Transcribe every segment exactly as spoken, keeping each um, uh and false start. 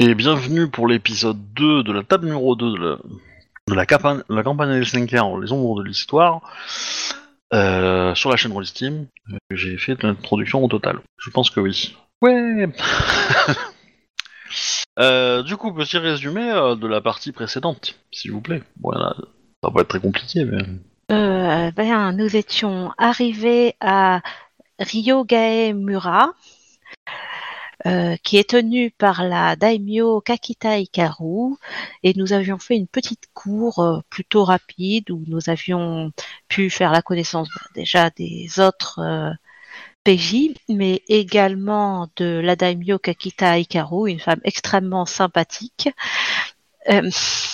Et bienvenue pour l'épisode deux de la table numéro deux de la, de la, capa- la campagne Helsinker, les ombres de l'histoire, euh, sur la chaîne Rollistim. J'ai fait l'introduction au total. Je pense que oui. Ouais. euh, Du coup, petit résumé euh, de la partie précédente, s'il vous plaît. Voilà, ça va pas être très compliqué, mais... Euh, ben, nous étions arrivés à Ryogae-mura, euh, qui est tenu par la daimyo Kakita Hikaru, et nous avions fait une petite cour euh, plutôt rapide où nous avions pu faire la connaissance ben, déjà des autres euh, P J, mais également de la daimyo Kakita Hikaru, une femme extrêmement sympathique. Euh,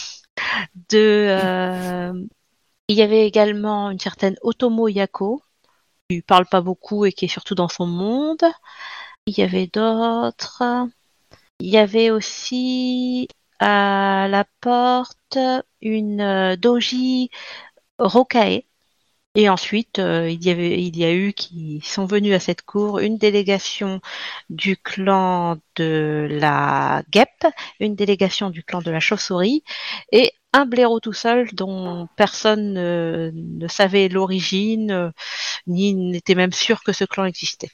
de, euh, il y avait également une certaine Otomo Yako, qui parle pas beaucoup et qui est surtout dans son monde. Il y avait d'autres. Il y avait aussi à la porte une euh, doji Rokae. Et ensuite, euh, il y avait, il y a eu qui sont venus à cette cour une délégation du clan de la guêpe, une délégation du clan de la chauve-souris et un blaireau tout seul dont personne ne, ne savait l'origine, euh, ni n'était même sûr que ce clan existait.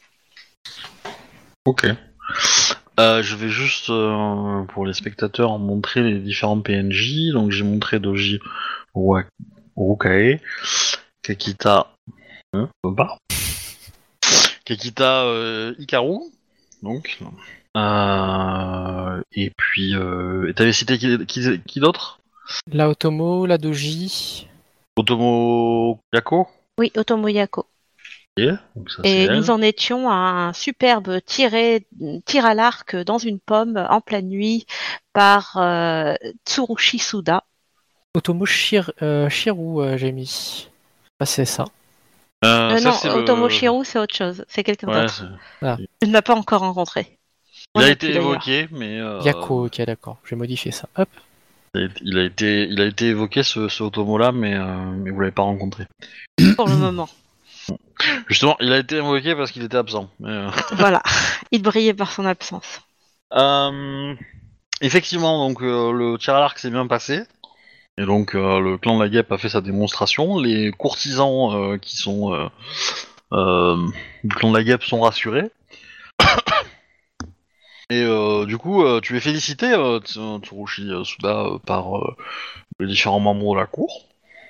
Ok. Euh, je vais juste, euh, pour les spectateurs, montrer les différents P N J. Donc j'ai montré Doji Wa- Rukae, Kakita... Hein, pas Kakita euh, Hikaru, donc. Euh, et puis, euh, et t'avais cité qui, qui, qui d'autre? La Otomo, la Doji. Otomo Yako. Oui, Otomo Yako. Ok, donc ça c'est Et elle. nous en étions à un superbe tiré, tir à l'arc dans une pomme en pleine nuit par euh, Tsurushi Suda. Otomo Shir, euh, Shiru, euh, j'ai mis. Ah, c'est ça. Euh, Euh, ça non, c'est Otomo le. Shiru, c'est autre chose. C'est quelqu'un Ouais, d'autre. c'est- Ah. Je ne l'ai pas encore rencontré. il Moi a non été plus, d'ailleurs. évoqué, mais euh, Yako, ok, d'accord. Je vais modifier ça. Hop. il a il a été, il a été évoqué ce, ce Otomo là, mais, euh, mais vous l'avez pas rencontré. Pour le moment. Justement, il a été évoqué parce qu'il était absent. Mais, euh, Voilà. Il brillait par son absence. euh, Effectivement, donc euh, le tir à l'arc s'est bien passé. Et donc euh, le clan de la guêpe a fait sa démonstration. Les courtisans euh, qui sont euh, euh, du clan de la guêpe sont rassurés. Et euh, du coup, euh, tu es félicité, euh, Tsu- Tsurushi euh, Suda, euh, par euh, les différents membres de la cour.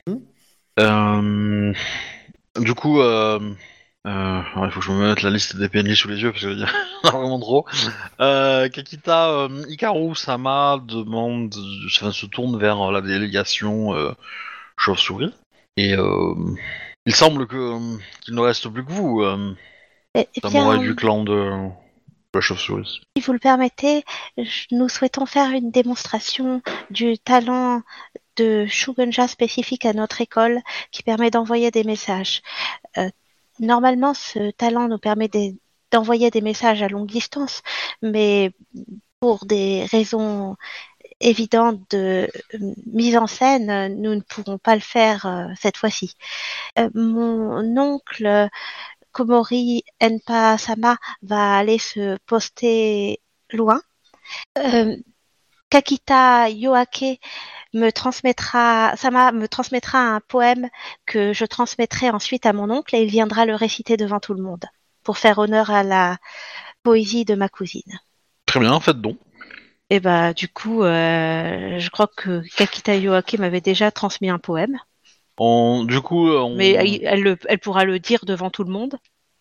Euh, du coup, euh, euh, ouais, il faut que je me mette la liste des P N J sous les yeux parce qu'il y en a vraiment trop. Euh, Kakita euh, Hikaru Sama demande, enfin, se tourne vers la délégation euh, chauve-souris. Et euh, il semble que euh, qu'il ne reste plus que vous, euh, Eh eh samouraï bien, du clan de, de la chauve-souris. si vous le permettez, je- nous souhaitons faire une démonstration du talent de Shugenja spécifique à notre école qui permet d'envoyer des messages. Euh, normalement, ce talent nous permet des- d'envoyer des messages à longue distance, mais pour des raisons évidentes de euh, mise en scène, euh, nous ne pourrons pas le faire euh, cette fois-ci. Euh, mon oncle Komori Enpa-sama va aller se poster loin. Euh, Kakita Yoake me transmettra, Sama me transmettra un poème que je transmettrai ensuite à mon oncle et il viendra le réciter devant tout le monde pour faire honneur à la poésie de ma cousine. Très bien, faites donc. Et bah du coup, euh, je crois que Kakita Yoake m'avait déjà transmis un poème, On, du coup, euh, on... mais elle, elle, le- elle pourra le dire devant tout le monde.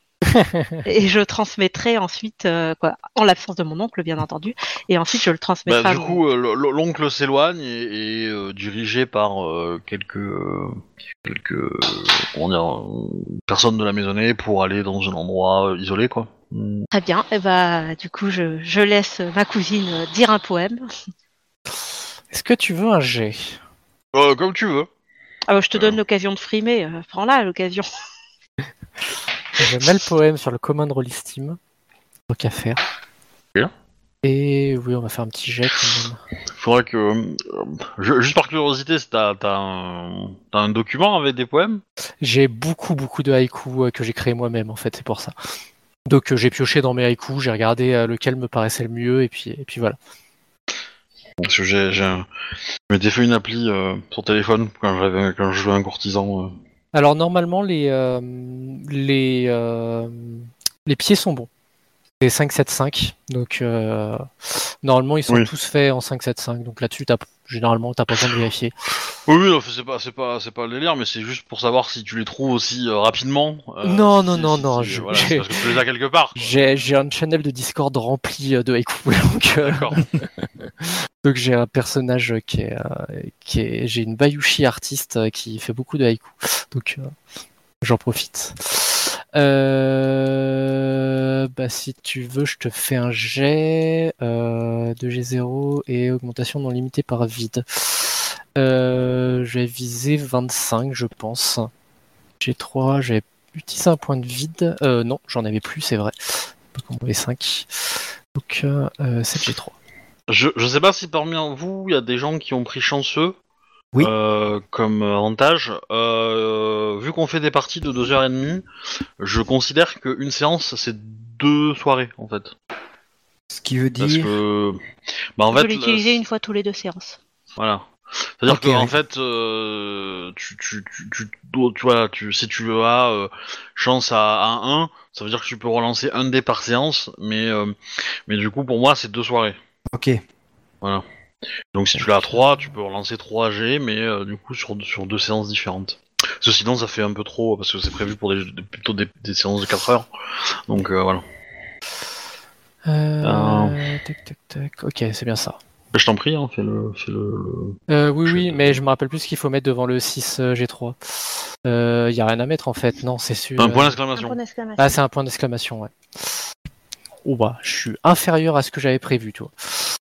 Et je transmettrai ensuite, euh, quoi, en l'absence de mon oncle, bien entendu, et ensuite je le bah, transmettrai à du mon coup, oncle. euh, l- l- l'oncle s'éloigne et est euh, dirigé par euh, quelques euh, quelques euh, comment dire, euh, personnes de la maisonnée pour aller dans un endroit euh, isolé, quoi. Hmm. Très bien, et bah du coup je, je laisse ma cousine euh, dire un poème. Est-ce que tu veux un jet? Euh, comme tu veux. Ah, bah, je te donne Euh. l'occasion de frimer, euh, prends-la l'occasion. Je mets le poème sur le commun de Rollistim. Tant qu'à faire. Bien. Et oui, on va faire un petit jet quand même. Faudrait que, euh, je- juste par curiosité, si t'as t'as un, t'as un document avec des poèmes. J'ai beaucoup, beaucoup de haïkus euh, que j'ai créé moi-même, en fait, c'est pour ça. Donc euh, j'ai pioché dans mes haïkus, j'ai regardé euh, lequel me paraissait le mieux, et puis, et puis voilà. Parce que j'ai, j'ai un- je m'étais fait une appli euh, sur téléphone quand j'avais quand je jouais un courtisan. euh. Alors normalement les euh, les euh, les pieds sont bons. C'est cinq sept cinq, donc euh, normalement ils sont Oui. tous faits en cinq sept cinq. Donc là-dessus, t'as, généralement, t'as pas besoin de vérifier. Oui, oui, non, c'est pas, c'est pas, c'est pas le délire, mais c'est juste pour savoir si tu les trouves aussi euh, rapidement. euh, Non, si non, c'est- non, si non, c'est- je- voilà, c'est j'ai- parce que tu les as quelque part. quoi. J'ai j'ai un channel de Discord rempli euh, de haïkus, donc euh, D'accord. donc j'ai un personnage qui est euh, qui est j'ai une Bayushi artiste euh, qui fait beaucoup de haïkus, donc euh, j'en profite. Euh, bah si tu veux, je te fais un jet euh, de G zéro et augmentation non limitée par vide. Euh, je vais viser vingt-cinq, je pense. G trois, j'ai utilisé un point de vide. Euh, non, j'en avais plus, c'est vrai. Donc on avait cinq. Donc euh, sept G trois. Je, je sais pas si parmi vous, il y a des gens qui ont pris chanceux. Oui. euh, comme avantage. Euh, vu qu'on fait des parties de deux heures trente, je considère qu'une séance, c'est deux soirées, en fait. Ce qui veut Parce dire. que... Bah, en On fait, peut l'utiliser le- une fois tous les deux séances. Voilà. C'est-à-dire Ok, que en oui. fait, euh, tu, tu, tu, tu, dois- tu vois, tu, si tu as euh, chance à, à un, ça veut dire que tu peux relancer un dé par séance, mais, euh, mais du coup, pour moi, c'est deux soirées. Ok. Voilà. Donc si tu l'as à trois, tu peux relancer trois G, mais euh, du coup, sur, sur deux séances différentes. Parce que sinon, ça fait un peu trop, parce que c'est prévu pour des, des- plutôt des, des séances de quatre heures. Donc euh, voilà. Euh, Tac, tac, tac. Ok, c'est bien ça. Je t'en prie, hein, fais le... Fais le, le... Euh, oui, Je- oui, mais je me rappelle plus ce qu'il faut mettre devant le six G trois. Il euh, y a rien à mettre en fait, non, c'est sûr. Un point Un d'exclamation. point d'exclamation. Ah, c'est un point d'exclamation, ouais. Oh bah, je suis inférieur à ce que j'avais prévu, tu vois.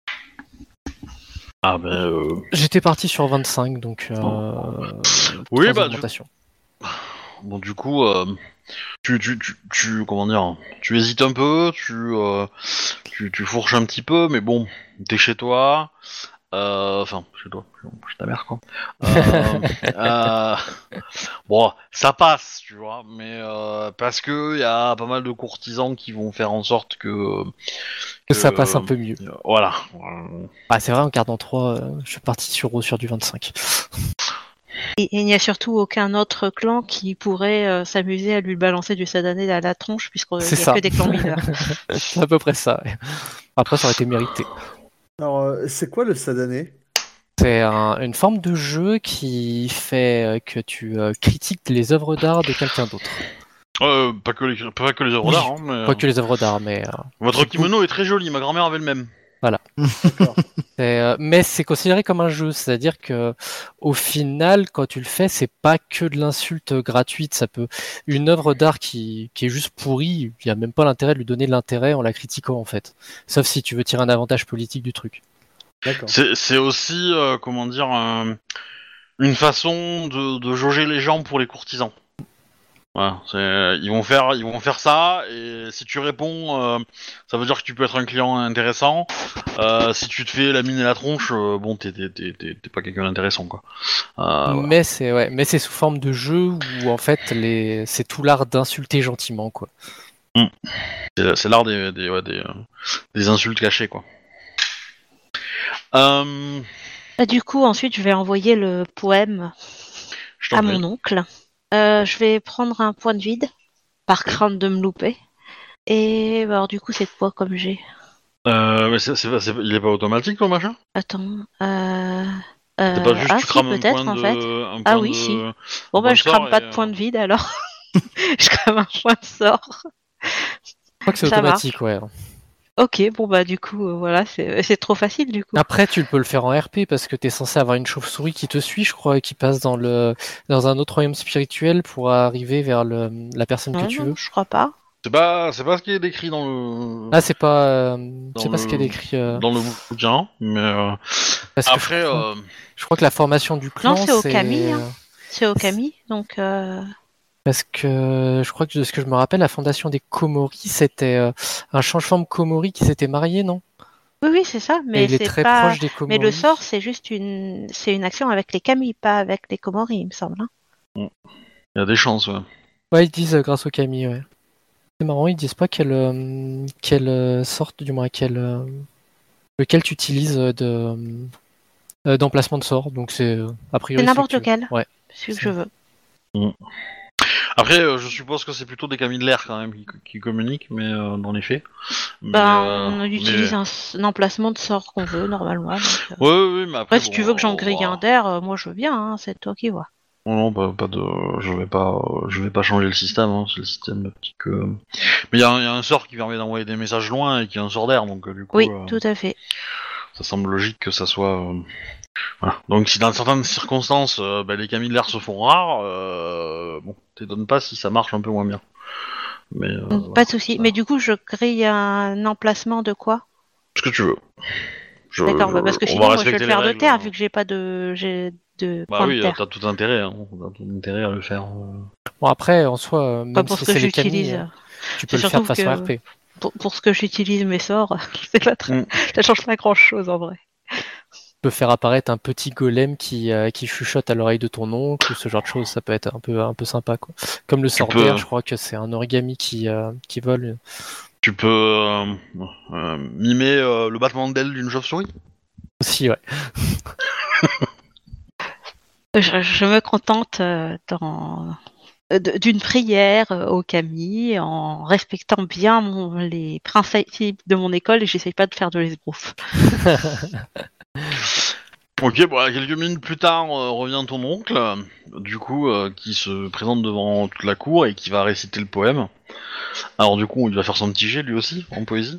Ah ben... Euh... J'étais parti sur vingt-cinq, donc euh, Oui, trois bah, du- augmentations. Bon, du coup, euh, tu, tu, tu, tu, comment dire, tu hésites un peu, tu, euh, tu, tu fourches un petit peu, mais bon, t'es chez toi, euh, enfin, chez toi, chez ta mère, quoi. Euh, euh, bon, ça passe, tu vois, mais euh, parce que y a pas mal de courtisans qui vont faire en sorte que... Que ça passe un peu mieux. euh, Voilà. Euh, Ah, c'est vrai, en gardant trois, euh, je suis parti sur, sur du vingt-cinq. Et et il n'y a surtout aucun autre clan qui pourrait euh, s'amuser à lui balancer du sadané à la tronche, puisqu'il n'y C'est a ça. que des clans mineurs. C'est à peu près ça. Ouais. Après, ça aurait été mérité. Alors, euh, c'est quoi le sadané? C'est un- une forme de jeu qui fait euh, que tu euh, critiques les œuvres d'art de quelqu'un d'autre. euh, pas, que les, pas que les œuvres Oui, d'art, hein, mais... Pas que les œuvres d'art, mais... euh, Votre kimono est très joli, ma grand-mère avait le même. D'accord. c'est, euh, mais c'est considéré comme un jeu, c'est-à-dire que au final, quand tu le fais, c'est pas que de l'insulte gratuite. Ça peut une œuvre d'art qui, qui est juste pourrie, il y a même pas l'intérêt de lui donner de l'intérêt en la critiquant en fait. Sauf si tu veux tirer un avantage politique du truc. D'accord. C'est c'est aussi, euh, comment dire, un- une façon de, de jauger les gens pour les courtisans. Voilà, c'est- ils vont faire, ils vont faire ça, et si tu réponds, euh, ça veut dire que tu peux être un client intéressant. Euh, si tu te fais la mine et la tronche, euh, bon, t'es t'es- t'es- t'es- t'es pas quelqu'un d'intéressant, quoi. Euh, voilà. Mais c'est ouais, mais c'est sous forme de jeu où en fait les, c'est tout l'art d'insulter gentiment quoi. C'est c'est l'art des, des, ouais, des, euh, des insultes cachées, quoi. Euh, Ah, du coup, ensuite, je vais envoyer le poème je t'en à prie. mon oncle. Euh, je vais prendre un point de vide, par crainte de me louper. Et bah, alors, du coup, c'est quoi comme j'ai Euh, mais c'est, c'est, pas- c'est- il est pas automatique, ton machin? Attends. Euh... C'est pas euh, juste ah, tu si, crames un peut-être, point en de... fait. un Ah point oui, de- si. un Bon, point bah, de je crame sort pas et, de point de euh, vide, alors. Je crame un point de sort. Je crois que c'est Ça automatique ouais. Ok, bon, bah, du coup, euh, voilà, c'est c'est trop facile, du coup. Après tu peux le faire en R P parce que t'es censé avoir une chauve-souris qui te suit je crois et qui passe dans le dans un autre royaume spirituel pour arriver vers le, la personne non, que tu non, veux. je crois pas. C'est pas, c'est pas ce qui est décrit dans le... Ah c'est pas euh, c'est Dans pas ce qui est le- décrit euh, dans le bouquin, mais euh, parce que après, je crois, euh, je crois que la formation du clan c'est au c'est Camille, hein. C'est Okami, donc... Euh... Parce que je crois que de ce que je me rappelle, la fondation des Komori, c'était euh, un change-forme Komori qui s'était marié, non? Oui, oui, c'est ça, Et mais il est c'est très pas... proche des Komori. Mais le sort, c'est juste une... C'est une action avec les Kami, pas avec les Komori, il me semble. Hein. il y a des chances, ouais. Ouais, ils disent euh, grâce au Kami, ouais. C'est marrant, ils disent pas quelle, euh, quelle euh, sorte, du moins quelle, euh, lequel tu utilises de, euh, d'emplacement de sort. Donc c'est euh, a priori. C'est n'importe celui que tu veux. lequel. Ouais. Celui que je veux. Mm. Après, euh, je suppose que c'est plutôt des camis de l'air quand même qui, qui communiquent, mais euh, dans les faits. Mais, Ben, euh, on mais- utilise un, un emplacement de sort qu'on veut normalement. donc, euh. Ouais, ouais, ouais, mais après. Après, si bon, tu veux que j'en on grille va- un d'air, euh, moi je veux bien. Hein, c'est toi qui vois. Non, non, pas, pas de. Je vais pas, euh, je vais pas changer le système. Hein, c'est le système de petit que. Mais il y, a un- y a un sort qui permet d'envoyer des messages loin et qui est un sort d'air, donc euh, du coup, Oui, euh, tout à fait. ça semble logique que ça soit. euh, Voilà. Donc si dans certaines circonstances, euh, bah, les camis de l'air se font rares, euh, bon, t'étonnes pas si ça marche un peu moins bien. Mais euh, Donc, voilà, pas de souci. ça- Mais du coup, je grille un emplacement de quoi? ce que tu veux. Je- D'accord, bah parce que on sinon, va moi je vais respecter le les faire de règles. terre vu que j'ai pas de, j'ai de Bah point oui, de euh, terre. t'as tout intérêt, hein. T'as tout intérêt à le faire. euh. Bon après, en soi, euh, Pas même pour si ce que c'est les j'utilise. camis, euh, tu peux C'est le faire de surtout façon que- R P. Pour, pour ce que j'utilise mes sorts, c'est pas très... Mm. ça change pas grand chose en vrai. Tu peux faire apparaître un petit golem qui, euh, qui chuchote à l'oreille de ton oncle ou ce genre de choses, ça peut être un peu, un peu sympa quoi. Comme le sort peux- d'air, je crois que c'est un origami qui, euh, qui vole. Tu peux euh, euh, mimer euh, le battement d'ailes d'une chauve-souris. Aussi, ouais. Je, je me contente euh, dans- de- d'une prière euh, au Camille en respectant bien mon- les principes de mon école et j'essaye pas de faire de l'esbrouf. Ok, bon, quelques minutes plus tard, euh, revient ton oncle, euh, du coup, euh, qui se présente devant toute la cour et qui va réciter le poème. Alors du coup, il va faire son petit jet lui aussi, en poésie.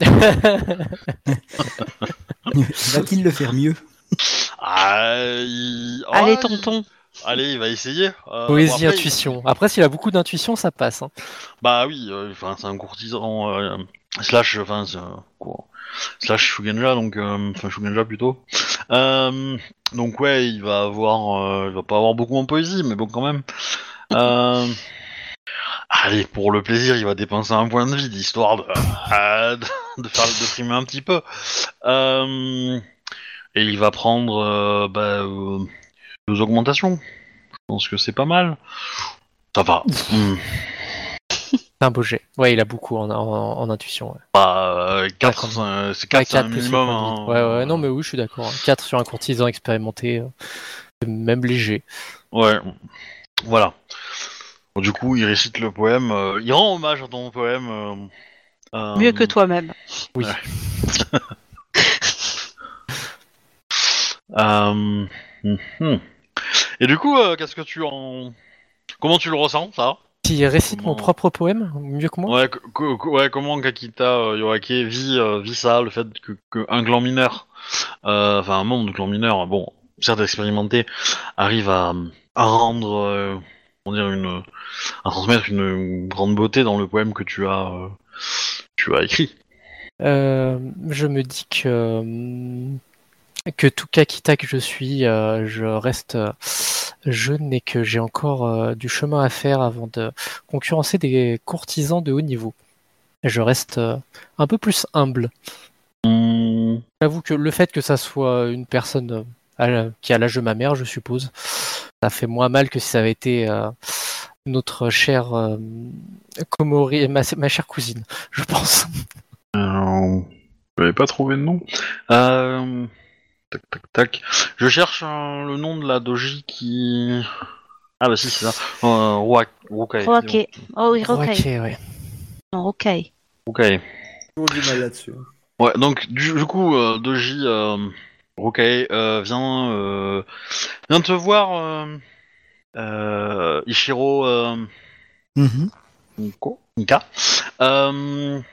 Va-t-il le faire mieux? Ah, il- Allez, ouais, tonton. il- Allez, il va essayer. Euh, bon, Poésie, après, intuition. Après, s'il a beaucoup d'intuition, ça passe. Hein. Bah oui, euh, enfin c'est un courtisan euh, slash, enfin c'est, euh, quoi, slash Shugenja, donc euh, enfin Shugenja plutôt. Euh, donc ouais, il va avoir, euh, il va pas avoir beaucoup en poésie, mais bon quand même. Euh, allez, pour le plaisir, il va dépenser un point de vie, histoire de, euh, de, de faire de frimer un petit peu. Euh, et il va prendre euh, bah, euh, deux augmentations. Je pense que c'est pas mal. Ça va. Hmm. C'est un beau jet. Ouais, il a beaucoup en, en, en intuition. Ouais. Bah, quatre, Ouais, quand même. euh, c'est quatre, Ouais, c'est un quatre plus le minimum. point de vie. hein. Ouais, ouais, non, mais oui, je suis d'accord. hein. quatre sur un courtisan expérimenté, euh, c'est même léger. Ouais, voilà. Bon, du coup, il récite le poème. euh, il rend hommage à ton poème. euh, euh, Mieux que toi-même. Oui. Ouais. euh, mhm. Et du coup, euh, qu'est-ce que tu en... Comment tu le ressens, ça? Qui récite Comment- mon propre poème, mieux que moi Ouais, co- co- co- ouais, comment Kakita euh, Yoake vit, euh, vit ça, le fait que, que un clan mineur, euh, enfin un membre de clan mineur, bon, certes expérimenté, arrive à, à rendre, euh, comment dire, une, à transmettre une, une grande beauté dans le poème que tu as, euh, tu as écrit. Euh, Je me dis que, euh, que tout Kakita que je suis, euh, je reste euh, jeune et que j'ai encore euh, du chemin à faire avant de concurrencer des courtisans de haut niveau. Je reste euh, un peu plus humble. Hum, J'avoue que le fait que ça soit une personne euh, à la- qui a l'âge de ma mère, je suppose, ça fait moins mal que si ça avait été euh, notre chère euh, Komori, ma, ma chère cousine, je pense. euh, je n'avais pas trouvé de nom. Euh, tac, tac, tac. Je cherche euh, le nom de la doji qui... Ah bah si, c'est ça. Euh, Ruak- Rukai. Ok. Oh oui, Ok, Rokai. ouais. Non, Rokai. Rukai. Toujours du mal là-dessus. Ouais, donc du, du coup, euh, Doji euh, Rukai euh, vient, euh, vient te voir, euh, euh, Ichiro euh, Mhm. Niko, Nika. Euh,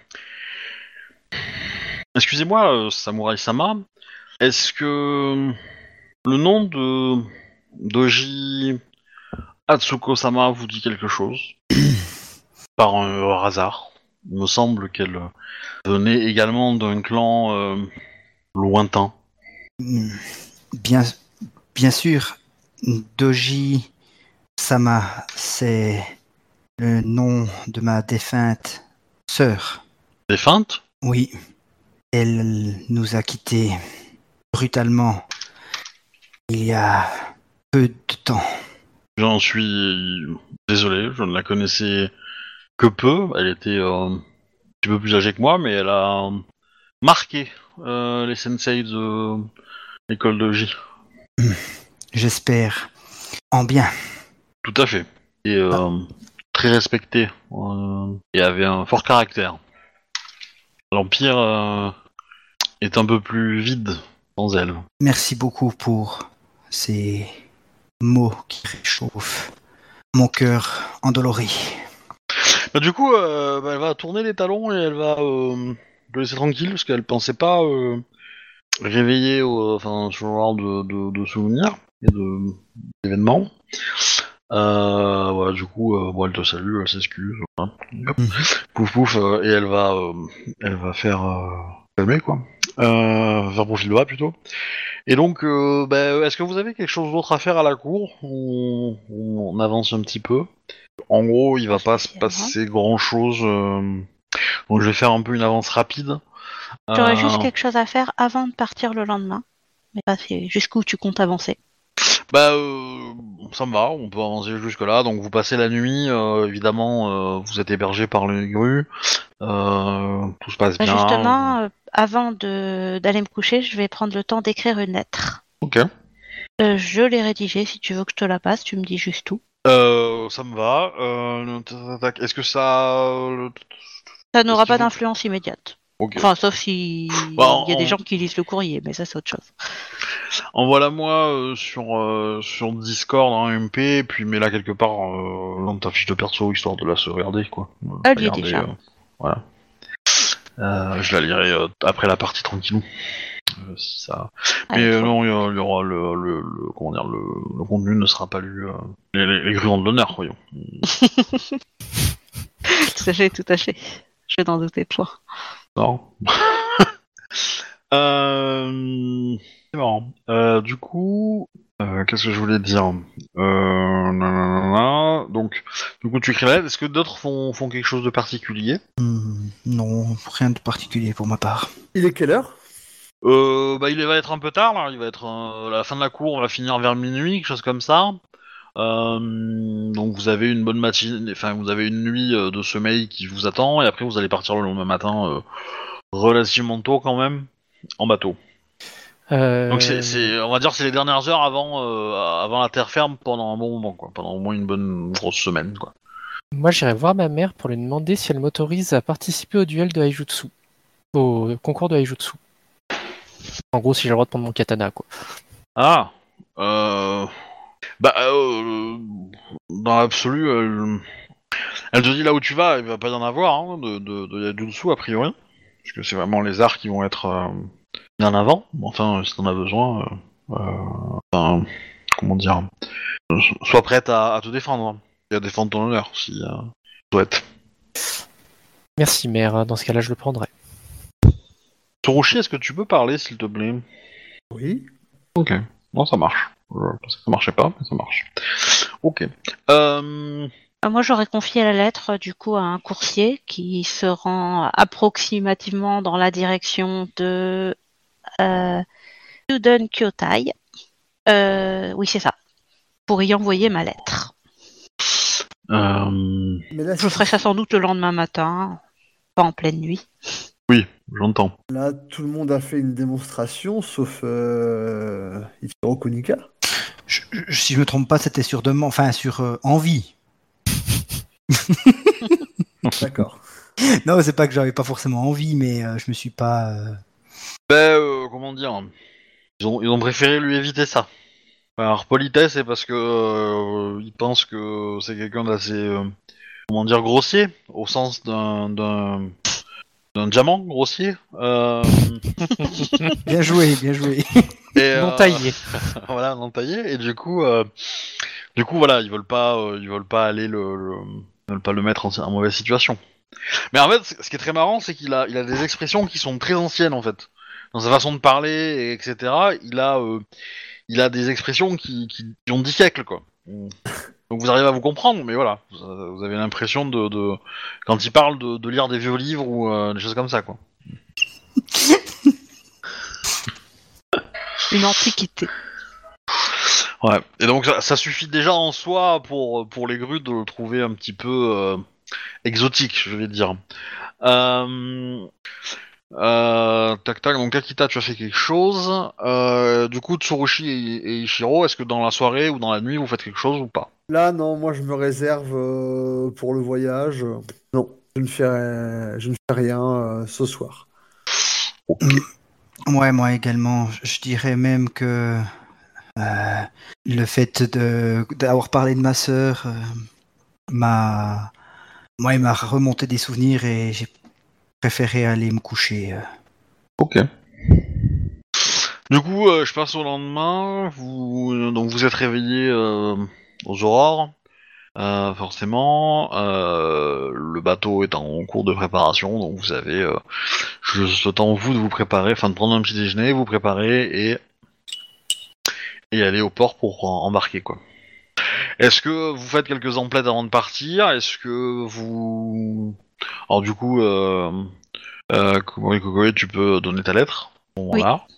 excusez-moi, euh, Samurai Sama, est-ce que le nom de Doji Atsuko-sama vous dit quelque chose? Par un euh, hasard. Il me semble qu'elle venait également d'un clan euh, lointain. Mm. Bien, bien sûr, Doji Sama, c'est le nom de ma défunte sœur. Défunte? Oui, elle nous a quittés brutalement il y a peu de temps. J'en suis désolé, je ne la connaissais que peu. Elle était euh, un petit peu plus âgée que moi, mais elle a, marqué euh, les sensei de l'école de J. J'espère. En bien. Tout à fait. Et euh, très respecté euh, et avait un fort caractère. L'Empire euh, est un peu plus vide sans elle. Merci beaucoup pour ces mots qui réchauffent mon cœur endolori. Bah, du coup, euh, bah, elle va tourner les talons et elle va euh, le laisser tranquille parce qu'elle pensait pas euh, réveiller euh, enfin, ce genre de, de, de souvenirs et de, d'événements. Euh, voilà, du coup, euh, bon, elle te salue, elle s'excuse. Voilà. Hop. Mhm. Pouf pouf, euh, et elle va, euh, elle va faire euh, calmer quoi. Euh, faire profil bas plutôt. Et donc, euh, bah, est-ce que vous avez quelque chose d'autre à faire à la cour? on, on avance un petit peu. En gros, il va pas se passer grand chose. Euh... Donc, je vais faire un peu une avance rapide. J'aurais Euh, juste quelque chose à faire avant de partir le lendemain. Mais pas fait jusqu'où tu comptes avancer. Bah, euh, ça me va, on peut avancer jusque-là. Donc, vous passez la nuit, euh, évidemment, euh, vous êtes hébergé par le grue, euh, tout se passe Bah, bien. justement, euh, avant de d'aller me coucher, je vais prendre le temps d'écrire une lettre. Ok. Euh, je l'ai rédigée, si tu veux que je te la passe, tu me dis juste tout. Euh, ça me va. Euh, tac, tac, Est-ce que ça... euh, Ça Est-ce n'aura qu'il pas faut... d'influence immédiate. Ok. Enfin, sauf si Bah, il y a des en- gens qui lisent le courrier, mais ça c'est autre chose. Envoie-la-moi euh, sur, euh, sur Discord en M P, puis mets-la quelque part euh, dans ta fiche de perso, histoire de la sauvegarder, quoi. Euh, Elle y est regarder, déjà. euh, voilà. Euh, je la lirai euh, après la partie tranquillou. Euh, si ça... Mais Allez, euh, trop non, il y, a- il y aura le, le, le- comment dire, le, le contenu ne sera pas lu. Euh, les, les, les grues ont de l'honneur, voyons. Tout à fait, tout à fait. Je n'en doutais point. Non. euh... C'est marrant. Euh, du coup, euh, qu'est-ce que je voulais dire euh... nanana. Donc, du coup, tu écris la lettre. Est-ce que d'autres font, font quelque chose de particulier? Hmm, non, rien de particulier pour ma part. Il est quelle heure? Euh, bah, il va être un peu tard là. Il va être euh, la fin de la cour. On va finir vers minuit, quelque chose comme ça. Euh, donc vous avez une bonne matinée, enfin vous avez une nuit euh, de sommeil qui vous attend et après vous allez partir le lendemain matin euh, relativement tôt quand même en bateau. Euh, Donc c'est, c'est on va dire c'est les dernières heures avant euh, avant la terre ferme pendant un bon moment quoi, pendant au moins une bonne grosse semaine quoi. Moi, j'irai voir ma mère pour lui demander si elle m'autorise à participer au duel de Haijutsu, au concours de Haijutsu. En gros, si j'ai le droit de prendre mon katana, quoi. Ah euh, bah euh, dans l'absolu elle, elle te dit là où tu vas, il va pas y en avoir hein, de de, de Yajutsu a priori parce que c'est vraiment les arts qui vont être euh, bien avant. Enfin, si t'en as besoin, euh, euh, enfin, comment dire, euh, sois prête à, à te défendre et à défendre ton honneur si euh, tu souhaites. Merci, mère. Dans ce cas-là, je le prendrai. Tsurushi, est-ce que tu peux parler, s'il te plaît? Oui. Ok. Non, ça marche. Je pensais que ça marchait pas, mais ça marche. Ok. Euh... Euh, Moi, j'aurais confié la lettre du coup à un coursier qui se rend approximativement dans la direction de euh, Yuden Kyotai. Euh, oui, c'est ça. Pour y envoyer ma lettre. Euh... Mais là, Je ferai ça sans doute le lendemain matin, pas en pleine nuit. Oui, j'entends. là, tout le monde a fait une démonstration, sauf euh... Ichiro Konika. Je- je- si je me trompe pas, c'était sur demande, enfin sur euh, envie. D'accord. Non, c'est pas que j'avais pas forcément envie, mais euh, je me suis pas. euh, Ben, euh, comment dire, ils ont, ils ont préféré lui éviter ça. Alors, politesse, c'est parce que euh, ils pensent que c'est quelqu'un d'assez, euh, comment dire, grossier, au sens d'un d'un d'un diamant grossier. Euh, Bien joué, bien joué. et, Non euh, taillé. voilà, non taillé. Et du coup, euh, du coup, voilà, ils veulent pas, euh, ils veulent pas aller le, le- ils veulent pas le mettre en, en mauvaise situation. Mais en fait, c- ce qui est très marrant, c'est qu'il a, il a des expressions qui sont très anciennes en fait, dans sa façon de parler, et etc. Il a, euh, il a des expressions qui, qui, qui ont dix siècles quoi. Donc vous arrivez à vous comprendre, mais voilà, vous, vous avez l'impression de, de, quand il parle de, de lire des vieux livres ou euh, des choses comme ça quoi. Une antiquité. Ouais. Et donc ça, ça suffit déjà en soi pour pour les grues de le trouver un petit peu euh, exotique, je vais dire. Euh, Euh, tac tac, donc Akita, tu as fait quelque chose. Euh, du coup, Tsurushi et, et Ichiro, est-ce que dans la soirée ou dans la nuit, vous faites quelque chose ou pas? Là, non, moi je me réserve euh, pour le voyage. Non, je ne fais, je ne fais rien euh, ce soir. Mm. Ouais, moi également. Je dirais même que euh, le fait de d'avoir parlé de ma sœur euh, m'a, moi, il m'a remonté des souvenirs et j'ai préféré aller me coucher. euh. Ok. Du coup, euh, je passe au lendemain. Vous donc vous êtes réveillé euh, aux aurores. Euh, forcément, euh, le bateau est en cours de préparation, donc vous avez euh, juste le temps vous de vous préparer, enfin de prendre un petit déjeuner, vous préparer et et aller au port pour en- embarquer quoi. Est-ce que vous faites quelques emplettes avant de partir? Est-ce que vous... Alors du coup, euh, euh, Kokori, Kokori, tu peux donner ta lettre. Bon, Oui. voilà.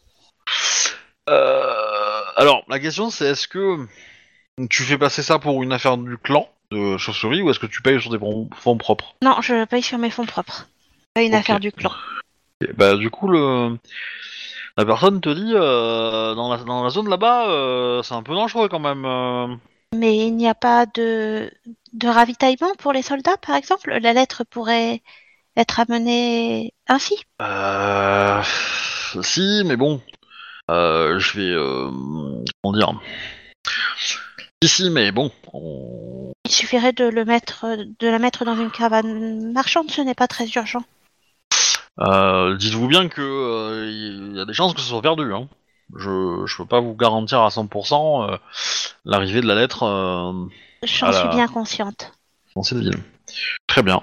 Euh, alors, la question c'est est-ce que tu fais passer ça pour une affaire du clan de chauve-souris ou est-ce que tu payes sur des fonds fonds propres? Non, je paye sur mes fonds propres. Pas une Ok. affaire du clan. Et bah du coup, le... la personne te dit, euh, dans, la, dans la zone là-bas, euh, c'est un peu dangereux quand même. euh. Mais il n'y a pas de, de ravitaillement pour les soldats, par exemple? La lettre pourrait être amenée ainsi? Euh... Si, mais bon, euh, je vais... Euh... Comment dire? Si, si, mais bon, on... Il suffirait de le mettre, de la mettre dans une caravane marchande, ce n'est pas très urgent. euh, dites-vous bien que euh, il y a des chances que ce soit perdu. Hein. Je je peux pas vous garantir à cent pour cent euh, l'arrivée de la lettre euh, J'en à suis la... bien consciente. dans cette ville. Très bien.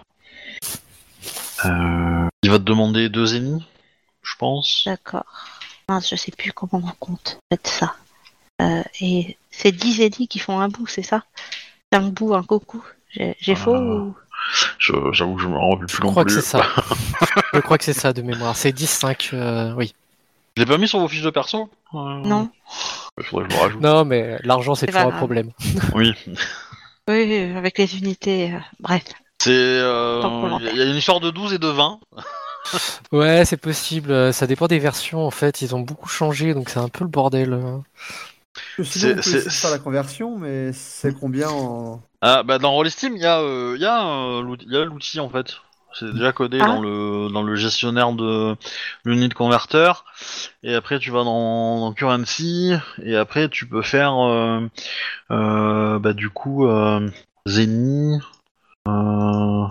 Euh... Il va te demander deux ennemis, je pense. D'accord. Mince, je sais plus comment on compte. Faites ça. Euh, et c'est dix ennemis qui font un bout, c'est ça? Un bout, un coucou. J'ai, j'ai faux Euh, ou... Je, j'avoue que je me rappelle plus Je non crois que plus. c'est ça. Je crois que c'est ça de mémoire. C'est dix cinq, euh, oui. Je l'ai pas mis sur vos fiches de perso. Euh, Non. Il faudrait que je le rajoute. Non, mais l'argent, c'est C'est toujours pas un grave. problème. Oui. Oui, oui, avec les unités. euh, Bref. C'est... euh, Tant qu'on Il y a une histoire de douze et de vingt. Ouais, c'est possible. euh, Ça dépend des versions, en fait. Ils ont beaucoup changé, donc c'est un peu le bordel. euh. Sinon, C'est- on peut c'est- essayer de faire la conversion, mais c'est combien en... Ah, bah dans Rollistim, il y a, euh, il y a, euh, l'outil, il y a l'outil en fait. C'est déjà codé Ah. dans le dans le gestionnaire de l'unit converteur. Et après tu vas dans, dans Currency et après tu peux faire euh, euh, bah du coup euh, Zeni. Euh,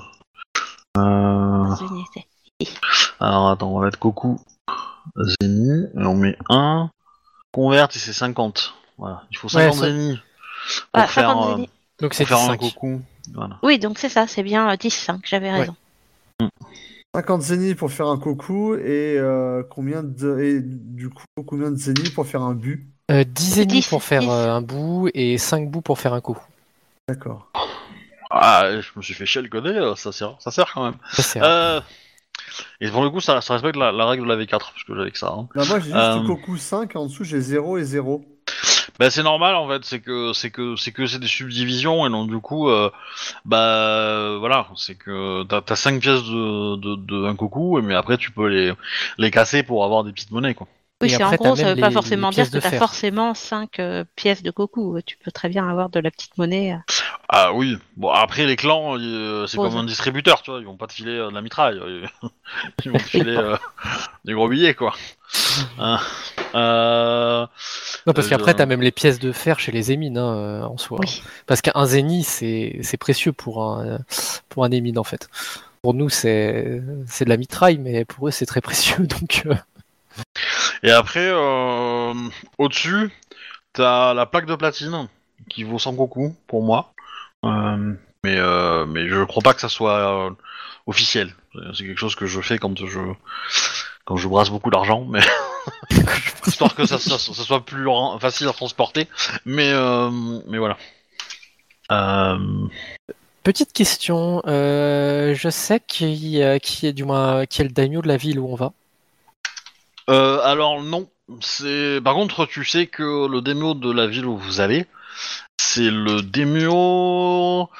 euh, Les unités. alors attends, on va mettre Koku Zeni et on met un convert et c'est cinquante. Voilà, il faut cinquante ça- Zeni pour Ah, faire cinquante euh, zéniths. Donc pour c'est faire un dix cinq. Koku. Voilà. Oui, donc c'est ça, c'est bien euh, dix cinq, j'avais Ouais. raison. cinquante zéniths pour faire un coucou et euh, combien de et du coup combien de zéniths pour faire un but? Euh, dix ennemis dix, pour faire dix. euh, un bout et cinq bouts pour faire un coup. D'accord. Ah, je me suis fait chier à le coder, euh, ça sert, ça sert quand même. Ça sert. Euh, et pour le coup, ça, ça respecte la, la règle de la V quatre, parce que j'avais que ça. Hein. Bah, moi j'ai juste Euh, coucou cinq et en dessous j'ai zéro et zéro. Bah c'est normal en fait, c'est que c'est que c'est que c'est des subdivisions et donc du coup, euh, bah euh, voilà, c'est que t'as as cinq pièces de, de, de un coucou, mais après tu peux les les casser pour avoir des petites monnaies quoi. Oui, Et c'est en après, gros, t'as ça même veut pas les- forcément les dire pièces que de tu as fer. forcément cinq pièces de coco. Tu peux très bien avoir de la petite monnaie. euh. Ah oui, bon après les clans, euh, c'est Pause. comme un distributeur, tu vois, ils vont pas te filer euh, de la mitraille, euh, ils vont te filer euh, des gros billets quoi. Hein, euh, Non, parce euh, qu'après, je- t'as même les pièces de fer chez les émines hein, euh, en soi. Oui. Parce qu'un zénith, c'est c'est précieux pour un, pour un émine en fait. Pour nous, c'est c'est de la mitraille, mais pour eux, c'est très précieux. Donc, euh, Et après, euh, au-dessus, t'as la plaque de platine qui vaut cent coucou pour moi. Euh, mais, euh, mais je crois pas que ça soit euh, officiel. C'est quelque chose que je fais quand je quand je brasse beaucoup d'argent, mais histoire que ça, ça, ça soit plus ren- facile à transporter. Mais euh, mais voilà. Euh, petite question. euh, je sais qui, euh, qui est du moins qui est le daimyo de la ville où on va. euh, alors non, c'est par contre tu sais que le démo de la ville où vous allez, c'est le daimyo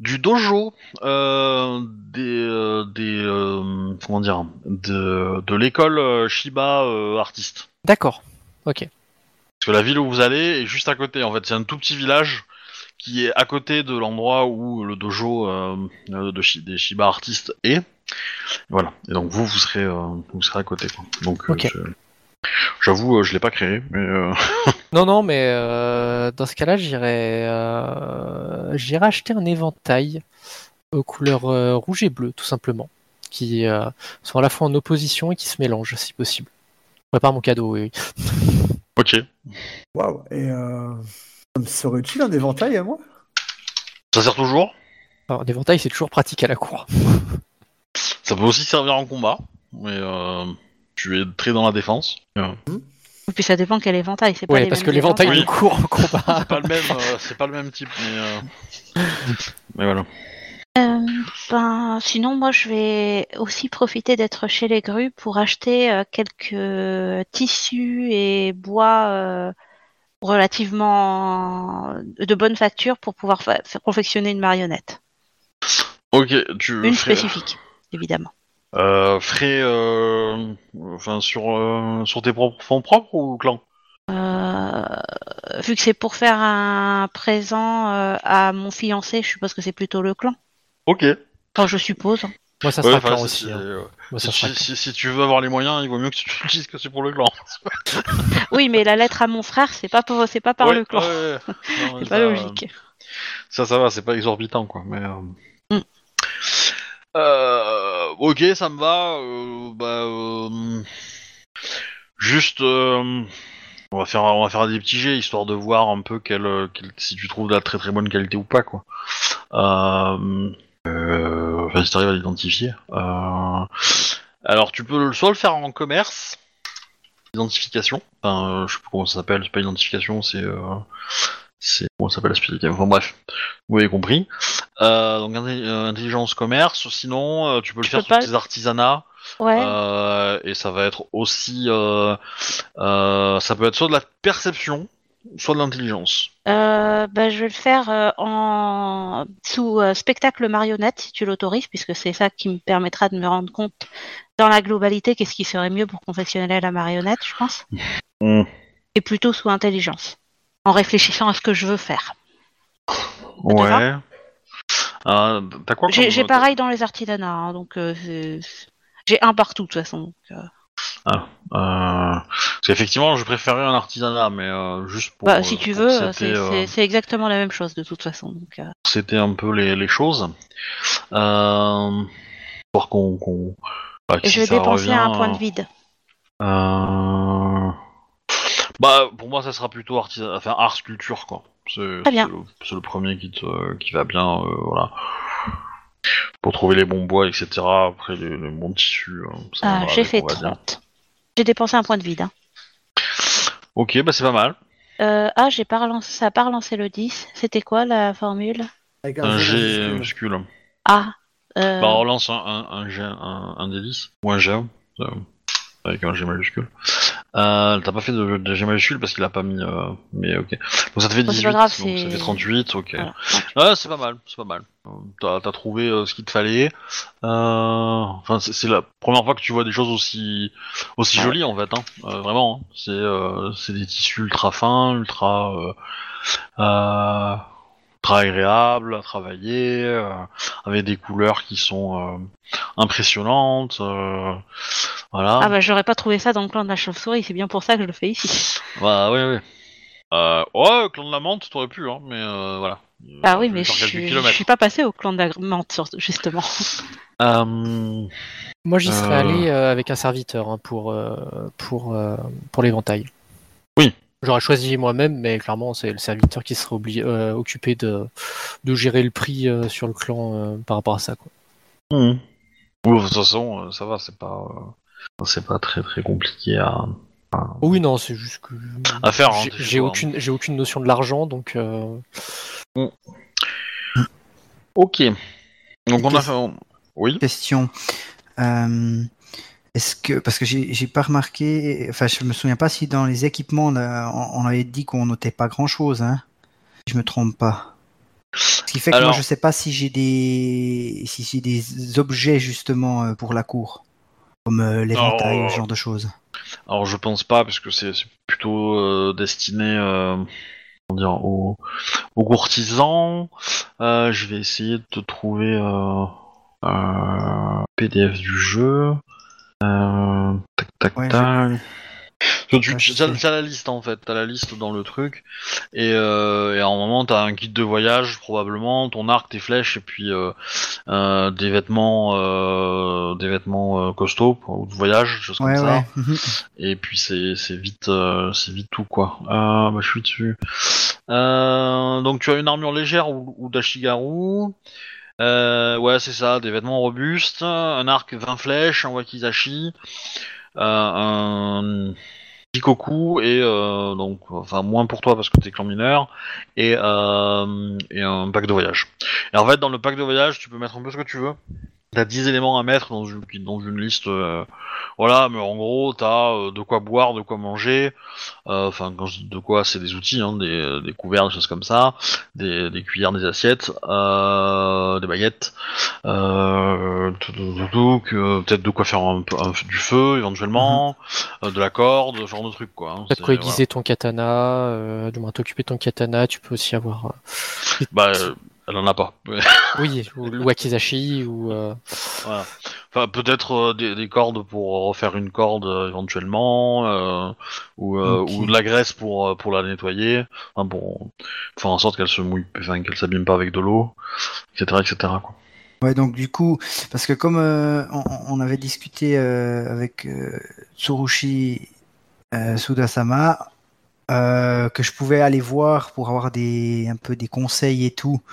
du dojo euh, des euh, des euh, comment dire de de l'école euh, Shiba euh, artiste. D'accord. Ok. Parce que la ville où vous allez est juste à côté. En fait, c'est un tout petit village qui est à côté de l'endroit où le dojo euh, de Shi- des Shiba artistes est. Voilà. Et donc vous, vous serez euh, vous serez à côté. Quoi. Donc euh, Ok. je- j'avoue, euh, je l'ai pas créé, mais euh... Non, non, mais euh, dans ce cas-là, j'irai, euh, j'irai acheter un éventail aux couleurs euh, rouge et bleu, tout simplement, qui euh, sont à la fois en opposition et qui se mélangent, si possible. Je prépare mon cadeau, oui. oui. ok. Waouh. Et euh, ça me serait utile un éventail à moi? Ça sert toujours. Alors, un éventail, c'est toujours pratique à la cour. Ça peut aussi servir en combat, mais euh, tu es très dans la défense. Euh, Et puis ça dépend quel éventail, c'est pas Oui, les parce mêmes que l'éventail éventails. de cour en combat. c'est pas le même, euh, c'est pas le même type, mais euh... mais voilà. Euh, ben, sinon, moi, je vais aussi profiter d'être chez les grues pour acheter euh, quelques tissus et bois euh, relativement de bonne facture pour pouvoir fa- faire confectionner une marionnette. Ok, tu Une ferais, spécifique, évidemment. euh, ferais, euh, enfin sur euh, sur tes propres fonds propres ou clan. Euh, vu que c'est pour faire un présent euh, à mon fiancé, je suppose que c'est plutôt le clan. Ok. Enfin, je suppose. Moi, ça Ouais, sera enfin, clan si, aussi. si, hein. euh, Moi, si ça sera tu- clan. si- si tu veux avoir les moyens, il vaut mieux que tu dises que c'est pour le clan. Oui, mais la lettre à mon frère, c'est pas pour, c'est pas par Ouais, le clan. ouais, ouais. Non, mais C'est pas ça, logique. Ça, ça va, c'est pas exorbitant, quoi. Mais euh... Mm. Euh, ok, ça me va. euh, bah, euh, juste, euh, on va faire, on va faire des petits jets histoire de voir un peu quel, euh, quel- si tu trouves de la très très bonne qualité ou pas, quoi. Euh, euh, enfin, si t'arrives à l'identifier. Euh, alors, tu peux le- soit le faire en commerce, identification. Enfin, euh, je sais pas comment ça s'appelle. C'est pas identification, c'est, euh, c'est comment ça s'appelle la spécialité. Enfin bref, vous avez compris. Euh, donc inté- euh, intelligence commerce, sinon euh, tu peux le Je faire peux sur pas. tes artisanats Ouais. euh, et ça va être aussi euh, euh, ça peut être soit de la perception soit de l'intelligence. Euh, bah, je vais le faire euh, en sous euh, spectacle marionnette, si tu l'autorises, puisque c'est ça qui me permettra de me rendre compte dans la globalité qu'est-ce qui serait mieux pour confectionner la marionnette, je pense. Mm. Et plutôt sous intelligence, en réfléchissant à ce que je veux faire. te Ouais. Euh, t'as quoi J'ai comme j'ai t'as- pareil dans les artisanats, hein, donc euh, c'est- c'est- j'ai un partout de toute façon. donc, euh, Ah, euh, parce qu'effectivement je préférais un artisanat mais euh, juste pour, bah, si euh, tu pour veux, que euh, c'était c'est euh, c'est- c'est exactement la même chose de toute façon. Donc, euh, c'était un peu les, les choses. Euh, pour qu'on qu'on bah, que Et si je vais ça dépenser un point revient de vide. Euh... Bah, pour moi, ça sera plutôt artisan... enfin, art sculpture, quoi. C'est Très bien. c'est le... c'est le premier qui, te... qui va bien, euh, voilà. Pour trouver les bons bois, et cetera. Après, les, les bons tissus, euh, ça Ah, viendra j'ai avec, fait on va dire. trente. J'ai dépensé un point de vide. Hein. Ok, bah c'est pas mal. Euh, ah, j'ai pas relancé, ça a pas relancé le dix. C'était quoi la formule? Avec un Un G G majuscule. majuscule. Ah, euh, Bah, on relance un, un, un G, un, un D dix. Ou un G, euh, avec un G majuscule. Euh, t'as pas fait de, de G majuscule parce qu'il a pas mis. Euh... Mais ok. Donc ça te fait Bon, c'est dix-huit, pas grave, donc ça c'est- fait trente-huit, ok. voilà. Ouais, c'est pas mal, c'est pas mal. Euh, T'as, t'as trouvé euh, ce qu'il te fallait. Euh, Enfin, c'est, c'est la première fois que tu vois des choses aussi aussi Ouais. jolies en fait. Hein. Euh, vraiment, hein. C'est euh, c'est des tissus ultra fins, ultra euh, euh, ultra agréables à travailler, euh, avec des couleurs qui sont euh, impressionnantes. Euh, voilà. Ah bah j'aurais pas trouvé ça dans le clan de la chauve-souris, c'est bien pour ça que je le fais ici. Bah ouais, ouais. Euh, ouais, clan de la menthe, t'aurais pu, hein, mais euh, voilà. Ah Euh, oui, je vais mais faire je, quelques suis- je kilomètres. suis pas passé au clan de la menthe, sur- justement. Euh, Moi, j'y serais Euh. allé euh, avec un serviteur hein, pour, euh, pour, euh, pour l'éventail. Oui. J'aurais choisi moi-même, mais clairement, c'est le serviteur qui serait obligé, euh, occupé de, de gérer le prix euh, sur le clan euh, par rapport à ça. Quoi. mhm. Oui, de toute façon, euh, ça va, c'est pas, euh, c'est pas très très compliqué à. Oh oui, non, c'est juste que À faire, hein, j'ai, t'es chez j'ai toi, aucune, j'ai aucune notion de l'argent, donc euh, Ok. Donc on a Qu'est-ce- fait. on- Oui. Question. Euh, est-ce que parce que j'ai j'ai pas remarqué, enfin je me souviens pas si dans les équipements là, on, on avait dit qu'on notait pas grand chose, hein. Si je me trompe pas. Ce qui fait que Alors- moi je sais pas si j'ai des si j'ai des objets justement euh, pour la cour, comme euh, l'éventail Alors, ou ce genre de choses. Alors je pense pas parce que c'est c'est plutôt euh, destiné euh, comment dire, aux, aux courtisans. Euh, je vais essayer de te trouver euh, un P D F du jeu. Euh, tac tac Ouais, tac. Tu, tu, Ouais, tu- je t'as, sais. t'as la liste en fait, t'as la liste dans le truc et, euh, et à un moment t'as un guide de voyage probablement, ton arc, tes flèches et puis euh, euh, des vêtements, euh, des vêtements euh, costauds ou de voyage, des choses comme Ouais, ça. ouais. mhm. Et puis c'est c'est vite euh, c'est vite tout quoi. Euh, bah, je suis dessus. Euh, donc tu as une armure légère ou, ou d'Ashigaru. Euh, ouais c'est ça, des vêtements robustes, un arc vingt flèches, un wakizashi, euh, un Jikoku et euh, donc enfin moins pour toi parce que t'es clan mineur et euh, et un pack de voyage. Et en fait dans le pack de voyage tu peux mettre un peu ce que tu veux. T'as dix éléments à mettre dans une, dans une liste, euh, voilà, mais en gros, t'as euh, de quoi boire, de quoi manger, euh, enfin, quand je dis de quoi, c'est des outils, hein, des, des couverts, des choses comme ça, des, des cuillères, des assiettes, euh, des baguettes, euh, tout, tout, tout, tout, que- peut-être de quoi faire un, peu- un- du feu, éventuellement, euh, de la corde, ce genre de trucs, quoi. Hein, T'as de c'est- quoi voilà. aiguiser ton katana, euh, du moins t'occuper de ton katana, tu peux aussi avoir... euh, Bah, euh, elle en a pas. Oui, ou le wakizashi, ou... euh, Voilà. Enfin, peut-être euh, des, des cordes pour refaire une corde euh, éventuellement, euh, ou, euh, Ok. ou de la graisse pour euh, pour la nettoyer, enfin, pour faire en sorte qu'elle se mouille, enfin qu'elle s'abîme pas avec de l'eau, et cetera, et cetera quoi. Ouais, donc du coup, parce que comme euh, on, on avait discuté euh, avec euh, Tsurushi euh, Sudasama, euh, que je pouvais aller voir pour avoir des un peu des conseils et tout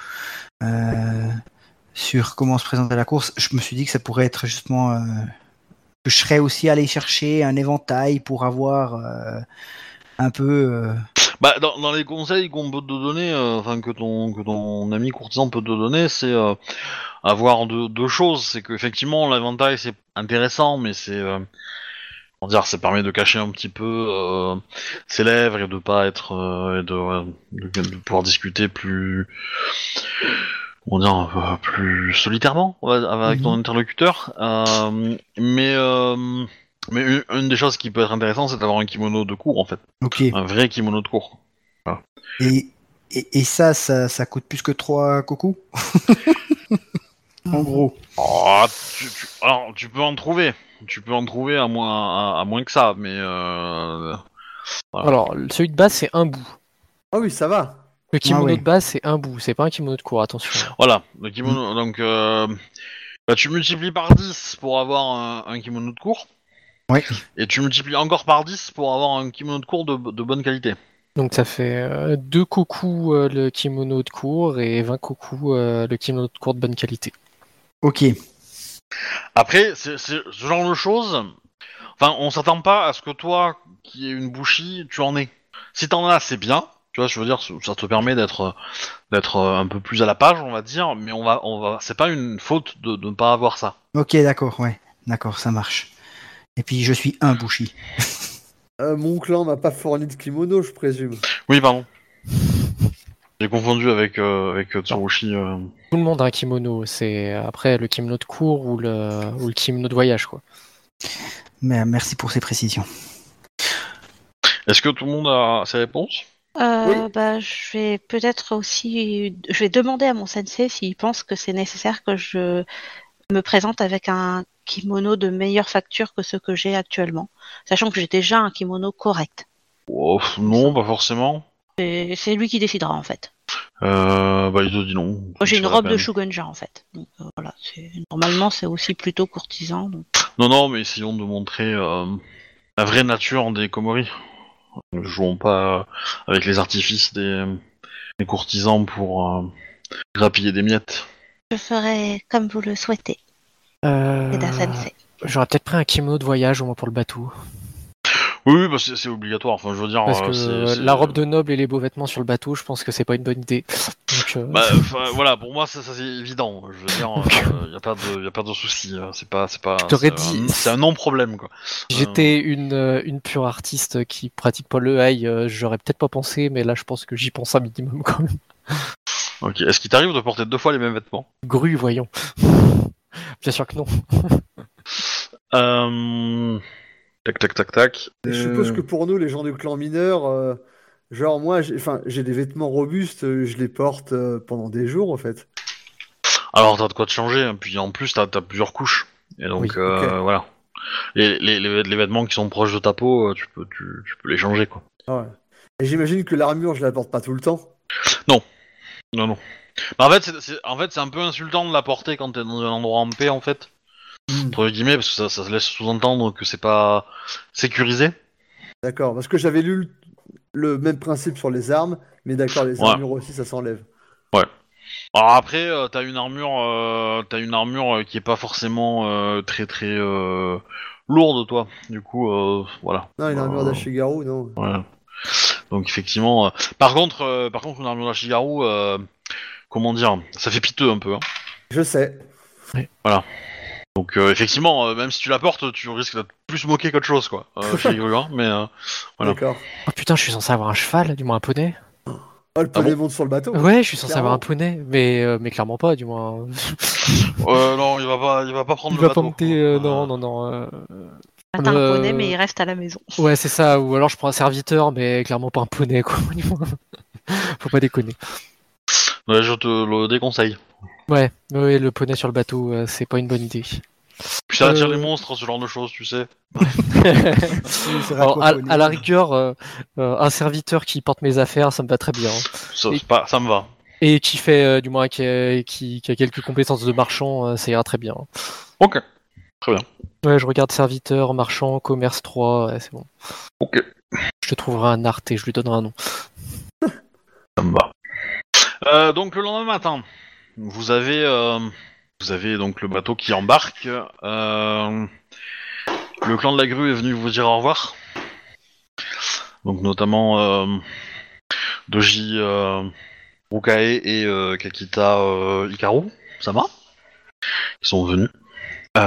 euh, sur comment se présenter à la course, je me suis dit que ça pourrait être justement euh, que je serais aussi allé chercher un éventail pour avoir euh, un peu. euh, Bah, dans, dans les conseils qu'on peut te donner, euh, enfin que ton que ton ami courtisan peut te donner, c'est euh, avoir deux, deux choses. C'est qu'effectivement l'éventail c'est intéressant, mais c'est euh, comment dire, ça permet de cacher un petit peu euh, ses lèvres et de pas être euh, et de, ouais, de, de pouvoir discuter plus comment dire, un peu plus solitairement ouais, avec ton Mhm. interlocuteur. Euh, mais euh, mais une, une des choses qui peut être intéressante, c'est d'avoir un kimono de cours en fait, Ok. un vrai kimono de cours. Et, et, et ça, ça, ça coûte plus que trois cocos. En gros. Oh, tu, tu- alors tu peux en trouver, tu peux en trouver à moins à, à moins que ça, mais euh, voilà. Alors, celui de base, c'est un bout. Ah oui, ça va. Le kimono ouais. de base, c'est un bout, c'est pas un kimono de cours, attention. Voilà, le kimono. Donc euh, bah, tu multiplies par dix pour avoir un, un kimono de cours. Ouais. Et tu multiplies encore par dix pour avoir un kimono de cours de, de bonne qualité. Donc ça fait euh, deux koku euh, le kimono de cours et vingt koku euh, le kimono de cours de bonne qualité. Ok. Après, c'est c'est ce genre de choses. Enfin, on s'attend pas à ce que toi, qui es une bouchie, tu en aies. Si t'en as, c'est bien. Tu vois, je veux dire, ça te permet d'être d'être un peu plus à la page, on va dire. Mais on va, on va, c'est pas une faute de, de ne pas avoir ça. Ok, d'accord, ouais. D'accord, ça marche. Et puis je suis un Bushi. Euh, mon clan m'a pas fourni de kimono, je présume. Oui, pardon. J'ai confondu avec euh, avec euh, Tsurushi. euh. Tout le monde a un kimono, c'est après le kimono de cours ou le, ou le kimono de voyage, quoi. Mais merci pour ces précisions. Est-ce que tout le monde a ses réponses? Euh, Oui. bah, je vais peut-être aussi, je vais demander à mon sensei s'il pense que c'est nécessaire que je me présente avec un kimono de meilleure facture que ce que j'ai actuellement, sachant que j'ai déjà un kimono correct. Oh, non, pas forcément. Et c'est lui qui décidera en fait. Euh, bah, il te dit non. Moi, j'ai C'est une pas la robe de peine. Shugenja en fait. Donc euh, voilà, c'est... normalement c'est aussi plutôt courtisan. Donc... Non, non, mais essayons de montrer euh, la vraie nature des Komori. Ne jouons pas avec les artifices des, des courtisans pour euh, grappiller des miettes. Je ferai comme vous le souhaitez, Euh, Eda Sensei. J'aurais peut-être pris un kimono de voyage au moins pour le bateau. Oui, oui, bah c'est, c'est obligatoire. Enfin, je veux dire, Parce euh, que c'est, euh, c'est- la robe de noble et les beaux vêtements sur le bateau, je pense que c'est pas une bonne idée. Donc, euh, Bah, enfin, voilà, pour moi, ça, ça, c'est évident. Je veux dire, il y a pas de, y a pas de souci. hein. C'est pas, c'est pas. t'aurais c'est dit- un- c'est un non-problème, quoi. j'étais une, euh, une pure artiste qui pratique pas le high, euh, j'aurais peut-être pas pensé, mais là je pense que j'y pense un minimum quand même. Ok. Est-ce qu'il t'arrive de porter deux fois les mêmes vêtements? Grue, voyons. Bien sûr que non. Euh... Tac, tac, tac, tac. Je suppose Euh, que pour nous, les gens du clan mineur, euh, genre moi, j'ai, enfin, j'ai des vêtements robustes, euh, je les porte euh, pendant des jours en fait. Alors, t'as de quoi te changer, hein, puis en plus, t'as, t'as plusieurs couches. Et donc, Oui, euh, ok. voilà. Et les, les, les vêtements qui sont proches de ta peau, euh, tu peux, tu, tu peux les changer, quoi. Ah ouais. Et j'imagine que l'armure, je la porte pas tout le temps. Non, non. Bah, en fait, c'est, c'est- en fait, c'est un peu insultant de la porter quand t'es dans un endroit en paix, en fait. Hmm. Entre guillemets, parce que ça, ça se laisse sous-entendre que c'est pas sécurisé. D'accord, parce que j'avais lu le, le même principe sur les armes, mais d'accord, les Ouais, armures aussi, ça s'enlève. ouais. Alors après, euh, t'as une armure, euh, t'as une armure euh, qui est pas forcément euh, très très euh, lourde, toi. Du coup, euh, voilà. Non, une armure Euh, d'Ashigaru, non. ouais. Donc effectivement, euh, par contre, euh, par contre, une armure d'Ashigaru, euh, comment dire, ça fait piteux un peu. Hein. Je sais. Donc euh, effectivement, euh, même si tu la portes, tu risques d'être plus moqué qu'autre chose, quoi. Euh, chez les grues, hein, mais euh, voilà. D'accord. Oh putain, je suis censé avoir un cheval, du moins un poney. Oh, le Ah poney bon monte sur le bateau. Ouais, je suis censé Clairement. avoir un poney, mais, euh, mais clairement pas, du moins. Euh, non, il va pas, il va pas prendre Il le va pas bateau. monter. euh, Euh, non, non, non. euh, T'as un euh, poney, mais il reste à la maison. Ouais, c'est ça. Ou alors je prends un serviteur, mais clairement pas un poney, quoi. du moins. Faut pas déconner. ouais, je te le déconseille. Ouais, ouais, le poney sur le bateau, euh, c'est pas une bonne idée. Puis ça attire Euh, les monstres, ce genre de choses, tu sais. Oui, c'est Alors, à, aquaponie. à la rigueur, euh, euh, un serviteur qui porte mes affaires, ça me va très bien. Ça, Et- c'est pas, ça me va. Et qui fait, euh, du moins, qui a, qui, qui a quelques compétences de marchand, euh, ça ira très bien. Ok, très bien. Ouais, je regarde serviteur, marchand, commerce trois, ouais, c'est bon. Ok, Je te trouverai un art et je lui donnerai un nom. ça me va. Euh, donc le lendemain matin, vous avez, euh, vous avez donc le bateau qui embarque. Euh, le clan de la grue est venu vous dire au revoir. Donc notamment euh, Doji, euh, Rukae et euh, Kakita euh, Hikaru, Sama. Ils sont venus. Euh,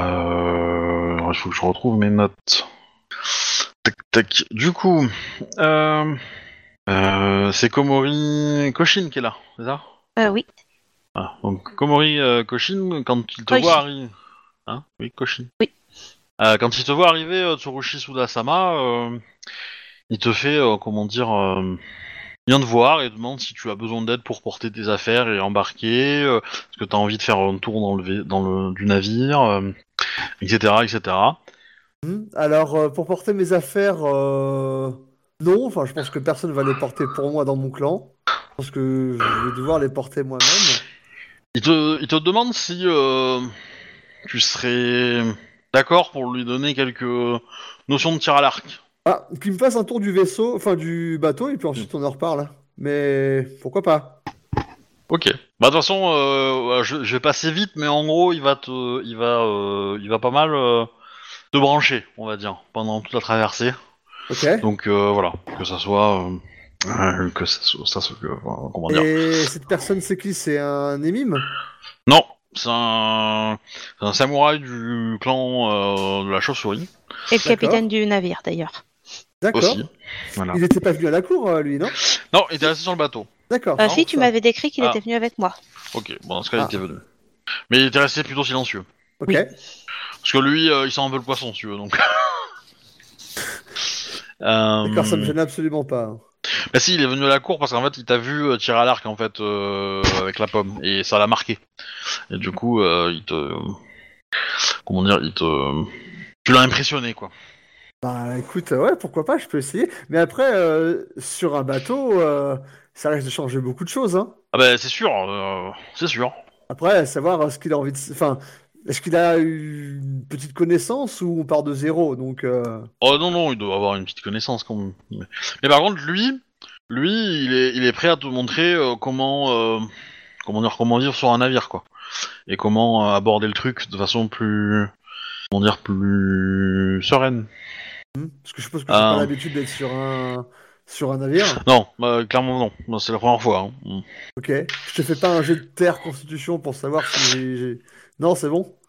alors, il faut que je retrouve mes notes. Tac tac. Du coup, euh, euh, c'est Komori Koshin qui est là, c'est ça? Euh, oui. Ah, donc Komori euh, Koshin, quand il te Koji. voit arriver, hein? Oui, Koshin. Oui. Euh, quand il te voit arriver, euh, Tsurushi Suda-sama, euh, il te fait, euh, comment dire, euh, il vient te voir et demande si tu as besoin d'aide pour porter tes affaires et embarquer, euh, est-ce que tu as envie de faire un tour dans le, vé- dans le du navire, euh, et cetera, et cetera. Hmm. Alors, euh, pour porter mes affaires, euh, non. Enfin, je pense que personne va les porter pour moi dans mon clan. Je pense que je vais devoir les porter moi-même. Il te, il te demande si euh, tu serais d'accord pour lui donner quelques notions de tir à l'arc. Ah, qu'il me fasse un tour du vaisseau, enfin du bateau, et puis ensuite on en reparle. Mais pourquoi pas? Ok. Bah de toute façon, euh, je, je vais passer vite, mais en gros, il va te, il va, euh, il va pas mal euh, te brancher, on va dire, pendant toute la traversée. Ok. Donc euh, voilà, que ça soit, euh, euh, que ça soit, ça soit- que- euh, comment dire. Et cette personne, c'est qui? C'est un émime? Non, c'est un, c'est un samouraï du clan euh, de la chauve-souris Et le D'accord. capitaine du navire, d'ailleurs. D'accord. aussi. Voilà. Il était pas venu à la cour, euh, lui, non? Non, il était resté sur le bateau. D'accord. Euh, Non, si, tu ça. m'avais décrit qu'il Ah. était venu avec moi. Ok, bon dans ce cas, il Ah. était venu. Mais il était resté plutôt silencieux. Ok. Oui. Parce que lui, euh, il sent un peu le poisson, si tu veux, donc. euh... D'accord, ça me gêne absolument pas. Bah si, il est venu à la cour parce qu'en fait, il t'a vu euh, tirer à l'arc, en fait, euh, avec la pomme, et ça l'a marqué. Et du coup, euh, il te... Comment dire, il te... Tu l'as impressionné, quoi. Bah écoute, euh, ouais, pourquoi pas, je peux essayer. Mais après, euh, sur un bateau, euh, ça risque de changer beaucoup de choses, hein. Ah bah c'est sûr, euh, c'est sûr. Après, savoir euh, ce qu'il a envie de... Enfin, est-ce qu'il a eu une petite connaissance ou on part de zéro? Donc, euh, Oh non, non, il doit avoir une petite connaissance, quand même. Mais, mais par contre, lui, lui, il est, il est prêt à te montrer euh, comment... Euh... Comment dire, comment vivre sur un navire, quoi. Et comment euh, aborder le truc de façon plus... Comment dire, plus... sereine. hmm, parce que je suppose que j'ai Ah. pas l'habitude d'être sur un... sur un navire. Non, bah, clairement non. Bah, c'est la première fois. Hein. Mm. Ok. Je te fais pas un jet de terre constitution pour savoir si j'ai... j'ai- Non, c'est bon?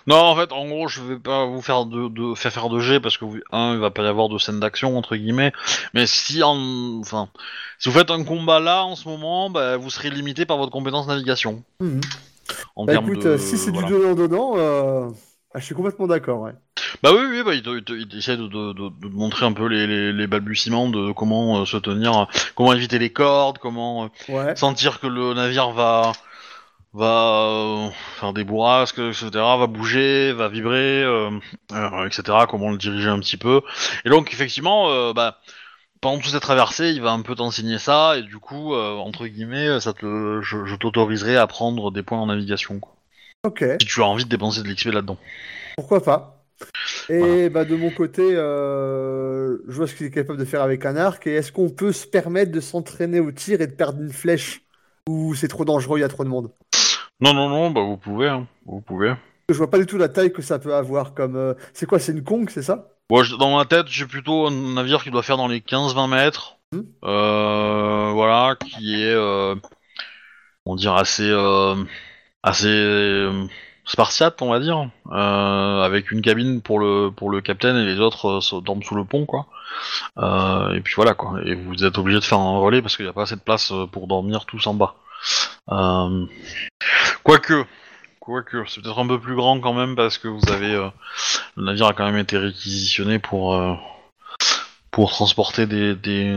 Non, en fait, en gros, je vais pas vous faire de, de faire faire de G parce que vous, un, il va pas y avoir de scène d'action entre guillemets. Mais si, en, enfin, si vous faites un combat là en ce moment, bah, vous serez limité par votre compétence navigation. Mhm. En Bah termes écoute, de, euh, si c'est voilà. du donnant-donnant, euh... ah, je suis complètement d'accord, ouais. Bah oui, oui, bah, il, te- il te- il essaie de, de, de, de te montrer un peu les, les, les balbutiements de comment euh, se tenir, euh, comment éviter les cordes, comment euh, Ouais. sentir que le navire va va euh, faire des bourrasques, et cetera, va bouger, va vibrer, euh, euh, et cetera, comment le diriger un petit peu. Et donc, effectivement, euh, bah, pendant toute cette traversée, il va un peu t'enseigner ça, et du coup, euh, entre guillemets, ça te, je, je t'autoriserai à prendre des points en navigation, quoi. Ok, Si tu as envie de dépenser de l'X P là-dedans. pourquoi pas. Voilà. Et bah de mon côté, euh, je vois ce qu'il est capable de faire avec un arc. Et est-ce qu'on peut se permettre de s'entraîner au tir et de perdre une flèche? Ou c'est trop dangereux, il y a trop de monde? Non, non, non, bah vous pouvez, hein, vous pouvez. Je vois pas du tout la taille que ça peut avoir comme... euh, C'est quoi, c'est une conque, c'est ça? Bon, je- dans ma tête, j'ai plutôt un navire qui doit faire dans les quinze vingt mètres, Hmm. euh, voilà, qui est, euh, on dirait assez, euh, assez euh, spartiate, on va dire, euh, avec une cabine pour le pour le capitaine et les autres euh, se- dorment sous le pont, quoi. Euh, et puis voilà, quoi. Et vous êtes obligé de faire un relais parce qu'il n'y a pas assez de place euh, pour dormir tous en bas. Euh, quoique, quoique, c'est peut-être un peu plus grand quand même parce que vous avez euh, le navire a quand même été réquisitionné pour euh, pour transporter des, des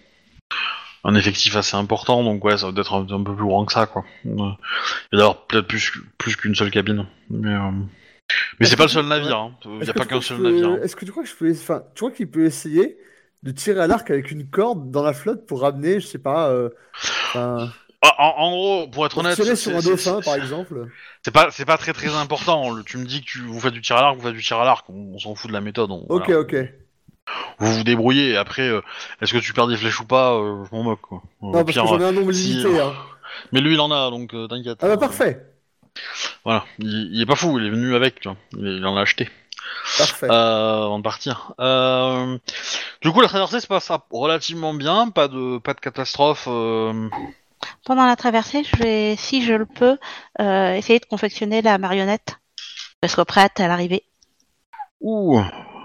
un effectif assez important, donc ouais, ça doit être un, un peu plus grand que ça, quoi. Euh, Et d'ailleurs peut-être plus plus qu'une seule cabine, mais euh, mais Est-ce c'est que pas le tu... seul ouais. navire, hein. Il n'y Est-ce a que pas tu crois qu'un que je seul navire, peux... hein. Est-ce que tu crois que je peux... Enfin, tu crois qu'il peut essayer de tirer à l'arc avec une corde dans la flotte pour ramener, je sais pas... euh, Enfin, Ah, En, en gros, pour être pour honnête, tirer sur c'est un c'est- dauphin, par c'est- exemple? c'est pas c'est pas très très important. Le- tu me dis que tu vous faites du tir à l'arc, vous faites du tir à l'arc. On, on s'en fout de la méthode. On- Ok, voilà. ok. Vous vous débrouillez. Et après, euh, est-ce que tu perds des flèches ou pas euh, Je m'en moque, quoi. Au Non, parce que pire, euh, j'en ai un nombre si. limité, hein. Mais lui, il en a, donc euh, t'inquiète. Ah bah euh, parfait, voilà. Il, il est pas fou. Il est venu avec. Tu vois. Il, il en a acheté parfait. euh, avant de partir. Euh, du coup, la traversée se passe relativement bien. Pas de pas de catastrophe. euh, Pendant la traversée, je vais, si je le peux, euh, essayer de confectionner la marionnette. Je serai prête à l'arrivée. Ouh.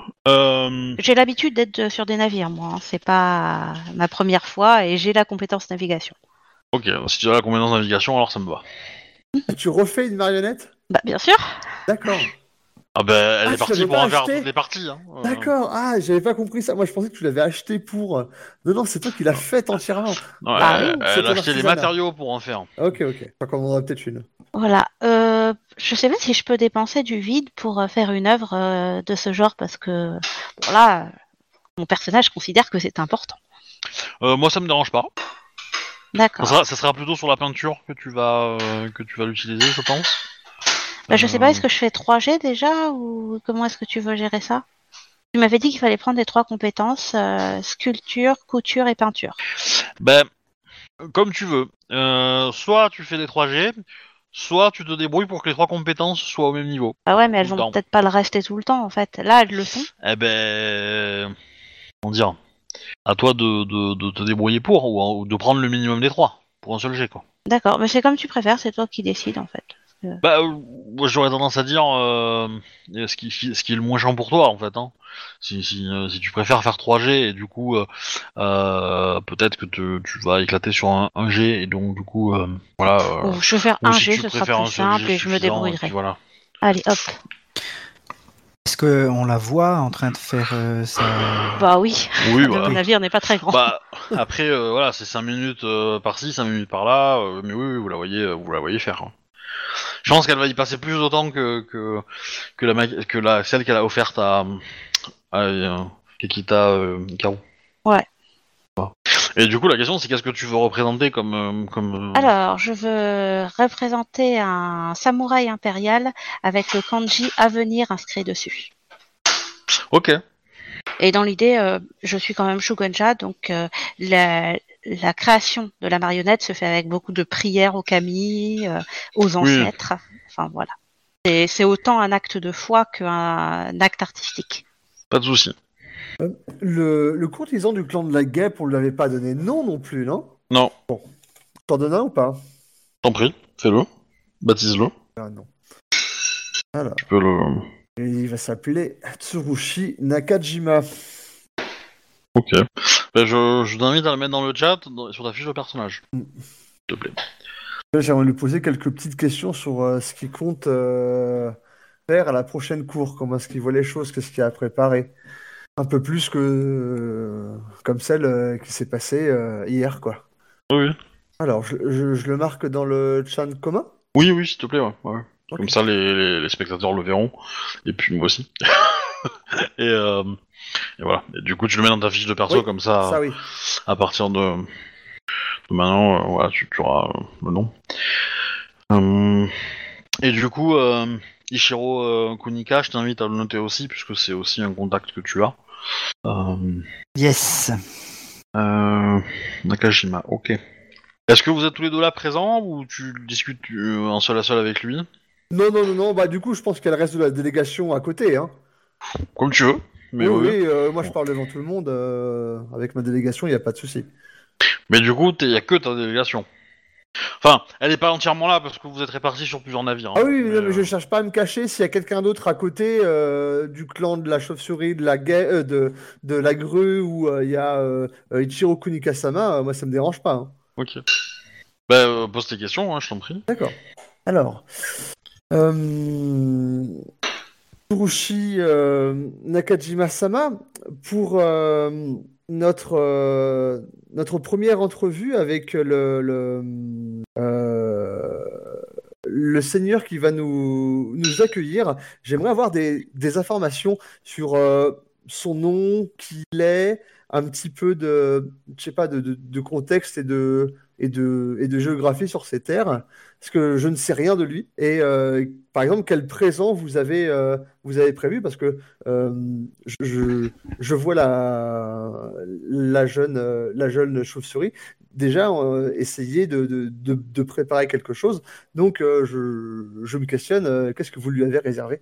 Euh, J'ai l'habitude d'être sur des navires, moi. Hein. C'est pas ma première fois et j'ai la compétence navigation. ok. Si tu as la compétence de navigation, alors ça me va. Et tu refais une marionnette? Bah, bien sûr. D'accord. Ah ben, elle Ah, est tu partie l'avais pour pas en faire acheté? toutes les parties. Hein. Euh, D'accord. Ah, j'avais pas compris ça. Moi, je pensais que tu l'avais acheté pour... Non, non, c'est toi qui l'as faite entièrement. ouais, Bah oui. elle C'est elle a ton acheté les artisanat. matériaux pour en faire. Ok, ok. Je crois qu'on en aura peut-être une. Voilà. Euh, je sais pas si je peux dépenser du vide pour euh, faire une œuvre euh, de ce genre parce que, bon là, euh, mon personnage considère que c'est important. Euh, moi, ça me dérange pas. Ça D'accord. sera, ça sera plutôt sur la peinture que tu vas euh, que tu vas l'utiliser, je pense. Bah, je sais pas, Euh, est-ce que je fais trois G déjà ou comment est-ce que tu veux gérer ça? Tu m'avais dit qu'il fallait prendre les trois compétences, euh, sculpture, couture et peinture. Ben, comme tu veux. Euh, soit tu fais des trois G, soit tu te débrouilles pour que les trois compétences soient au même niveau. Ah ouais, mais elles Tout le vont temps. peut-être pas le rester tout le temps en fait. Là, elles le sont. Eh ben, comment dire, à toi de, de, de te débrouiller pour, ou, ou de prendre le minimum des trois, pour un seul jet, quoi. D'accord, mais c'est comme tu préfères, c'est toi qui décides en fait. Bah, euh, moi, j'aurais tendance à dire euh, ce, qui, ce qui est le moins chiant pour toi, en fait. Hein. Si, si, euh, si tu préfères faire trois G, et du coup, euh, euh, peut-être que te, tu vas éclater sur un, un G, et donc, du coup, euh, voilà. Euh, Bon, je vais faire ou un si G, tu ce sera préfères plus un seul simple G et je me suffisant, et débrouillerai. puis voilà. Allez, hop. Est-ce qu'on la voit en train de faire euh, sa... Bah oui, Oui, le voilà. navire n'est pas très grand. Bah, après, euh, voilà, c'est cinq minutes euh, par-ci, cinq minutes par-là, euh, mais oui, oui, vous la voyez, euh, vous la voyez faire. Hein. Je pense qu'elle va y passer plus de temps que que que la ma- que la celle qu'elle a offerte à à euh, Kekita euh, Karu. Ouais. Et du coup, la question, c'est qu'est-ce que tu veux représenter comme euh, comme. euh, Alors, je veux représenter un samouraï impérial avec le kanji avenir inscrit dessus. Ok. Et dans l'idée, euh, je suis quand même Shugonja, donc euh, la, la création de la marionnette se fait avec beaucoup de prières aux kami, euh, aux ancêtres. Enfin voilà. Et c'est autant un acte de foi qu'un acte artistique. Pas de souci. Le, le courtisan du clan de la guêpe, on ne l'avait pas donné nom non plus, non? Non, T'en donnes un ou pas? t'en prie, fais-le, baptise-le. Ah non. Alors, Tu peux le... et il va s'appeler Tsurushi Nakajima. Ok. Ben, je, je t'invite à le mettre dans le chat, dans- sur ta fiche de personnage. Mm. S'il te plaît. Là, j'aimerais lui poser quelques petites questions sur euh, ce qu'il compte euh, faire à la prochaine cour, comment est-ce qu'il voit les choses, qu'est-ce qu'il a préparé. Un peu plus que euh, comme celle euh, qui s'est passée euh, hier, quoi. Oui, oui. Alors, je, je- je le marque dans le chat commun? Oui, oui, s'il te plaît, ouais. ouais. Ok. Comme ça, les, les, les spectateurs le verront. Et puis moi aussi. et, euh, et voilà. Et du coup, tu le mets dans ta fiche de perso, Oui, comme ça, Ça, oui. à partir de, de maintenant, euh, voilà, tu, tu auras euh, le nom. Hum, et du coup, euh, Ichiro euh, Kunika, je t'invite à le noter aussi, puisque c'est aussi un contact que tu as. Euh, Yes. euh, Nakajima, ok. Est-ce que vous êtes tous les deux là présents, ou tu discutes euh, un seul à seul avec lui? Non, non, non, non. Bah, du coup, je pense qu'il y a le reste de la délégation à côté, hein. Comme tu veux. Mais Oui, oui. oui, euh, moi, je parle devant tout le monde. euh, avec ma délégation, il n'y a pas de souci. Mais du coup, il y a que ta délégation. Enfin, elle est pas entièrement là parce que vous êtes répartis sur plusieurs navires. Ah hein. oui, Mais, non, mais je euh, cherche pas à me cacher. S'il y a quelqu'un d'autre à côté euh, du clan de la chauve-souris, de la guet- euh, de, de la grue, où euh, il y a euh, euh, Ichiro Kunikasama, euh, moi, ça me dérange pas, hein. Ok. Bah, euh, pose tes questions, hein, je t'en prie. D'accord. Alors, euh, Tsurushi euh, Nakajima-sama, pour euh, notre, euh, notre première entrevue avec le, le, euh, le seigneur qui va nous, nous accueillir, j'aimerais avoir des, des informations sur euh, son nom, qui il est, un petit peu de, je sais pas, de, de, de contexte et de, et, de, et de géographie sur ces terres, parce que je ne sais rien de lui. Et euh, par exemple, quel présent vous avez, euh, vous avez prévu, parce que euh, je, je, je vois la, la jeune, euh, la jeune chauve-souris déjà euh, essayer de, de, de, de préparer quelque chose. Donc, euh, je, je me questionne, euh, qu'est-ce que vous lui avez réservé?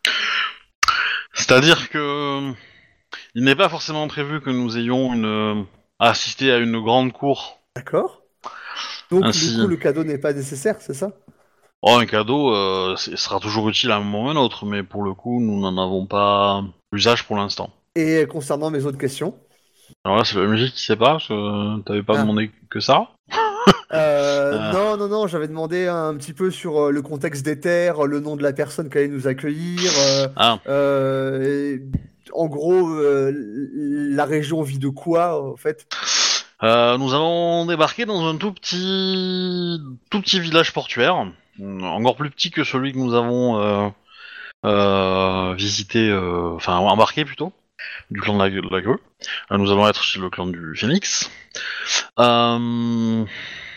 C'est-à-dire que il n'est pas forcément prévu que nous ayons une euh, à assister à une grande cour. D'accord. Donc, du Ainsi, coup, le cadeau n'est pas nécessaire, c'est ça? oh, un cadeau euh, c'est- sera toujours utile à un moment ou à un autre, mais pour le coup, nous n'en avons pas l'usage pour l'instant. Et concernant mes autres questions? Alors là, c'est la musique qui sait pas, parce que t'avais pas Ah. demandé que ça. Euh, Euh, non, non, non, j'avais demandé un petit peu sur euh, le contexte des terres, le nom de la personne qui allait nous accueillir. euh, Ah, euh, et en gros, euh, la région vit de quoi, en fait? Euh, nous avons débarqué dans un tout petit, tout petit village portuaire, euh, encore plus petit que celui que nous avons euh, euh, visité, euh, enfin embarqué plutôt, du clan de la, de la Grue. Euh, nous allons être chez le clan du Phénix. Euh,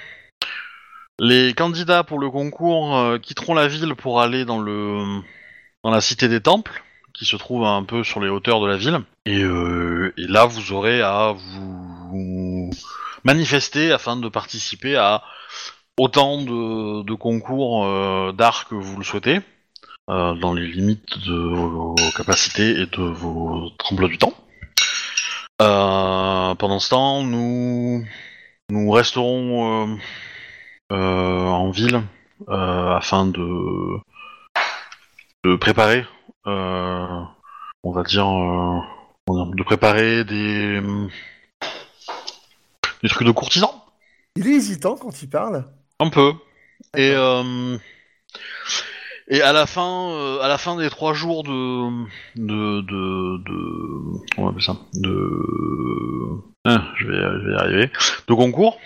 les candidats pour le concours euh, quitteront la ville pour aller dans le, dans la cité des temples, qui se trouve un peu sur les hauteurs de la ville. Et, euh, et là, vous aurez à vous manifester afin de participer à autant de, de concours euh, d'art que vous le souhaitez, euh, dans les limites de vos capacités et de vos emplois du temps. Euh, pendant ce temps, nous, nous resterons euh, euh, en ville euh, afin de, de préparer, euh, on va dire, euh, comment dire, de préparer des, des trucs de courtisans, Il est hésitant quand il parle. un peu. Et, D'accord. euh, et à la fin, euh, à la fin des trois jours de, de, de, de, comment on appelle ça, de, ah, je vais, je vais y arriver, de concours,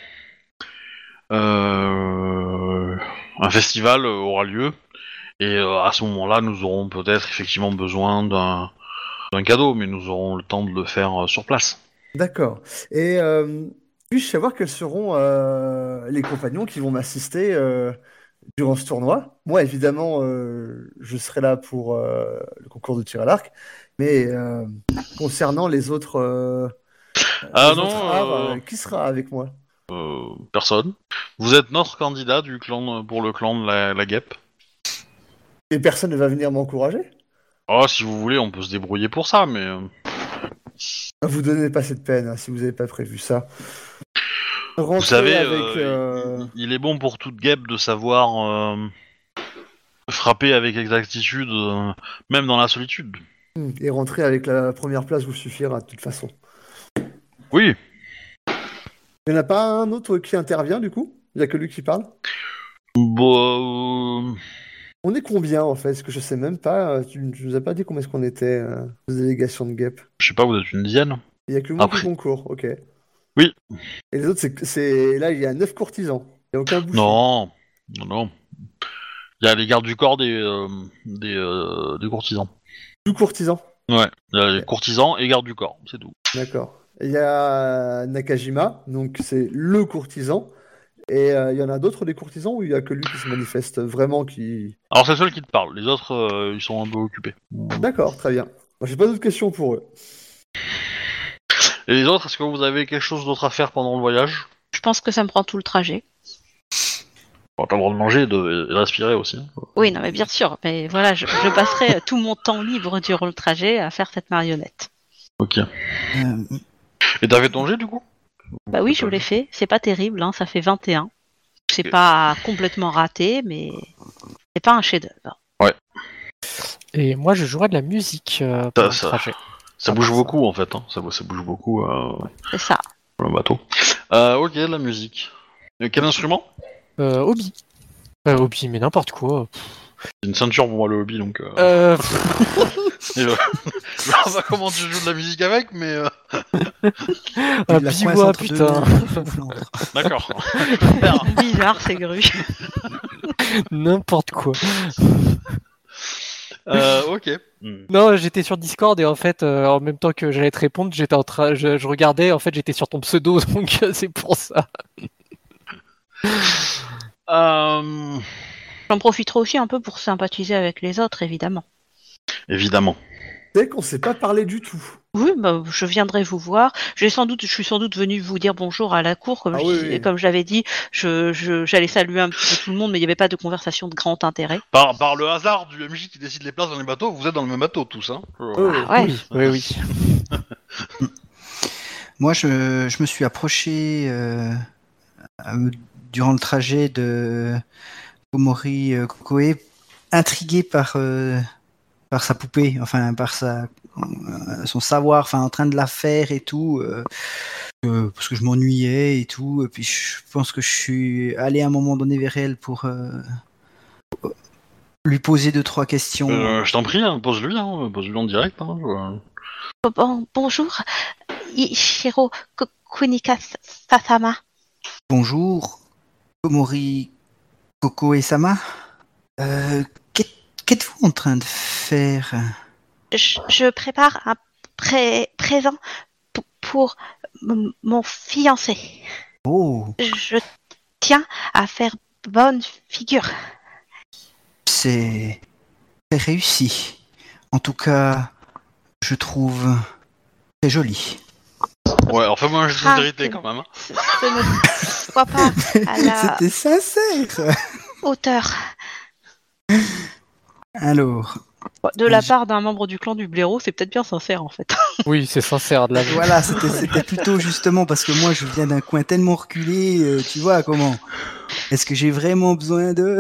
euh, un festival aura lieu. Et euh, à ce moment-là, nous aurons peut-être effectivement besoin d'un, d'un cadeau, mais nous aurons le temps de le faire euh, sur place. D'accord. Et euh, puis-je savoir quels seront euh, les compagnons qui vont m'assister euh, durant ce tournoi? Moi, évidemment, euh, je serai là pour euh, le concours de tir à l'arc, mais euh, concernant les autres, euh, Ah les autres non, arts, euh, euh, qui sera avec moi? euh, personne. Vous êtes notre candidat du clan pour le clan de la, la guêpe. Et personne ne va venir m'encourager? Oh, si vous voulez, on peut se débrouiller pour ça, mais euh, Vous donnez pas cette peine hein, si vous n'avez pas prévu ça. vous Rentrer savez, avec. euh, euh, il, il est bon pour toute guêpe de savoir, euh, frapper avec exactitude, euh, même dans la solitude. Et rentrer avec la première place vous suffira de toute façon. Oui. Il n'y en a pas un autre qui intervient du coup? Il n'y a que lui qui parle? Bon, euh, On est combien en fait? Parce que je sais même pas. Tu ne nous as pas dit combien est-ce qu'on était euh, aux délégations de guêpes. je sais pas, vous êtes une dizaine. Il n'y a que moi Après. qui concours, ok. Oui. Et les autres, c'est, c'est... là il y a neuf courtisans. Il n'y a aucun boucher. Non, non, non. Il y a les gardes du corps des, euh, des, euh, des courtisans. Tout courtisan. Ouais, il y a les Ok. courtisans et gardes du corps, c'est tout. D'accord. Il y a Nakajima, donc c'est le courtisan. Et euh, il y en a d'autres des courtisans où il y a que lui qui se manifeste vraiment qui. Alors c'est le seul qui te parle, les autres euh, ils sont un peu occupés. D'accord, très bien. Moi, j'ai pas d'autres questions pour eux. Et les autres, est-ce que vous avez quelque chose d'autre à faire pendant le voyage? Je pense que ça me prend tout le trajet. Bon, t'as le droit de manger et de, et de respirer aussi. Hein. Oui, non, mais bien sûr. Mais voilà, je, je passerai tout mon temps libre durant le trajet à faire cette marionnette. Ok. Euh, Et t'as fait ton jet du coup? Bah oui, je l'ai fait. C'est pas terrible, hein, ça fait vingt et un. C'est pas complètement raté, mais c'est pas un chef-d'œuvre. Et moi, je jouerai de la musique euh, Ça, pendant le ça, trajet. ça Ah, bouge bah, ça. beaucoup en fait, hein. ça, ça bouge beaucoup euh, C'est ça. sur le bateau. Euh, ok, de la musique. Et quel instrument? Euh, hobby. Euh, hobby, mais n'importe quoi. C'est une ceinture pour moi le hobby donc. Euh... Euh, et, euh, je sais pas comment tu joues de la musique avec, mais euh, un la coince biwa, entre deux putain. mains. d'accord. Bizarre, c'est gru. N'importe quoi. euh, ok. Hmm. Non, j'étais sur Discord et en fait, euh, en même temps que j'allais te répondre, j'étais en train, je, je regardais. En fait, j'étais sur ton pseudo, donc euh, c'est pour ça. Euh, J'en profiterai aussi un peu pour sympathiser avec les autres, évidemment. évidemment. C'est qu'on s'est pas parlé du tout. Oui, bah, je viendrai vous voir. J'ai sans doute, je suis sans doute venu vous dire bonjour à la cour, comme Ah je, oui, dis- oui. comme je l'avais dit. Je, je- j'allais saluer un petit peu tout le monde, mais il n'y avait pas de conversation de grand intérêt. Par, par le hasard du M J qui décide les places dans les bateaux, vous êtes dans le même bateau tous, hein. Euh, Oh, oui. Ouais. Oui, oui, oui. Moi, je, je me suis approché euh, euh, durant le trajet de Komori euh, Kokoe, intrigué par, euh, par sa poupée, enfin par sa, euh, son savoir, enfin en train de la faire et tout, euh, euh, parce que je m'ennuyais et tout. Et puis je pense que je suis allé à un moment donné vers elle pour euh, lui poser deux trois questions. Euh, je t'en prie, hein, pose-lui, hein, pose-lui en direct. Hein, je- Oh, bon- bonjour, Ishiro Ko- Kunika Sasama. Bonjour, Komori Kokoe-sama. Euh, qu'êtes- qu'êtes-vous en train de faire? Je, je prépare un pré- présent p- pour m- mon fiancé. Oh, Je tiens à faire bonne figure. c'est très réussi. En tout cas, je trouve très joli. Ouais, alors fais-moi un jeu de Ah, sincérité que- quand même. Hein. Ce, ce ne soit pas à la C'était sincère. hauteur. Alors, De la Je- part d'un membre du clan du blaireau, c'est peut-être bien sincère en fait. Oui, c'est sincère de la vie. voilà, c'était c'était plutôt justement parce que moi, je viens d'un coin tellement reculé, euh, tu vois comment. Est-ce que j'ai vraiment besoin de...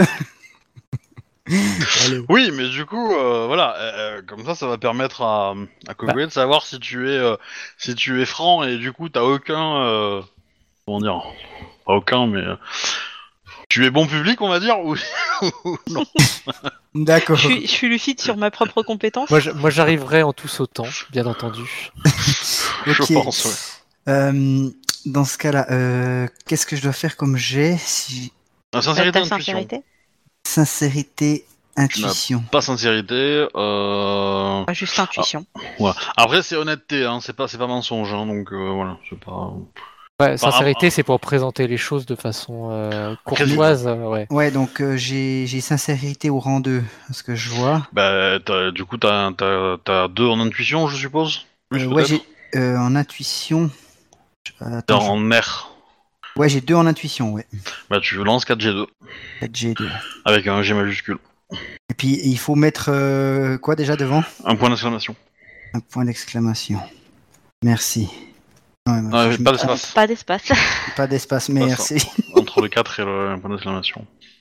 Allez. Oui, mais du coup, euh, voilà, euh, comme ça, ça va permettre à, à Kokoe de savoir si tu es, euh, si tu es franc et du coup, t'as aucun, euh, comment dire, pas aucun, mais euh, tu es bon public, on va dire, ou, ou non. D'accord. Je suis, je suis lucide sur ma propre compétence. Moi, je- moi, j'arriverai en tout sautant, bien entendu. Je Ok. pense. Ouais. Euh, dans ce cas-là, euh, qu'est-ce que je dois faire comme jet si... Euh, Ta Sincérité, intuition. sincérité. Sincérité, intuition. Pas sincérité. Euh... Pas juste intuition. Ouais. Après, c'est honnêteté, hein, c'est pas, c'est pas mensonge, hein, donc euh, voilà, c'est pas. Ouais, sincérité, ah, c'est pour présenter les choses de façon euh, courtoise. euh, ouais. Ouais, donc euh, j'ai j'ai sincérité au rang deux, ce que je vois. Bah, t'as- du coup, t'as, t'as, t'as deux en intuition, je suppose. Plus, Euh, ouais, peut-être j'ai euh, en intuition. T'es Attends, je- en air. Ouais, j'ai deux en intuition, ouais. Bah, tu lances quatre G deux quatre G deux. avec un G majuscule, Et puis il faut mettre euh, quoi déjà devant? un point d'exclamation. Un point d'exclamation. Merci. Ouais, ouais, Ah, je pas me- d'espace. Pas d'espace. pas d'espace, ça. merci. Entre le quatre et le un point d'exclamation.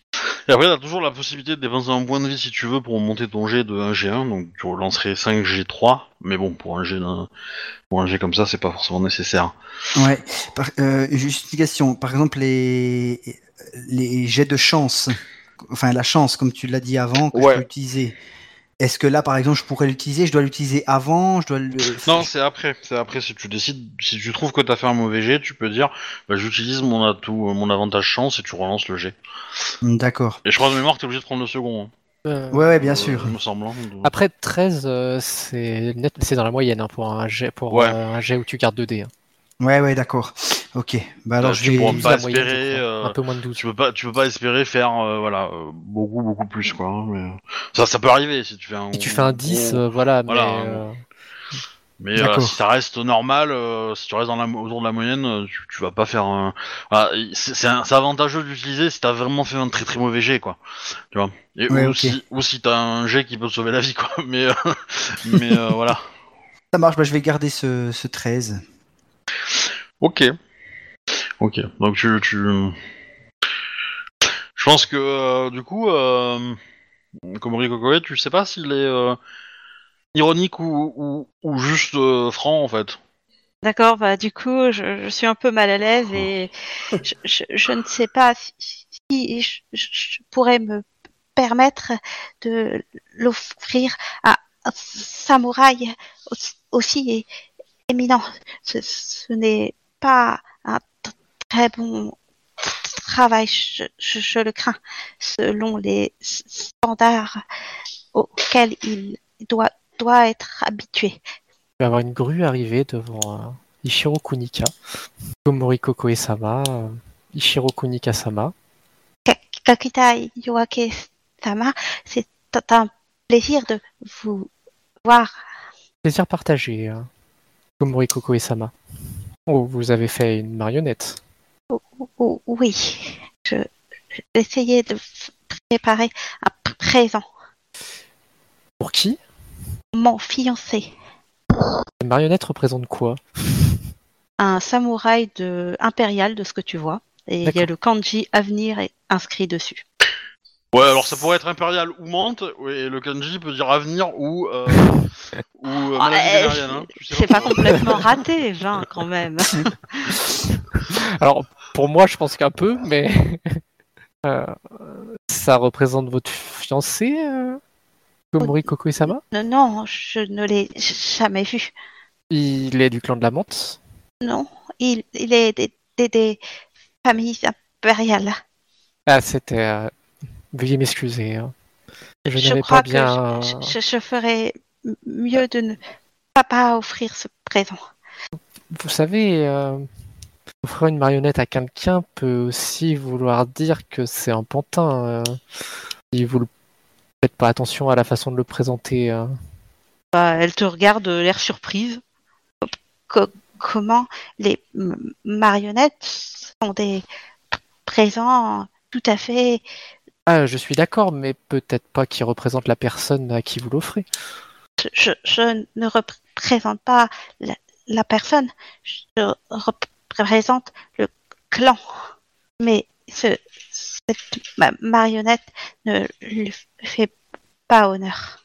Et après, t'as toujours la possibilité de dépenser un point de vie si tu veux pour monter ton jet de un G un, donc tu relancerais cinq G trois, mais bon, pour un G, d'un- pour un G comme ça, c'est pas forcément nécessaire. Ouais. Par- euh, juste une question. Par exemple, les, les jets de chance, enfin la chance, comme tu l'as dit avant, que je Ouais. peux utiliser. Est-ce que là, par exemple, je pourrais l'utiliser? Je dois l'utiliser avant? Je dois le... Non, c'est après, c'est après, si tu décides, si tu trouves que t'as fait un mauvais jet, tu peux dire, bah, j'utilise mon atout, mon avantage chance et tu relances le jet. D'accord. Et je crois de mémoire que t'es obligé de prendre le second, hein. Euh, Ouais, ouais, bien Euh, sûr. il me semble. Hein. Après treize, euh, c'est net, c'est dans la moyenne hein, pour un jet, pour Ouais. euh, un jet où tu gardes deux dés. Hein. Ouais, ouais, d'accord. Ok. Bah alors, Euh, je tu vais. pourras douze pas la moyenne, je espérer, crois. euh, Un peu moins de douze. tu peux pas, tu peux pas espérer faire, euh, voilà, euh, beaucoup, beaucoup plus, quoi. Hein, mais... Ça, ça peut arriver si tu fais un. Si tu fais un gros- dix, euh, voilà, Voilà. mais Hein, bon. euh, Mais euh, si D'accord. ça reste normal, euh, si tu restes dans la, autour de la moyenne, euh, tu, tu vas pas faire un. Voilà, c'est c'est un- c'est avantageux d'utiliser si t'as vraiment fait un très très mauvais jet, quoi. Tu vois. Et Ouais, ou ok. si ou si t'as un jet qui peut te sauver la vie, quoi. Mais euh, mais euh, voilà. Ça marche. Bah, je vais garder ce, ce treize. Ok. Ok. Donc tu tu. Je pense que euh, du coup, euh, Komori Kokoe, tu sais pas s'il est euh, ironique ou, ou, ou juste euh, franc en fait. D'accord, bah du coup, je, je suis un peu mal à l'aise et je, je, je ne sais pas si, si je, je- je pourrais me permettre de l'offrir à un samouraï aussi, aussi éminent. Ce, ce n'est pas un t- très bon travail, je, je, je le crains, selon les standards auxquels il doit, doit être habitué. tu vas avoir une grue arriver devant euh, Ichiro Kunika, Komori Kokoe-sama, euh, Ichiro Kunika-sama. Ka- Kakita Yoake-sama, c'est un plaisir de vous voir. Plaisir partagé, euh, Komori Kokoe-sama. Oh, vous avez fait une marionnette. Oh, oh, oui, je j'essayais de f- préparer un p- présent. Pour qui? Mon fiancé, Une marionnette représente quoi? un samouraï de impérial de ce que tu vois, et il y a D'accord. le kanji avenir est inscrit dessus. Ouais, alors ça pourrait être impérial ou menthe, et le kanji peut dire avenir ou euh, ou euh, maladie Ouais, vénérienne. Hein. Tu sais c'est pas pas. complètement raté, Jean, quand même. Alors, pour moi, je pense qu'un peu, mais euh, ça représente votre fiancé, euh, Komori Kokoe-sama? Non, non, je ne l'ai jamais vu. Il est du clan de la menthe. Non, il, il est des, des, des familles impériales. Ah, c'était... euh, Veuillez m'excuser. hein. Je Je n'avais crois pas bien... que je, je, je ferais m- mieux de ne pas, pas offrir ce présent. Vous savez, euh, offrir une marionnette à quelqu'un peut aussi vouloir dire que c'est un pantin. euh, si vous ne faites pas attention à la façon de le présenter. euh. Bah, elle te regarde, euh, l'air surprise. Co- comment les m- marionnettes sont des p- présents tout à fait. Ah, je suis d'accord, mais peut-être pas qui représente la personne à qui vous l'offrez. Je, je, je ne représente pas la, la personne, je représente le clan. Mais ce, cette ma- marionnette ne lui fait pas honneur.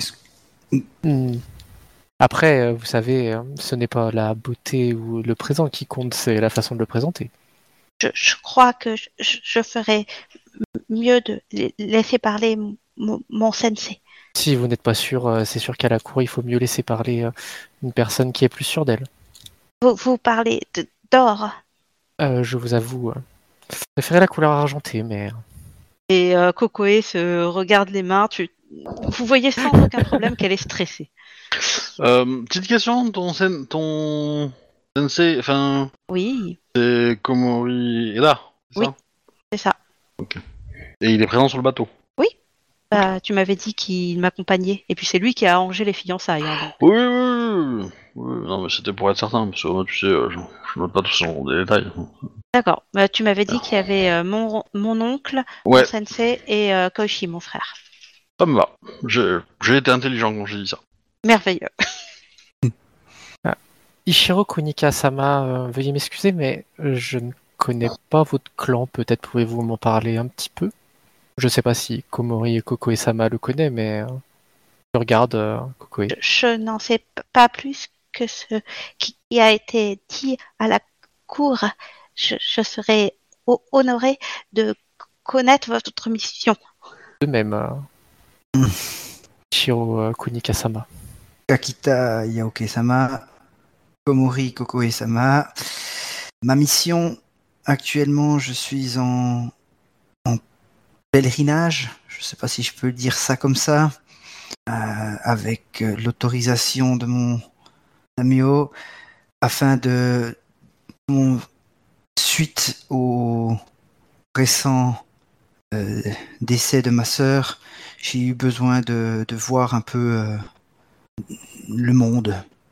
Hmm. Après, euh, vous savez, euh, ce n'est pas la beauté ou le présent qui compte, c'est la façon de le présenter. Je, je crois que je, je ferais mieux de la- laisser parler mon, mon, mon sensei. Si vous n'êtes pas sûr, euh, c'est sûr qu'à la cour, il faut mieux laisser parler euh, une personne qui est plus sûre d'elle. Vous, vous parlez de- d'or. Euh, je vous avoue, euh, je préférais la couleur argentée, mais... Et euh, Kokoe se regarde les mains. Tu... Vous voyez sans aucun problème qu'elle est stressée. Euh, petite question, ton sen, ton sensei, enfin, Oui, c'est Komori Eda, c'est Oui. ça? c'est ça. Et il est présent sur le bateau. Bah, tu m'avais dit qu'il m'accompagnait. Et puis c'est lui qui a arrangé les fiançailles. Hein, donc. Oui, oui, oui, oui. Oui, non, mais c'était pour être certain, parce que moi, tu sais, euh, je, je note pas tout ce genre de détails. D'accord. Bah, tu m'avais dit qu'il y avait euh, mon, mon oncle, Ouais, mon sensei et euh, Koichi, mon frère. ça me va. J'ai j'ai été intelligent quand j'ai dit ça. Merveilleux. Ichiro Kunika-sama, euh, veuillez m'excuser, mais je ne connais pas votre clan. Peut-être pouvez-vous m'en parler un petit peu? Je sais pas si Komori et Kokoe-sama le connaît, mais euh, je regarde euh, Kokoe. Je n'en sais p- pas plus que ce qui a été dit à la cour. Je, je serais ho- honorée de connaître votre mission. De même, euh, Shiro euh, Kunika-sama. Kakita Yaoke-sama, Komori Kokoe-sama. Ma mission, actuellement, je suis en, en pèlerinage, je ne sais pas si je peux dire ça comme ça, euh, avec euh, l'autorisation de mon Namio, afin de, mon, suite au récent euh, décès de ma sœur, j'ai eu besoin de, de voir un peu euh, le monde.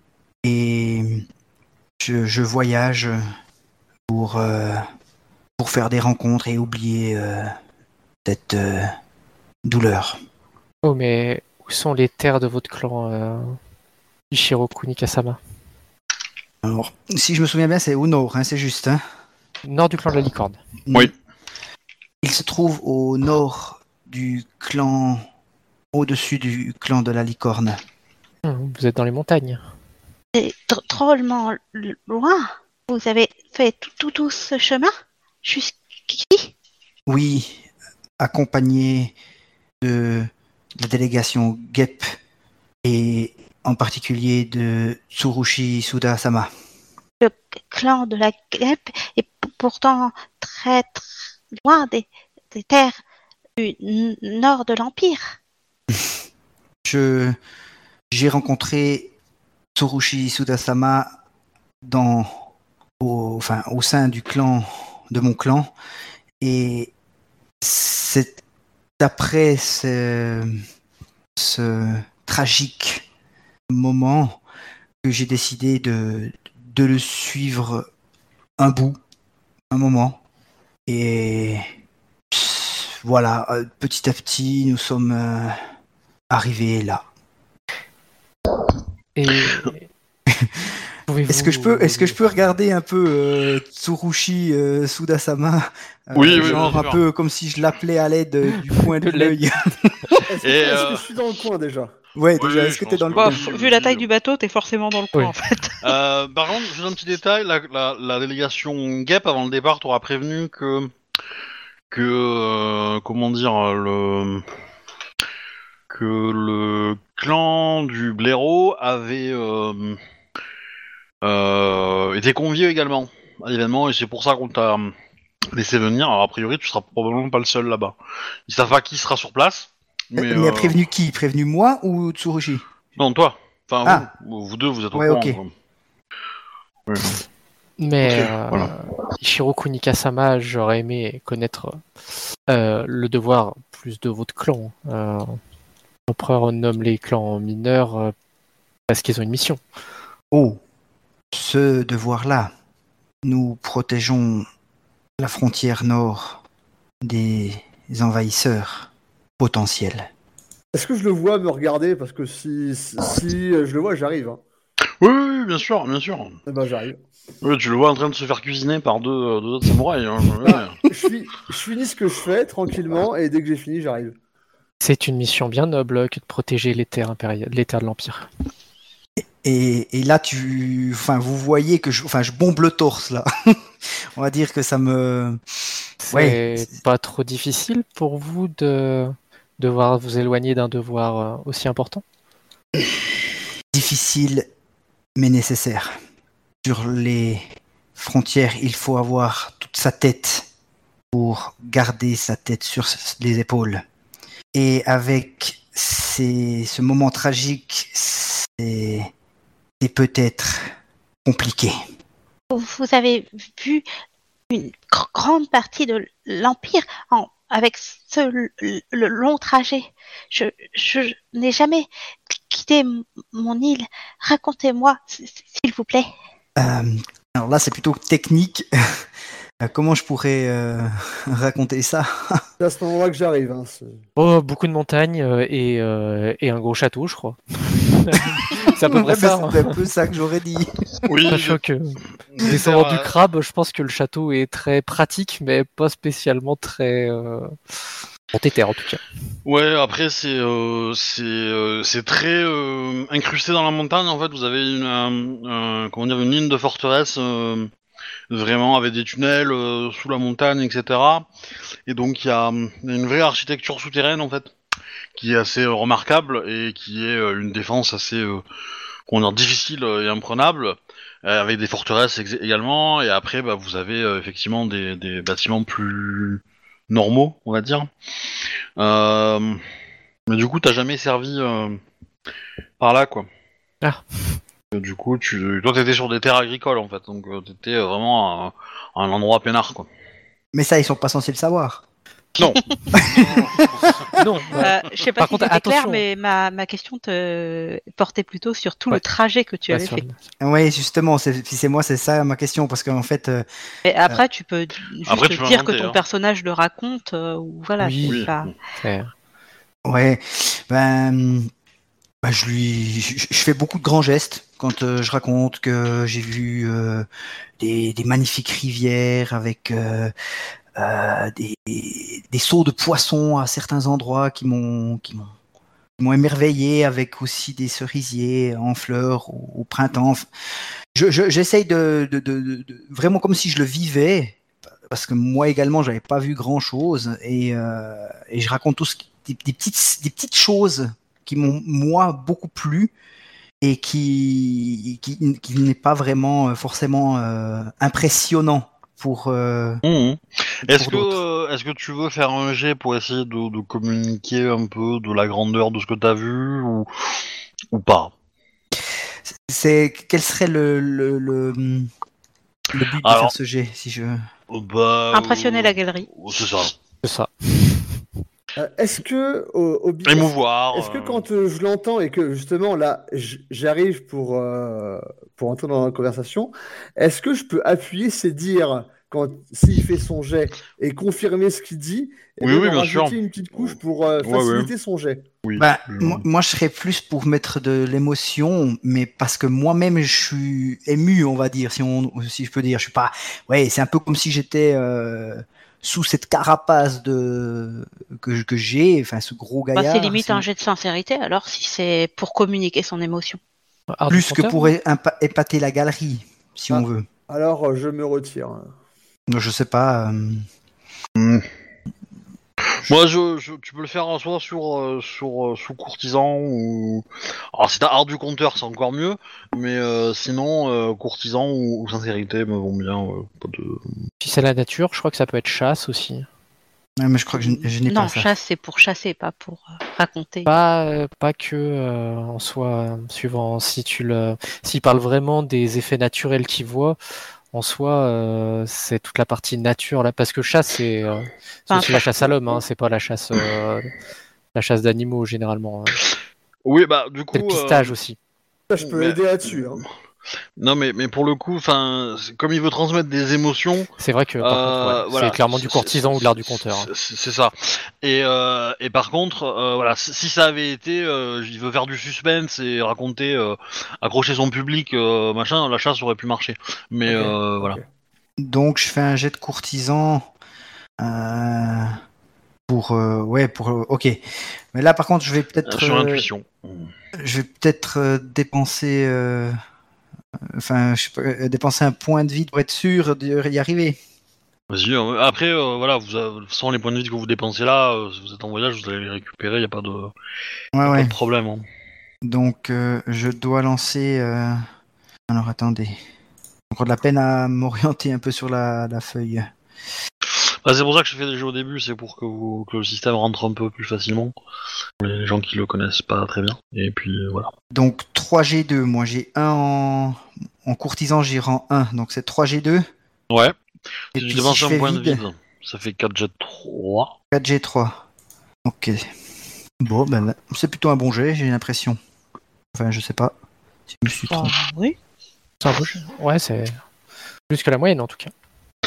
Et je, je voyage pour, euh, pour faire des rencontres et oublier euh, cette euh, douleur. Oh, mais où sont les terres de votre clan, euh, Shiro Kunika-sama? Alors, si je me souviens bien, c'est au nord, hein, c'est juste. Hein. Nord du clan de la licorne. Oui. Il se trouve au nord du clan, au-dessus du clan de la licorne. Hum, vous êtes dans les montagnes. C'est dr- drôlement l- loin. Vous avez fait tout, tout, tout ce chemin jusqu'ici? Oui, accompagné de la délégation G E P et en particulier de Tsurushi Suda-sama. Le clan de la guêpe est p- pourtant très, très loin des, des terres du n- nord de l'Empire. Je, j'ai rencontré Tsurushi Suda-sama dans, au, enfin, au sein du clan, de mon clan, et c'est après ce, ce tragique moment que j'ai décidé de, de le suivre un bout, un moment, et voilà, euh, petit à petit, nous sommes euh, arrivés là. Et pouvez-vous... Est-ce que je peux, est-ce que je peux regarder un peu euh, Tsurushi euh, Suda-sama, euh, Oui, oui, genre bien un sûr. peu comme si je l'appelais à l'aide euh, du coin de De l'aide. l'œil. Est-ce que, Et, est-ce euh, que je suis dans le coin déjà? Ouais, Oui, déjà, oui, est-ce je que t'es pense dans le que Bah, coin? oui. f- vu la taille du bateau, t'es forcément dans le coin Oui. en fait. Euh, par contre, juste un petit détail, la, la, la délégation G E P avant le départ t'aura prévenu que que euh, comment dire le que le clan du blaireau avait euh, euh, été convié également à l'événement et c'est pour ça qu'on t'a laissé venir. Alors a priori, tu seras probablement pas le seul là-bas. Ils savent pas qui sera sur place, mais Mais euh, prévenu qui? Prévenu moi ou Tsurushi? non toi. Enfin Ah, vous, vous deux, vous êtes au ouais, courant. ok. Quoi. Ouais. Mais Ok, euh, voilà. Ishiro Kunika-sama, j'aurais aimé connaître euh, le devoir plus de votre clan. Euh, L'empereur nomme les clans mineurs euh, parce qu'ils ont une mission. Oh, ce devoir-là, nous protégeons la frontière nord des envahisseurs potentiels. Est-ce que je le vois me regarder? Parce que si, si, si, euh, je le vois, j'arrive. Hein. Oui, oui, oui, bien sûr, bien sûr. Eh ben, j'arrive. Ouais, tu le vois en train de se faire cuisiner par deux, euh, deux autres samouraïs. Hein. Ouais. Bah, je, suis, je finis ce que je fais tranquillement et dès que j'ai fini, j'arrive. C'est une mission bien noble que de protéger les terres impériales, les terres de l'Empire. Et, et là, tu, enfin, vous voyez que je, enfin, je bombe le torse là. On va dire que ça me, C'est Ouais. pas trop difficile pour vous de devoir vous éloigner d'un devoir euh, aussi important? difficile mais nécessaire. Sur les frontières, il faut avoir toute sa tête pour garder sa tête sur les épaules. Et avec ces, ce moment tragique, c'est, c'est peut-être compliqué. Vous vous avez vu une gr- grande partie de l'Empire en, avec ce le, le long trajet. Je, je n'ai jamais quitté m- mon île. Racontez-moi, s- s'il vous plaît. Euh, alors là, c'est plutôt technique. Euh, Comment je pourrais euh, raconter ça? C'est à ce moment-là que j'arrive. Hein, c'est- Oh, beaucoup de montagnes euh, et, euh, et un gros château, je crois. C'est à peu près Ouais, ben, ça. hein. c'est un peu ça que j'aurais dit. Oui, Sachant que descendant du crabe, je pense que le château est très pratique, mais pas spécialement très, euh, Pour tes terres en tout cas. Ouais, après c'est euh, c'est euh, c'est très euh, incrusté dans la montagne. En fait, vous avez une euh, euh, comment dire une ligne de forteresse euh, vraiment avec des tunnels euh, sous la montagne, et cetera. Et donc il y a hum, une vraie architecture souterraine en fait, qui est assez euh, remarquable et qui est euh, une défense assez euh, comment dire difficile euh, et imprenable, euh, avec des forteresses ex- également. Et après, bah, vous avez euh, effectivement des, des bâtiments plus normaux, on va dire. Euh, mais du coup, t'as jamais servi euh, par là, quoi. Ah. Euh, Du coup, tu, toi, t'étais sur des terres agricoles, en fait, donc euh, t'étais euh, vraiment à, à un endroit peinard, quoi. Mais ça, ils sont pas censés le savoir. Non. Non. Euh, je sais pas Par si contre, c'était clair, attention. mais ma, ma question te portait plutôt sur tout Ouais. le trajet que tu Pas avais sur fait. le- Oui, justement, c'est, c'est moi, c'est ça ma question, parce qu'en fait, euh, Et après, tu peux juste Après, tu peux dire que inventer, ton hein. personnage le raconte, euh, ou voilà. Oui. c'est Oui. pas- c'est- ouais, ben, ben, je lui, je, je fais beaucoup de grands gestes quand euh, je raconte que j'ai vu euh, des, des magnifiques rivières avec euh, euh, des, des sauts de poissons à certains endroits qui m'ont, qui m'ont, qui m'ont émerveillé, avec aussi des cerisiers en fleurs au, au printemps. Je, je, j'essaye de, de, de, de, de- vraiment comme si je le vivais, parce que moi également, j'avais pas vu grand chose, et, euh, et je raconte tous des, des petites, des petites choses qui m'ont moi beaucoup plu et qui, qui, qui n'est pas vraiment euh, forcément euh, impressionnant pour, euh, Mhm. Est-ce pour que, d'autres. euh, est-ce que tu veux faire un jet pour essayer de, de communiquer un peu de la grandeur de ce que t'as vu ou, ou pas? C'est quel serait le, le, le, le but de faire Alors, ce jet, si je. euh, bah, Impressionner euh, la galerie. c'est ça. C'est ça. Euh, est-ce que, au, au bi- est-ce, Émouvoir. est-ce que euh, quand euh, je l'entends et que justement là, j- j'arrive pour, euh, pour entrer dans la conversation, est-ce que je peux appuyer ses dires quand s'il fait son jet et confirmer ce qu'il dit et Oui, même oui, en bien sûr. rajouter une petite couche pour euh, Ouais, ouais. faciliter son jet? Oui. Ben, je- moi, moi, je serais plus pour mettre de l'émotion, mais parce que moi-même, je suis ému, on va dire, si on, si je peux dire. Je suis pas. Ouais, c'est un peu comme si j'étais euh, sous cette carapace de que, que j'ai, enfin, ce gros Bah, c'est gaillard. limite si un on- jet de sincérité, alors, si c'est pour communiquer son émotion. Art du Plus que conteur, pour é- impa- épater la galerie, si Ah. on veut. Alors euh, je me retire. Donc, je sais pas. euh, Hmm. Moi, je, je- tu peux le faire soit sur, euh, sur euh, sous courtisan ou. Alors, si t'as art du compteur, c'est encore mieux. Mais euh, sinon, euh, courtisan ou, ou sincérité me vont bien. euh, pas de... Si c'est la nature, je crois que ça peut être chasse aussi. ouais, mais je crois que je, n- je n'ai Non, pas ça. chasse, c'est pour chasser, pas pour euh, raconter. Pas, euh, pas que euh, en soi, euh, suivant si tu le, s'il parle vraiment des effets naturels qu'il voit, en soi, euh, c'est toute la partie nature là, parce que chasse, c'est euh, c'est Enfin, aussi la chasse à l'homme, hein, c'est pas la chasse, euh, la chasse d'animaux généralement. hein. Oui, bah, du C'est le coup. pistage euh, aussi. Ça, je peux mais- aider là-dessus. Hein. Non, mais, mais pour le coup, enfin, comme il veut transmettre des émotions. C'est vrai que par contre, Euh, ouais, voilà, c'est clairement du c'est- courtisan c'est- ou de l'art du conteur. hein. C'est c'est ça. Et, euh, et par contre, euh, voilà, si si ça avait été, euh, il veut faire du suspense et raconter, euh, accrocher son public, euh, machin, la chasse aurait pu marcher. Mais Ok, euh, voilà. ok. Donc, je fais un jet de courtisan. euh, pour. euh, ouais, pour. euh, ok. Mais là, par contre, je vais peut-être. Sur euh, intuition. je vais peut-être euh, dépenser, euh, enfin, je sais pas, euh, dépenser un point de vie pour être sûr d'y arriver. Vas-y. euh, après, euh, voilà, vous avez, sans les points de vie que vous dépensez là, euh, si vous êtes en voyage, vous allez les récupérer. Y a pas de, Ouais, y a pas ouais. de problème. hein. Donc, euh, je dois lancer. euh, Alors, attendez. J'ai encore de la peine à m'orienter un peu sur la, la feuille. Bah, c'est pour ça que je fais des jeux au début, c'est pour que, vous, que le système rentre un peu plus facilement. Pour les gens qui le connaissent pas très bien. Et puis euh, voilà. Donc, trois G deux. Moi, j'ai un en, en courtisan, j'ai rang un. Donc, c'est trois G deux. Ouais. Et Si puis, tu si dépenses je un fais point de vide, vide, ça fait quatre jets de trois. quatre G trois. Ok. Bon, ben, ben, c'est plutôt un bon jet, j'ai l'impression. Enfin, je sais pas si je me suis Bon, trompé. oui. C'est un beau jeu. Ouais, c'est plus que la moyenne en tout cas.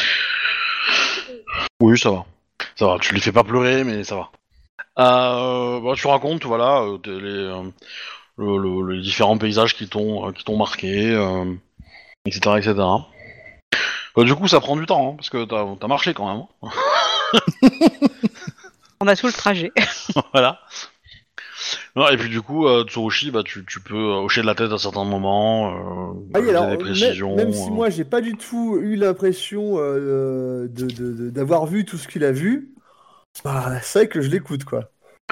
Oui, ça va. Ça va, tu les fais pas pleurer, mais ça va. Euh, bah, tu racontes, voilà, euh, les, euh, le- le- les différents paysages qui t'ont euh, qui t'ont marqué, euh, et cetera, et cetera. Euh, du coup, ça prend du temps, hein, parce que t'as t'as marché quand même. hein. On a tout le trajet. Voilà. Non, et puis du coup, euh, Tsurushi, bah, tu, tu peux euh, hocher de la tête à certains moments, euh, Ah oui, ajouter alors, des même, précisions. même si euh. moi, j'ai pas du tout eu l'impression euh, de, de- de- d'avoir vu tout ce qu'il a vu, bah, c'est vrai que je l'écoute, quoi.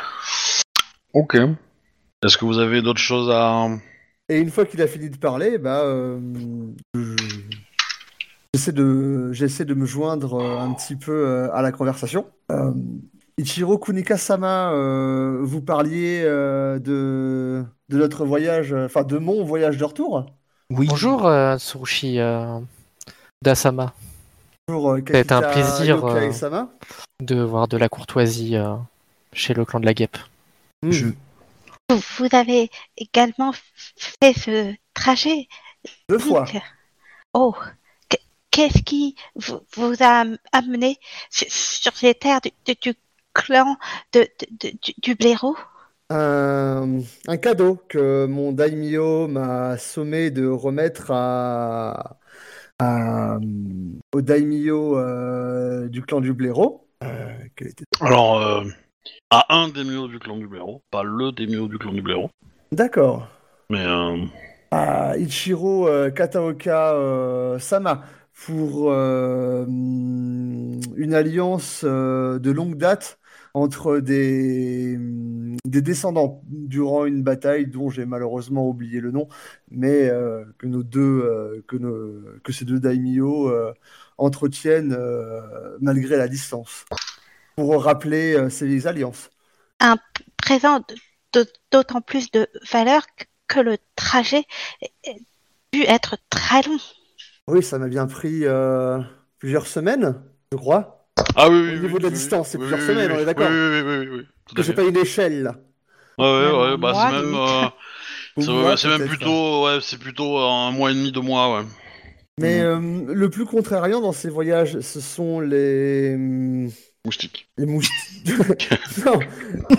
Ok. Est-ce que vous avez d'autres choses à... Et une fois qu'il a fini de parler, bah, euh, je- j'essaie de, j'essaie de me joindre euh, un petit peu euh, à la conversation. Euh, Ichiro Kunika-sama, euh, vous parliez euh, de, de notre voyage, euh, enfin de mon voyage de retour Oui, Bonjour, euh, Tsurushi euh, Dasama. pour euh, Ça a été un Kakita plaisir euh, Yokai-sama. de voir de la courtoisie euh, chez le clan de la guêpe. Hmm. je, Vous, vous avez également fait ce trajet. Deux fois. Donc, oh, qu- qu'est-ce qui vous, vous a amené sur, sur ces terres du, du- du clan de, de- de- du, du blaireau? Un, un cadeau que mon daimyo m'a sommé de remettre à, à- au daimyo euh, du clan du blaireau. Euh, quel était- Alors, euh, à un des mios du clan du blaireau, pas le des mios du clan du blaireau, D'accord. mais... Euh... À Ichiro euh, Kataoka euh, Sama pour euh, hum, une alliance euh, de longue date entre des, hum, des descendants durant une bataille dont j'ai malheureusement oublié le nom, mais euh, que nos deux euh, que, nos- que ces deux daimyo euh, entretiennent euh, malgré la distance pour rappeler euh, ces alliances. Un p- présent de- de- d'autant plus de valeur que que le trajet a dû être très long. Oui, ça m'a bien pris euh, plusieurs semaines, je crois. Ah oui, Au oui, niveau oui, de la oui, distance, c'est oui, plusieurs oui, semaines, oui, on est oui, d'accord. oui, oui, oui, oui, oui, tout Que à j'ai fait. pas une échelle là. Ouais, ouais, Même ouais, un bah c'est mois, même, limite. euh, Au c'est, mois, c'est même peut-être. plutôt, ouais, c'est plutôt un mois et demi, deux mois, ouais. Mais Mhm. euh, le plus contrariant dans ces voyages, ce sont les hum, Moustique. les moustiques. Non,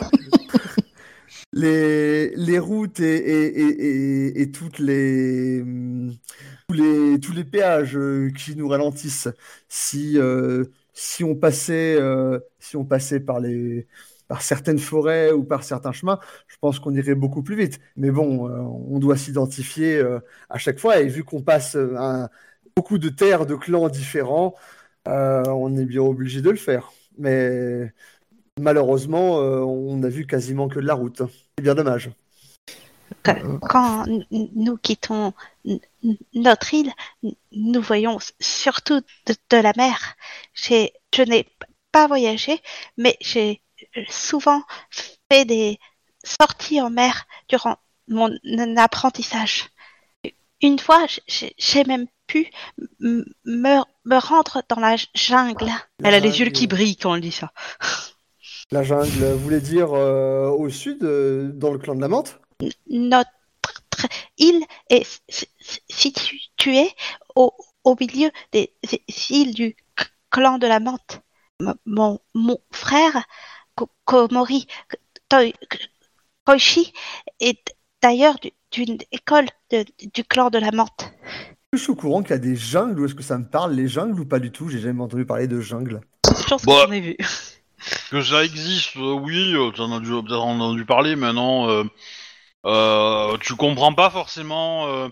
les les routes et et, et, et, et toutes les hum, tous les tous les péages euh, qui nous ralentissent. Si euh, si on passait euh, si on passait par les par certaines forêts ou par certains chemins, je pense qu'on irait beaucoup plus vite. Mais bon, euh, on doit s'identifier euh, à chaque fois et vu qu'on passe euh, un- beaucoup de terres de clans différents, euh, on est bien obligé de le faire. Mais malheureusement, euh, on n'a vu quasiment que de la route. C'est bien dommage. Que- Quand n- n- nous quittons n- n- notre île, n- nous voyons s- surtout de, de la mer. J'ai- Je n'ai p- pas voyagé, mais j'ai euh, souvent fait des sorties en mer durant mon n- apprentissage. Une fois, j- j'ai j'ai même pu m- me, me rendre dans la j- jungle. La Elle a les yeux jungle. qui brillent quand elle dit ça. La jungle, vous voulez dire euh, au sud, euh, dans le clan de la menthe? Notre île est s- s- située au, au milieu des des îles du c- clan de la menthe. M- Mon, mon frère, Ko- Komori Toi- Koichi, est d'ailleurs du- d'une école de- du clan de la menthe. Je suis au courant qu'il y a des jungles, ou est-ce que ça me parle, les jungles ou pas du tout? J'ai jamais entendu parler de jungle. Je pense que Bah, j'en ai vu. que ça existe, euh, oui, euh, t'en as dû, peut-être en as entendu parler, mais non, euh, euh, tu comprends pas forcément euh,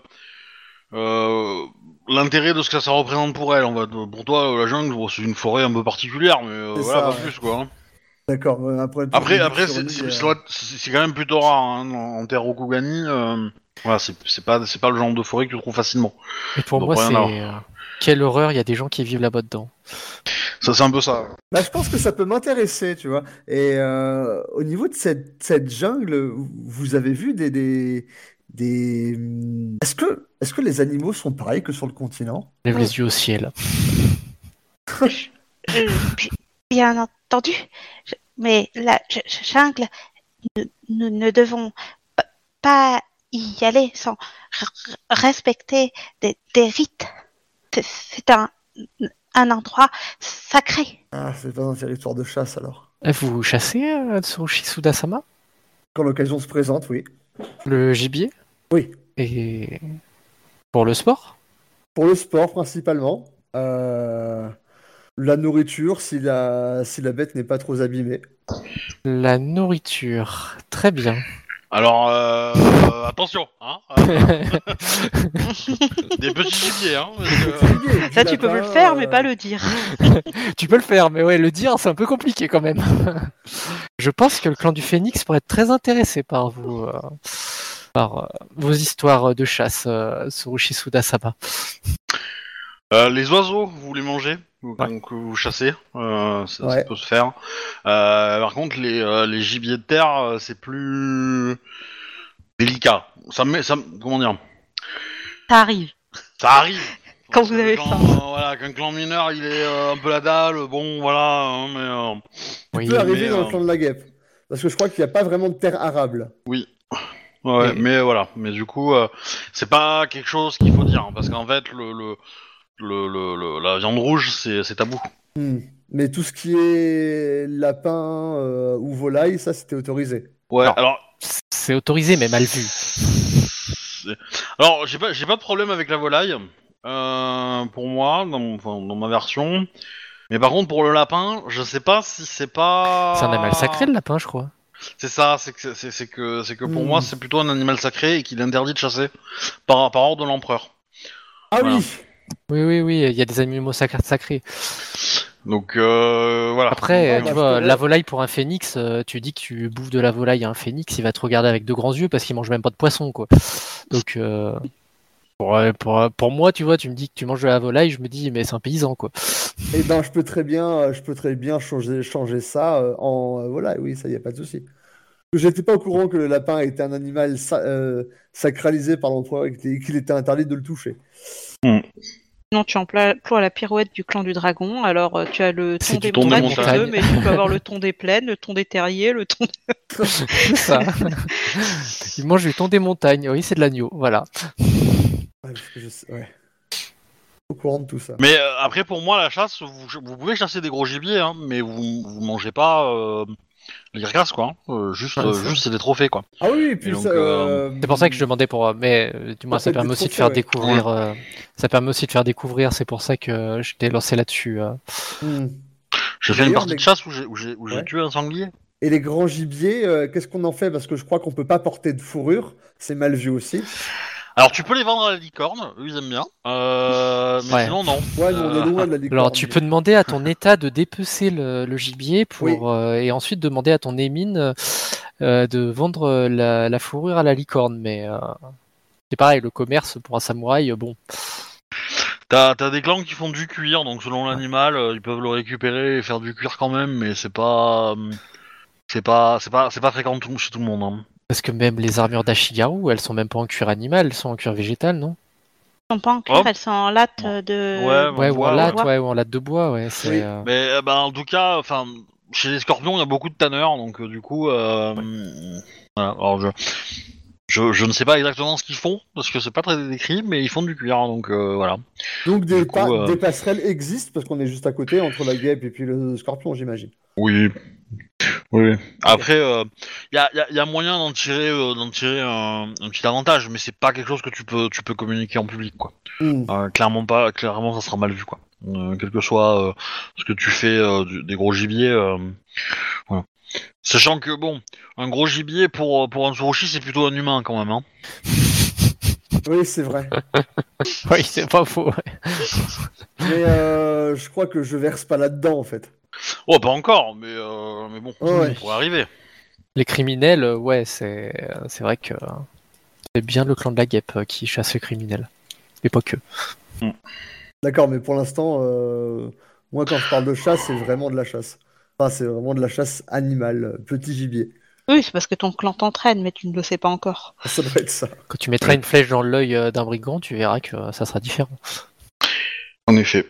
euh, l'intérêt de ce que ça représente pour elle. En fait. Pour toi, euh, la jungle, bon, c'est une forêt un peu particulière, mais euh, C'est voilà, ça, pas ouais. plus, quoi. Hein. D'accord, euh, après tout Après, est dit après, sur c'est lui, c'est- euh, c'est- c'est- c'est quand même plutôt rare hein, en, en terre Rokugani. Euh, voilà, c'est c'est pas, c'est pas le genre de forêt que tu trouves facilement. Et pour Donc, moi, rien c'est. à voir. euh, Quelle horreur, il y a des gens qui vivent là-bas dedans. Ça, c'est un peu ça. Bah, je pense que ça peut m'intéresser, tu vois. Et euh, au niveau de cette, cette jungle, vous avez vu des, des, des... hum, Est-ce que, est-ce que les animaux sont pareils que sur le continent? Lève Mm. les yeux au ciel. Euh, bi- bien entendu, je- mais la j- j- jungle, nous, nous ne devons p- pas y aller sans r- r- respecter des, des rites. C'est c'est un, un endroit sacré. Ah, c'est pas un territoire de chasse alors. Eh, Vous chassez euh, Tsurushi Sudasama? Quand l'occasion se présente, oui. Le gibier? Oui. Et pour le sport? Pour le sport principalement. Euh, Le la nourriture, si la, si la bête n'est pas trop abîmée. La nourriture. Très bien. Alors, euh, euh, attention, hein. euh, des petits gibiers, hein. parce que- Ça, tu peux le faire, mais pas le dire. Tu peux le faire, mais ouais, le dire, c'est un peu compliqué quand même. Je pense que le clan du Phénix pourrait être très intéressé par vous, euh, par euh, vos histoires de chasse, euh, Surushi Sudasama. Euh, les oiseaux, vous les mangez ou- Ouais. que vous chassez, euh, ça, ça Ouais. peut se faire. Euh, par contre, les, euh, les gibiers de terre, euh, c'est plus délicat. Ça me met, ça, me- comment dire, Ça arrive. ça arrive. Quand Parce vous que avez quand, faim. euh, voilà, qu'un clan mineur, il est euh, un peu la dalle. Bon, voilà, hein, mais euh, Tu Oui, peux arriver mais, dans euh, le clan de la guêpe. Parce que je crois qu'il n'y a pas vraiment de terre arable. oui. Ouais, Et- mais voilà. Mais du coup, euh, c'est pas quelque chose qu'il faut dire, hein, parce qu'en fait, le, le, le, le- le- la viande rouge, c'est c'est tabou. Hmm. Mais tout ce qui est lapin euh, ou volaille, ça c'était autorisé. Ouais. Non. Alors. c'est autorisé, mais mal vu. C'est- Alors, j'ai pas, j'ai pas de problème avec la volaille, euh, pour moi, dans, mon- enfin, dans ma version. Mais par contre, pour le lapin, je sais pas si c'est pas. C'est un animal sacré, le lapin, je crois. C'est ça, c'est que, c'est, c'est que, c'est que pour Hmm. moi, c'est plutôt un animal sacré et qu'il est interdit de chasser par, par ordre de l'empereur. Ah Voilà. oui. Oui, oui, oui, il y a des animaux sacrés. sacrés. Donc, euh, voilà. Après, Ah, tu bah, je vois, pourrais- la volaille pour un phénix, euh, tu dis que tu bouffes de la volaille à un phénix, il va te regarder avec de grands yeux parce qu'il mange même pas de poisson, quoi. Donc, euh, pour, pour, pour moi, tu vois, tu me dis que tu manges de la volaille, je me dis, mais c'est un paysan, quoi. Eh ben, je peux très bien, euh, je peux très bien changer, changer ça euh, en euh, volaille. Oui, ça y a pas de souci. Parce que j'étais pas au courant que le lapin était un animal sa- euh, sacralisé par l'empereur et qu'il était- qu'il était interdit de le toucher. Sinon, tu emploies emploies la pirouette du clan du dragon. Alors, euh, tu as le C'est ton du des ton des montagnes, chez montagnes. eux, mais tu peux avoir le ton des plaines, le ton des terriers, le ton. C'est ça. Il mange du thon des montagnes, oui, c'est de l'agneau, voilà. Ouais, parce que je sais- ouais. Au courant de tout ça. Mais euh, après, pour moi, la chasse, vous, vous pouvez chasser des gros gibiers, hein, mais vous, vous mangez pas euh, les carcasses, quoi. hein. Euh, juste, Ouais, euh, ça. juste, c'est des trophées, quoi. Ah oui, et puis Et donc, ça, euh, C'est pour ça que je demandais pour, mais euh, du moins Ça ça peut être permet des aussi de trophées, faire ouais. découvrir, euh, ça permet aussi de faire découvrir. C'est pour ça que je t'ai lancé là-dessus. euh. Hmm. J'ai fait une D'ailleurs, partie les- de chasse où j'ai, où j'ai, où j'ai Ouais. tué un sanglier. Et les grands gibiers, euh, qu'est-ce qu'on en fait? Parce que je crois qu'on peut pas porter de fourrure. C'est mal vu aussi. Alors, tu peux les vendre à la licorne, eux ils aiment bien. Euh, mais Ouais. sinon, non. Ouais, mais on est Euh, loin de la licorne. Alors tu peux demander à ton état de dépecer le, le gibier pour Oui. euh, et ensuite demander à ton émine euh, de vendre euh, la, la fourrure à la licorne. Mais euh, c'est pareil, le commerce pour un samouraï, euh, bon. T'as, t'as des clans qui font du cuir, donc selon l'animal, euh, ils peuvent le récupérer et faire du cuir quand même, mais c'est pas, euh, c'est pas, c'est pas, c'est pas fréquent tout- chez tout le monde. hein. Parce que même les armures d'Ashigaru, elles sont même pas en cuir animal, elles sont en cuir végétal, non? Elles sont pas en cuir, Hop. elles sont en latte euh, de. Ouais, Ouais, ou en bois, latte, bois. ouais, ou en latte de bois, ouais. C'est, Oui. euh, Mais euh, bah, en tout cas, enfin, chez les scorpions, il y a beaucoup de tanneurs, donc euh, du coup, euh, voilà. Alors je, je, je ne sais pas exactement ce qu'ils font parce que c'est pas très décrit, mais ils font du cuir, donc euh, voilà. Donc des, Du coup, pa- euh, des passerelles existent parce qu'on est juste à côté entre la guêpe et puis le scorpion, j'imagine. Oui. Oui. Après, il y, a, y a- y a moyen d'en tirer, euh, d'en tirer un, un petit avantage, mais c'est pas quelque chose que tu peux, tu peux communiquer en public, quoi. Hmm. Euh, clairement pas, clairement ça sera mal vu, quoi. Euh, quel que soit euh, ce que tu fais euh, du- des gros gibiers, euh, voilà. Sachant que bon, un gros gibier pour pour un sushi c'est plutôt un humain quand même, hein. Oui, c'est vrai. Oui, c'est pas faux. ouais. Mais euh, je crois que je verse pas là-dedans en fait. Oh, pas encore, mais euh, mais bon, Oh, ouais. ça pourrait arriver. Les criminels, euh, ouais, c'est euh, c'est vrai que euh, c'est bien le clan de la guêpe euh, qui chasse les criminels. Et pas que. D'accord, mais pour l'instant, euh, moi quand je parle de chasse, c'est vraiment de la chasse. Enfin, c'est vraiment de la chasse animale, euh, petit gibier. Oui, c'est parce que ton clan t'entraîne, mais tu ne le sais pas encore. Ça doit être ça. Quand tu mettras une flèche dans l'œil euh, d'un brigand, tu verras que euh, ça sera différent. En effet.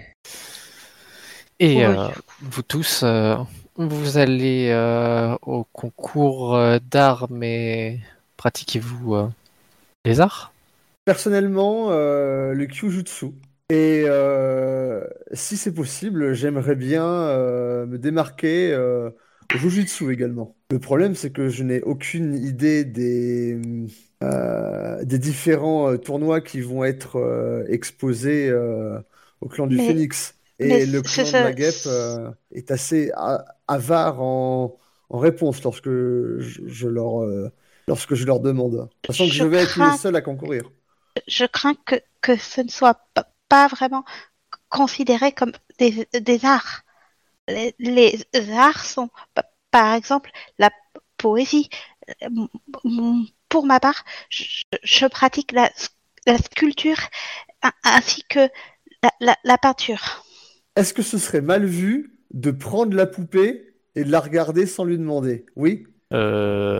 Et Ouais. euh, vous tous, euh, vous allez euh, au concours euh, d'armes et pratiquez-vous euh, les arts? Personnellement, euh, le Kyujutsu. Et euh, si c'est possible, j'aimerais bien euh, me démarquer euh, au Jujutsu également. Le problème, c'est que je n'ai aucune idée des, euh, des différents euh, tournois qui vont être euh, exposés euh, au clan du Mais- Phénix. Et Mais le c'est clan de ça- la guêpe euh, est assez a- avare en, en réponse lorsque je, je leur, euh, lorsque je leur demande. Sachant que Je je vais être le crains, seul à concourir. je crains que, que ce ne soit p- pas vraiment considéré comme des, des arts. Les, les arts sont, p- par exemple, la poésie. Euh, m- m- Pour ma part, je, je pratique la, la sculpture a- ainsi que la, la, la peinture. Est-ce que ce serait mal vu de prendre la poupée et de la regarder sans lui demander? Oui? Euh...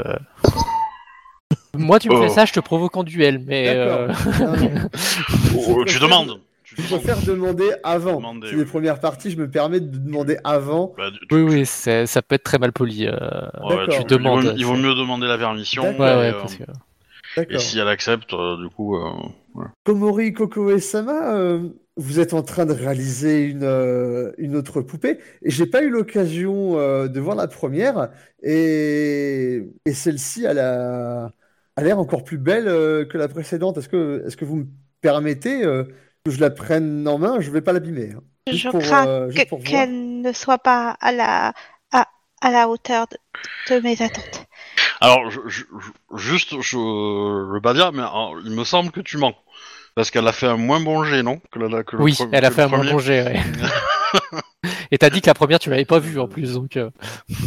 Moi, tu me fais Oh. ça, je te provoque en duel, mais. D'accord. euh, Non, mais Oh, je tu préfère- demandes. Tu Je demandes. préfère demander avant. Demander, C'est les oui. premières parties, je me permets de demander avant. Bah, tu- Oui, tu- oui, c'est- ça peut être très mal poli. euh, Ouais, D'accord. tu Tu demandes, Il vaut, il vaut c'est- mieux demander la permission. D'accord. Ouais, et, ouais, euh, parce que. et D'accord. si elle accepte, euh, du coup. euh, voilà. Komori Kokoe-sama, euh, vous êtes en train de réaliser une, euh, une autre poupée. Et j'ai pas eu l'occasion euh, de voir la première. Et, et celle-ci, elle a, a l'air encore plus belle euh, que la précédente. Est-ce que, est-ce que vous me permettez euh, que je la prenne en main? Je vais pas l'abîmer, hein. Juste Je pour, crains euh, juste que- pour voir. qu'elle ne soit pas à la, à, à la hauteur de, de mes attentes. Alors, je, je- je- juste, je, je veux pas dire, mais euh, il me semble que tu mens. Parce qu'elle a fait un moins bon jet, non que la- que le Oui, pre- elle a que fait le un moins premier. bon jet, ouais. Et t'as dit que la première, tu l'avais pas vue en plus, donc. euh,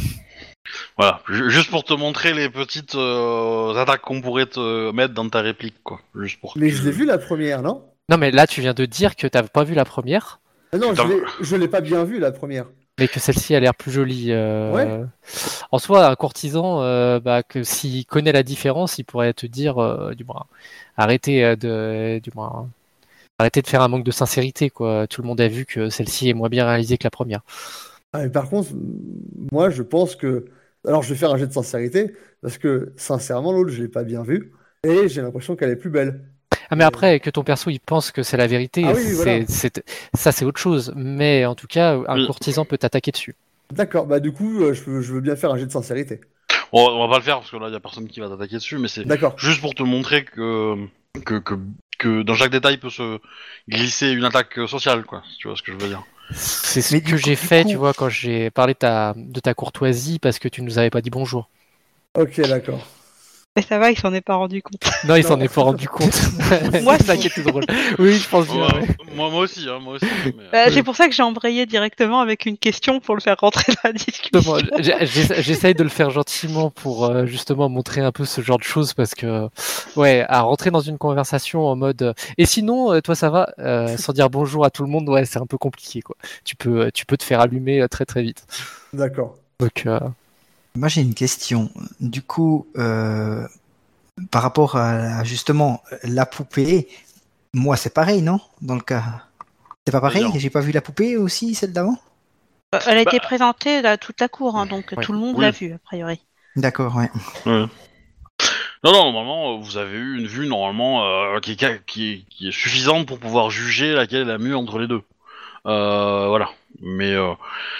Voilà, Ju- juste pour te montrer les petites euh, attaques qu'on pourrait te mettre dans ta réplique, quoi. Juste pour Mais que- je l'ai vu la première, non? Non, mais là, tu viens de dire que t'avais pas vu la première, Ah non, je Putain. l'ai, je l'ai pas bien vue la première. mais que celle-ci a l'air plus jolie. euh, Ouais. En soi, un courtisan, euh, bah, que s'il connaît la différence, il pourrait te dire, euh, du moins, arrêtez euh, de, du moins, hein, arrêtez de faire un manque de sincérité, quoi. Tout le monde a vu que celle-ci est moins bien réalisée que la première. Ah, mais par contre, moi, je pense que. Alors, je vais faire un jet de sincérité, parce que, sincèrement, l'autre, je l'ai pas bien vue, et j'ai l'impression qu'elle est plus belle. Ah, mais Euh, après, que ton perso il pense que c'est la vérité, Ah oui, oui, c'est, voilà. c'est- ça c'est autre chose. Mais en tout cas, un Oui. courtisan peut t'attaquer dessus. D'accord, bah du coup, euh, je, veux- je veux bien faire un jet de sincérité. Bon, on va pas le faire parce que là, il y a personne qui va t'attaquer dessus, mais c'est D'accord. juste pour te montrer que, que, que, que dans chaque détail peut se glisser une attaque euh, sociale, quoi. Si tu vois ce que je veux dire. C'est ce Mais du que coup- j'ai du fait, coup- tu vois, quand j'ai parlé de ta, de ta courtoisie parce que tu nous avais pas dit bonjour. Ok, d'accord. Mais ça va, il s'en est pas rendu compte. Non, il s'en Non. est pas rendu compte. Moi, c'est ça qui était drôle. Oui, je pense bien. Ouais, ouais. moi, moi aussi, hein, moi aussi. mais, euh, Euh, C'est pour ça que j'ai embrayé directement avec une question pour le faire rentrer dans la discussion. Justement, j'ai- j'ai- J'essaye de le faire gentiment pour euh, justement montrer un peu ce genre de choses parce que, ouais, à rentrer dans une conversation en mode euh, et sinon, euh, toi ça va, euh, sans dire bonjour à tout le monde, ouais, c'est un peu compliqué quoi. Tu peux, tu peux te faire allumer euh, très très vite. D'accord. Donc, euh, Moi, j'ai une question. Du coup, euh, par rapport à justement la poupée, moi, c'est pareil, non? Dans le cas. C'est pas pareil? C'est-à-dire J'ai pas vu la poupée aussi, celle d'avant? Euh, Elle a été Bah- présentée à toute la cour, hein, donc Ouais. tout le monde Oui. l'a vue, a priori. D'accord, ouais. Ouais. Non, non, normalement, euh, vous avez eu une vue normalement euh, qui, est, qui, est, qui est suffisante pour pouvoir juger laquelle est la mieux entre les deux. Euh, voilà. Mais, euh,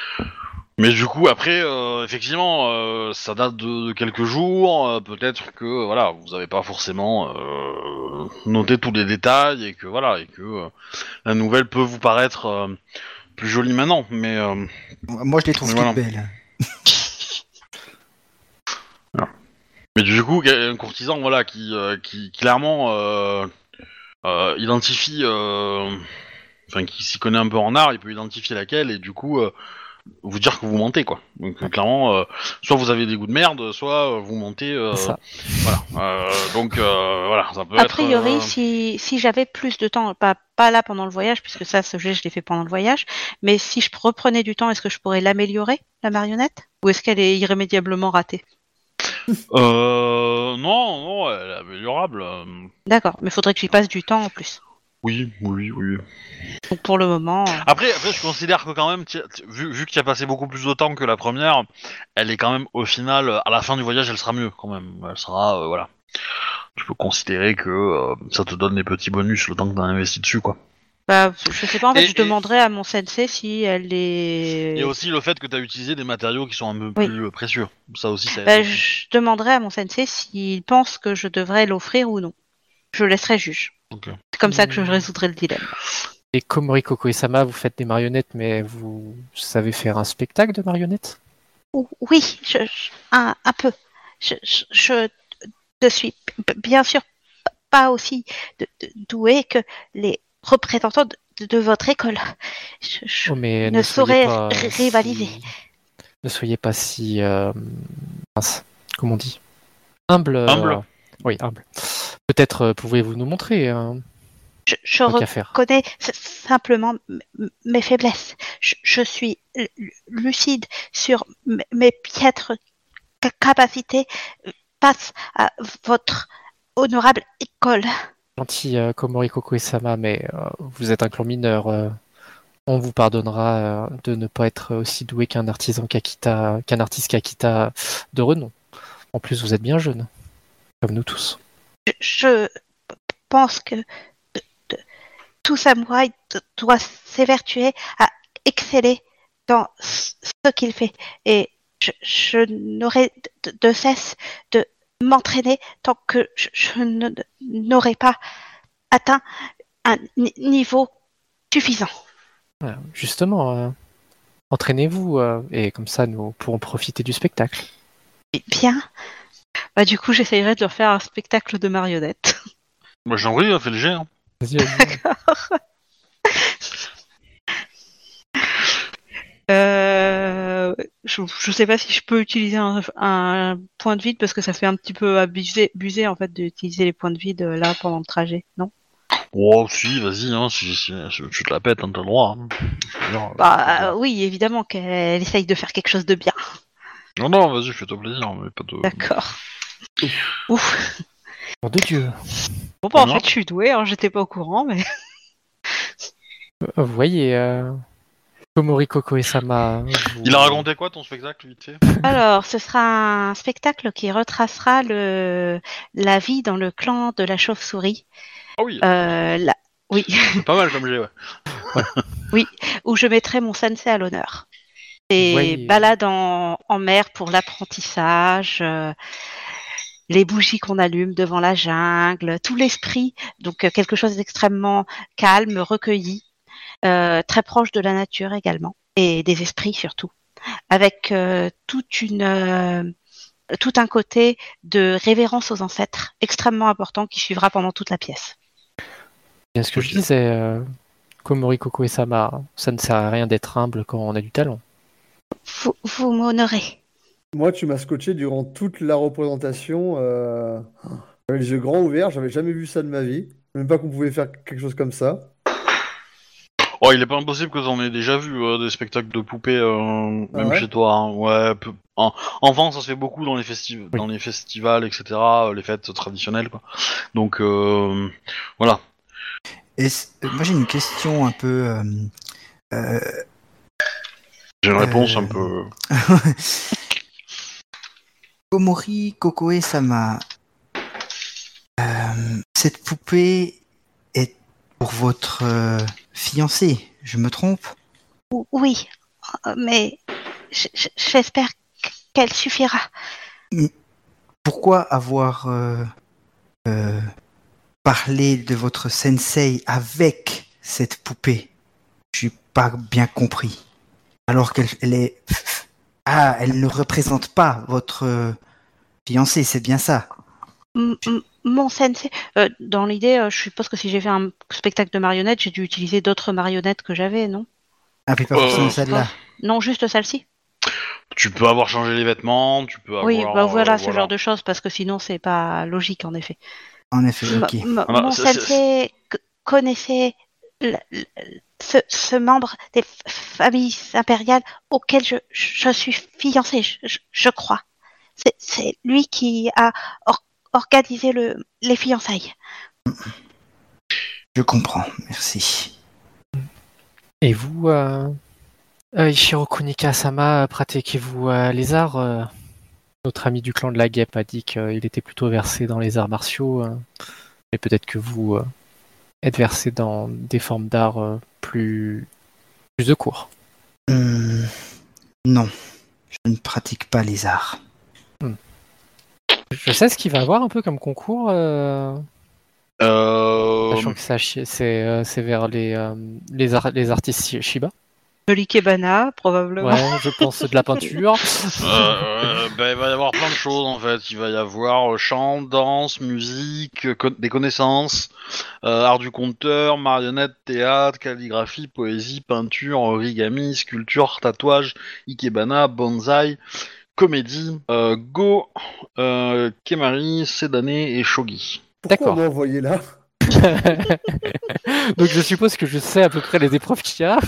mais du coup, après, euh, effectivement, euh, ça date de, de quelques jours. euh, Peut-être que voilà, vous n'avez pas forcément euh, noté tous les détails et que voilà, et que euh, la nouvelle peut vous paraître euh, plus jolie maintenant. Mais euh, Moi, je les trouve Mais toutes voilà. belles. Mais du coup, un courtisan, voilà, qui, euh, qui clairement euh, euh, identifie, euh, enfin, qui s'y connaît un peu en art, il peut identifier laquelle et du coup euh, vous dire que vous mentez, quoi. Donc euh, clairement, euh, soit vous avez des goûts de merde, soit euh, vous mentez. Euh, c'est ça. voilà. Euh, donc euh, voilà, ça peut A être. priori, euh, si, si j'avais plus de temps, pas, pas là pendant le voyage, puisque ça, ce jet, je l'ai fait pendant le voyage, mais si je reprenais du temps, est-ce que je pourrais l'améliorer, la marionnette? Ou est-ce qu'elle est irrémédiablement ratée? Euh, non, non, elle est améliorable. euh, D'accord, mais il faudrait que j'y passe du temps en plus. Oui, oui, oui. Donc pour le moment, euh, Après, après, je considère que quand même, ti- ti- vu, vu qu'il y a passé beaucoup plus de temps que la première, elle est quand même, au final, à la fin du voyage, elle sera mieux quand même. Elle sera, euh, voilà. Tu peux considérer que euh, ça te donne des petits bonus le temps que t'as investi dessus, quoi. bah, je sais pas, en fait, Et- je et- demanderais à mon sensei si elle est... Et aussi le fait que t'as utilisé des matériaux qui sont un peu Oui. plus euh, précieux. Ça aussi, ça aide Bah, beaucoup. je demanderais à mon sensei s'il pense que je devrais l'offrir ou non. Je laisserai juge. Ok. C'est comme ça que je Hmm. résoudrai le dilemme. Et Komori Kokoe-sama, vous faites des marionnettes, mais vous savez faire un spectacle de marionnettes? Ou- Oui, je, je- un, un peu. Je, je, je ne suis b- bien sûr p- pas aussi de- de- douée que les représentants de, de- de votre école. Je, je Oh, mais ne ne soyez saurais pas r- rivaliser. si... Ne soyez pas si... euh, mince, comment on dit? Humble. Humble. euh, Oui, humble. Peut-être euh, pouvez-vous nous montrer, hein, Je, je tant qu'à faire. reconnais s- simplement m- m- mes faiblesses. Je, je suis l- lucide sur m- mes piètres ca- capacités face à votre honorable école. Gentil euh, Komori Kokoe-sama, mais euh, vous êtes un clan mineur. euh, on vous pardonnera euh, de ne pas être aussi doué qu'un artisan Kakita, qu'un artiste Kakita de renom. En plus, vous êtes bien jeune, comme nous tous. Je, je pense que de- de- tout samouraï d- doit s'évertuer à exceller dans ce ce qu'il fait. Et je, je n'aurai de, de cesse de m'entraîner tant que je, je ne- n'aurai pas atteint un ni- niveau suffisant. Voilà. Justement, euh, entraînez-vous euh, et comme ça, nous pourrons profiter du spectacle. Bien. Bah, du coup, j'essayerai de leur faire un spectacle de marionnettes. Moi, j'en prie, fais le jet. Hein. Vas-y, vas-y. Euh, je, je sais pas si je peux utiliser un, un point de vide parce que ça fait un petit peu abusé, abusé en fait d'utiliser les points de vide euh, là pendant le trajet, non? Oh, si, vas-y, hein, si, si, si tu te la pètes, hein, t'as le droit. Hein. Je veux dire, Bah euh, euh, oui, évidemment qu'elle essaye de faire quelque chose de bien. Non, non, vas-y, fais-toi plaisir, mais pas de... D'accord. Ouf. Nom de Dieu. Bon bah en Non. fait je suis douée, hein, j'étais pas au courant, mais Euh, Vous voyez, euh, Komori Kokoe-sama. vous- Il a raconté quoi, ton spectacle, vite fait? alors ce sera un spectacle qui retracera le la vie dans le clan de la chauve-souris. Ah oui, Euh, la- Oui, c'est pas mal comme jet, ouais. où je mettrai mon sensei à l'honneur. Des Voyez. balades en, en mer pour l'apprentissage, euh, les bougies qu'on allume devant la jungle, tout l'esprit, donc euh, quelque chose d'extrêmement calme, recueilli, euh, très proche de la nature également, et des esprits surtout, avec euh, toute une, euh, tout un côté de révérence aux ancêtres extrêmement important qui suivra pendant toute la pièce. Bien ce que je Ok. disais, euh, Komori Kokoe-sama, ça ne sert à rien d'être humble quand on a du talent. Vous, vous m'honorez. Moi, tu m'as scotché durant toute la représentation. Euh... J'avais les yeux grands ouverts, j'avais jamais vu ça de ma vie. Même pas qu'on pouvait faire quelque chose comme ça. Oh, il est pas impossible que t'en aies déjà vu euh, des spectacles de poupées, euh, Ah même ouais chez toi. Hein. Ouais, peu- en... Enfant, ça se fait beaucoup dans les, festi- Oui. dans les festivals, et cetera, euh, les fêtes traditionnelles, quoi. Donc, euh, voilà. Et c- euh, moi j'ai une question un peu. euh, euh, J'ai une réponse Euh, un peu... Komori Kokoe-sama. Euh, cette poupée est pour votre euh, fiancé, je me trompe? Ou- Oui, euh, mais j- j- j'espère qu'elle suffira. Pourquoi avoir euh, euh, parlé de votre sensei avec cette poupée? Je suis pas bien compris. Alors qu'elle elle est... Ah, elle ne représente pas votre euh, fiancé, c'est bien ça? M- m- Mon sensei, euh, dans l'idée, euh, je suppose que si j'ai fait un spectacle de marionnettes, j'ai dû utiliser d'autres marionnettes que j'avais, non? Ah, mais pas Euh, forcément celle-là. Non, juste celle-ci. Tu peux avoir changé les vêtements, tu peux avoir... Oui, bah voilà, euh, ce genre de choses, parce que sinon c'est pas logique en effet. En effet, M- ok. m- Voilà, mon c'est- sensei c- connaissait le- le- ce, ce membre des f- familles impériales auquel je, je suis fiancée, je, je- je crois. C'est- C'est lui qui a or- organisé le, les fiançailles. Je comprends, merci. Et vous, euh, euh, Ishiroku Nika-sama, pratiquez-vous euh, les arts euh, Notre ami du clan de la guêpe a dit qu'il était plutôt versé dans les arts martiaux. euh, mais peut-être que vous euh, êtes versé dans des formes d'art euh, plus... plus de cours. Hum, non, je ne pratique pas les arts. Je sais ce qu'il va avoir un peu comme concours. euh, Euh... Sachant que ça, chi- c'est euh, c'est vers les, euh, les, ar- les artistes Shi- Shiba. De l'ikebana, probablement. Ouais, je pense de la peinture. Euh, euh, bah, il va y avoir plein de choses en fait. Il va y avoir euh, chant, danse, musique, euh, co- des connaissances, euh, art du conteur, marionnette, théâtre, calligraphie, poésie, peinture, origami, sculpture, tatouage, ikebana, bonsaï, comédie, euh, go, euh, kemari, sedane et shogi. Pourquoi on D'accord. m'a envoyé là? Donc je suppose que je sais à peu près les épreuves qu'il y a.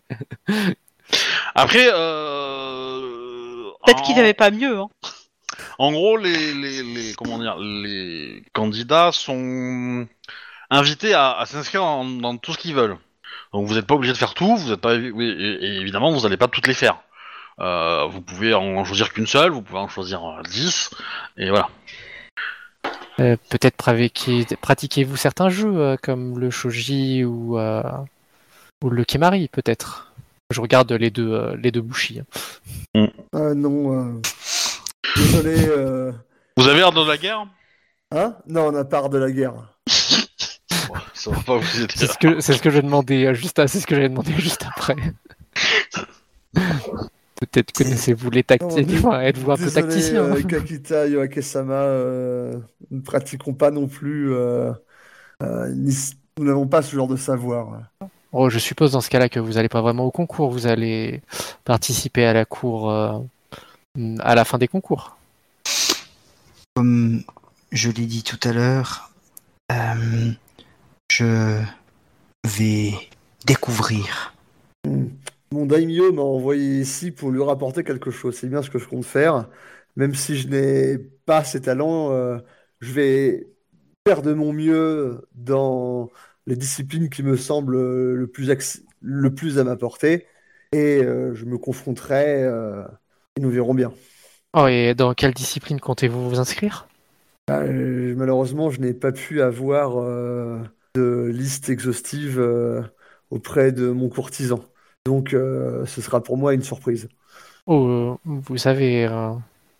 Après, euh, Peut-être en- qu'ils n'avaient pas mieux. Hein. En gros, les, les, les, comment dire, les candidats sont invités à, à s'inscrire dans, dans tout ce qu'ils veulent. Donc vous n'êtes pas obligé de faire tout, vous êtes pas, oui, et, et évidemment vous n'allez pas toutes les faire. Euh, vous pouvez en choisir qu'une seule, vous pouvez en choisir euh, dix, et voilà. Euh, Peut-être pratiquez- pratiquez-vous certains jeux euh, comme le shogi ou, euh, ou le kemari, peut-être. Je regarde les deux, euh, les deux bushi. Ah non. euh, Désolé. euh, Vous avez l'air de la guerre. Hein? Non, on a part de la guerre. Ouais, ça va pas vous aider. C'est ce que c'est ce que j'ai demandé euh, juste à- c'est ce que j'avais demandé juste après. Peut-être connaissez-vous les tactiques, Non, enfin, êtes-vous un peu Désolé, tacticien. euh, Kakita, Yoake-sama, euh, nous ne pratiquons pas non plus. euh, euh, ni- nous n'avons pas ce genre de savoir. Oh, je suppose dans ce cas-là que vous n'allez pas vraiment au concours, vous allez participer à la cour euh, à la fin des concours. Comme je l'ai dit tout à l'heure, euh, je vais découvrir. Mon daimyo m'a envoyé ici pour lui rapporter quelque chose. C'est bien ce que je compte faire. Même si je n'ai pas ces talents, euh, je vais faire de mon mieux dans les disciplines qui me semblent euh, le plus, acc- le plus à ma portée. Et euh, je me confronterai euh, et nous verrons bien. Oh, et dans quelle discipline comptez-vous vous inscrire? Euh, malheureusement, je n'ai pas pu avoir euh, de liste exhaustive euh, auprès de mon courtisan. Donc, euh, ce sera pour moi une surprise. Oh, euh, vous savez, euh,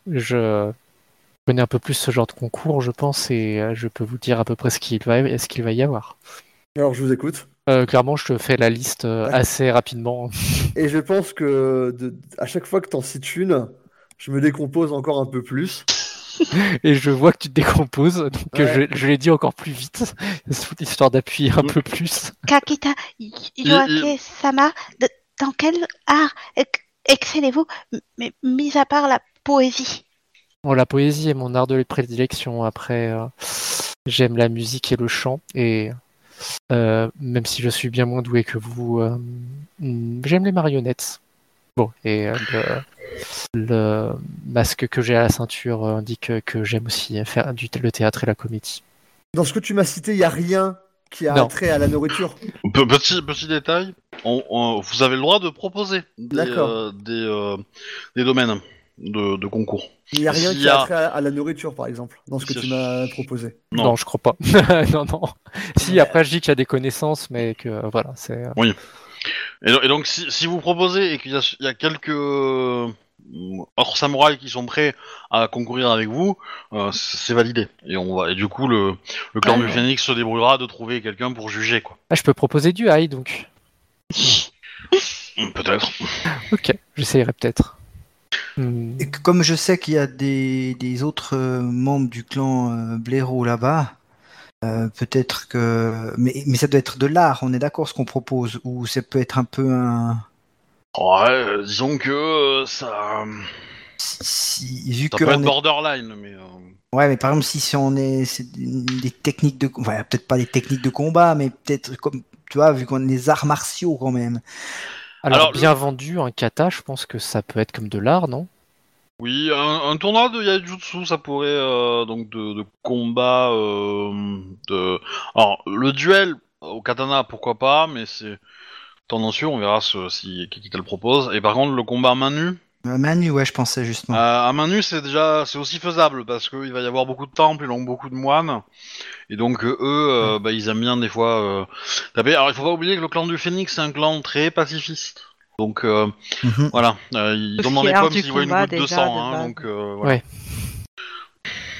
je connais un peu plus ce genre de concours, je pense, et euh, je peux vous dire à peu près ce qu'il va, ce qu'il va y avoir. Alors, je vous écoute. Euh, clairement, je te fais la liste euh, D'accord. assez rapidement. Et je pense que de- à chaque fois que tu en cites une, je me décompose encore un peu plus. Et je vois que tu te décomposes, donc Ouais. je, je l'ai dit encore plus vite, histoire d'appuyer un peu plus. Kakita, Y- Yoake-sama, de- dans quel art ex- excellez-vous, mais mis à part la poésie? Bon, la poésie est mon art de prédilection. Après, euh, j'aime la musique et le chant, et euh, même si je suis bien moins doué que vous, euh, hmm, j'aime les marionnettes. Bon, et euh, le, le masque que j'ai à la ceinture euh, indique que j'aime aussi faire du, le théâtre et la comédie. Dans ce que tu m'as cité, il n'y a rien qui a Non. trait à la nourriture. Pe- Petit, petit détail, on- on- vous avez le droit de proposer des, D'accord. euh, des, euh, des domaines de, de concours. Il n'y a rien S'il qui y a a- trait à, à la nourriture, par exemple, dans ce que C'est- tu m'as proposé. Non, Non. je crois pas. non, non. Si, après, je dis qu'il y a des connaissances, mais que euh, voilà, c'est. euh, Et, do- et donc, si, si vous proposez et qu'il y a, il y a quelques euh, hors samouraïs qui sont prêts à concourir avec vous, euh, c- c'est validé. Et on va, et du coup, le, le clan Ah, du ouais. Phénix se débrouillera de trouver quelqu'un pour juger, quoi. Ah, je peux proposer du high, donc. Hmm, Peut-être. Ok, j'essayerai peut-être. Hmm. Et que comme je sais qu'il y a des, des autres euh, membres du clan euh, Blaireau là-bas, euh, peut-être que... Mais, mais ça doit être de l'art, on est d'accord ce qu'on propose, ou ça peut être un peu un... Ouais, euh, disons que euh, ça, Si, si- vu ça que peut on être est- borderline, mais. euh, Ouais, mais par exemple, si, si on est... C'est des des techniques de... Ouais, peut-être pas des techniques de combat, mais peut-être comme... Tu vois, vu qu'on est des arts martiaux quand même. Alors, Alors, bien vendu, un kata, je pense que ça peut être comme de l'art, non? Oui, un, un tournoi de Yaijutsu, ça pourrait euh, donc de, de combat. Euh, de... Alors, le duel au katana, pourquoi pas, mais c'est tendancieux, on verra ce, si Kikita le propose. Et par contre, le combat à main nue, Euh, Manu, ouais, je pensais justement. euh, à main nue, c'est déjà c'est aussi faisable parce qu'il va y avoir beaucoup de temples, ils ont beaucoup de moines, et donc euh, eux, euh, bah, ils aiment bien des fois euh, taper. Alors, il faut pas oublier que le clan du Phénix, c'est un clan très pacifiste. Donc euh, Mhm. voilà, euh, ils Tout ont ce dans qui les est art pommes du s'ils voient une combat, goutte de déjà, sang, de hein, base. donc euh, voilà. Ouais.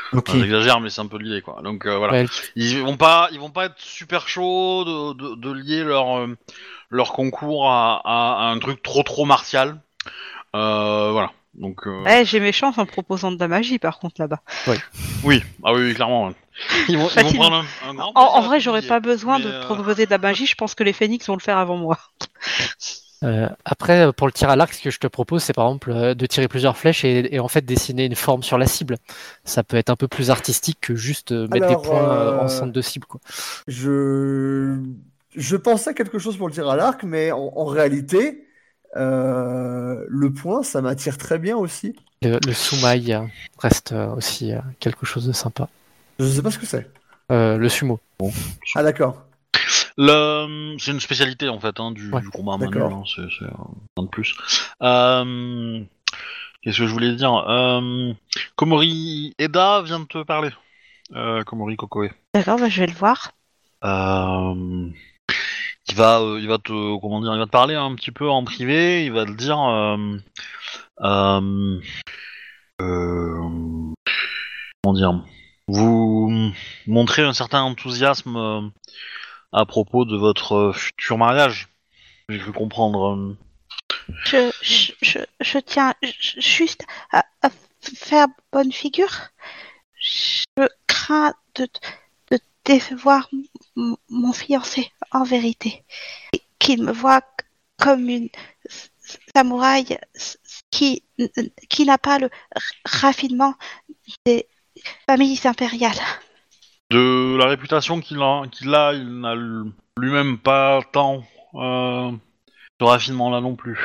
Ok. Enfin, j'exagère, mais c'est un peu l'idée, quoi. Donc euh, voilà. Ouais, Ils vont pas, ils vont pas être super chauds de, de, de lier leur euh, leur concours à, à, à un truc trop trop martial. Euh, voilà. Donc euh, Ouais, j'ai mes chances en proposant de la magie, par contre, là-bas. oui, ah oui, oui, clairement. ouais. Ils vont, ils vont Facilement. prendre un, un grand. En, plaisir en à vrai, j'aurais t'humilier. pas besoin Mais, de euh, proposer de la magie. Je pense que les phénix vont le faire avant moi. Euh, après, pour le tir à l'arc, ce que je te propose, c'est par exemple euh, de tirer plusieurs flèches et, et en fait dessiner une forme sur la cible. Ça peut être un peu plus artistique que juste euh, mettre Alors, des points euh, en euh, centre de cible, quoi. Je... je pensais à quelque chose pour le tir à l'arc, mais en, en réalité, euh, le point, ça m'attire très bien aussi. Le, le sumaï euh, reste euh, aussi euh, quelque chose de sympa. Je sais pas ce que c'est. Euh, le sumo. Ah d'accord. Le... C'est une spécialité en fait hein, du, Ouais, du combat à main nue, d'accord. hein, c'est c'est, euh, un de plus. Euh... Qu'est-ce que je voulais dire euh... Komori Eda vient de te parler. Euh, Komori Kokoe. D'accord, bah, je vais le voir. Euh... Il va, euh, il va te, comment dire, il va te parler un petit peu en privé. Il va te dire, euh... Euh... euh, comment dire, vous montrez un certain enthousiasme euh, à propos de votre euh, futur mariage. J'ai cru comprendre. euh. Je, je, je, je tiens j- juste à, à faire bonne figure. Je crains de, de décevoir m- mon fiancé, en vérité. Qu'il me voit c- comme une s- samouraï s- qui, n- qui n'a pas le r- raffinement des familles impériales. De la réputation qu'il a, qu'il a, il n'a lui-même pas tant euh, de raffinement là non plus.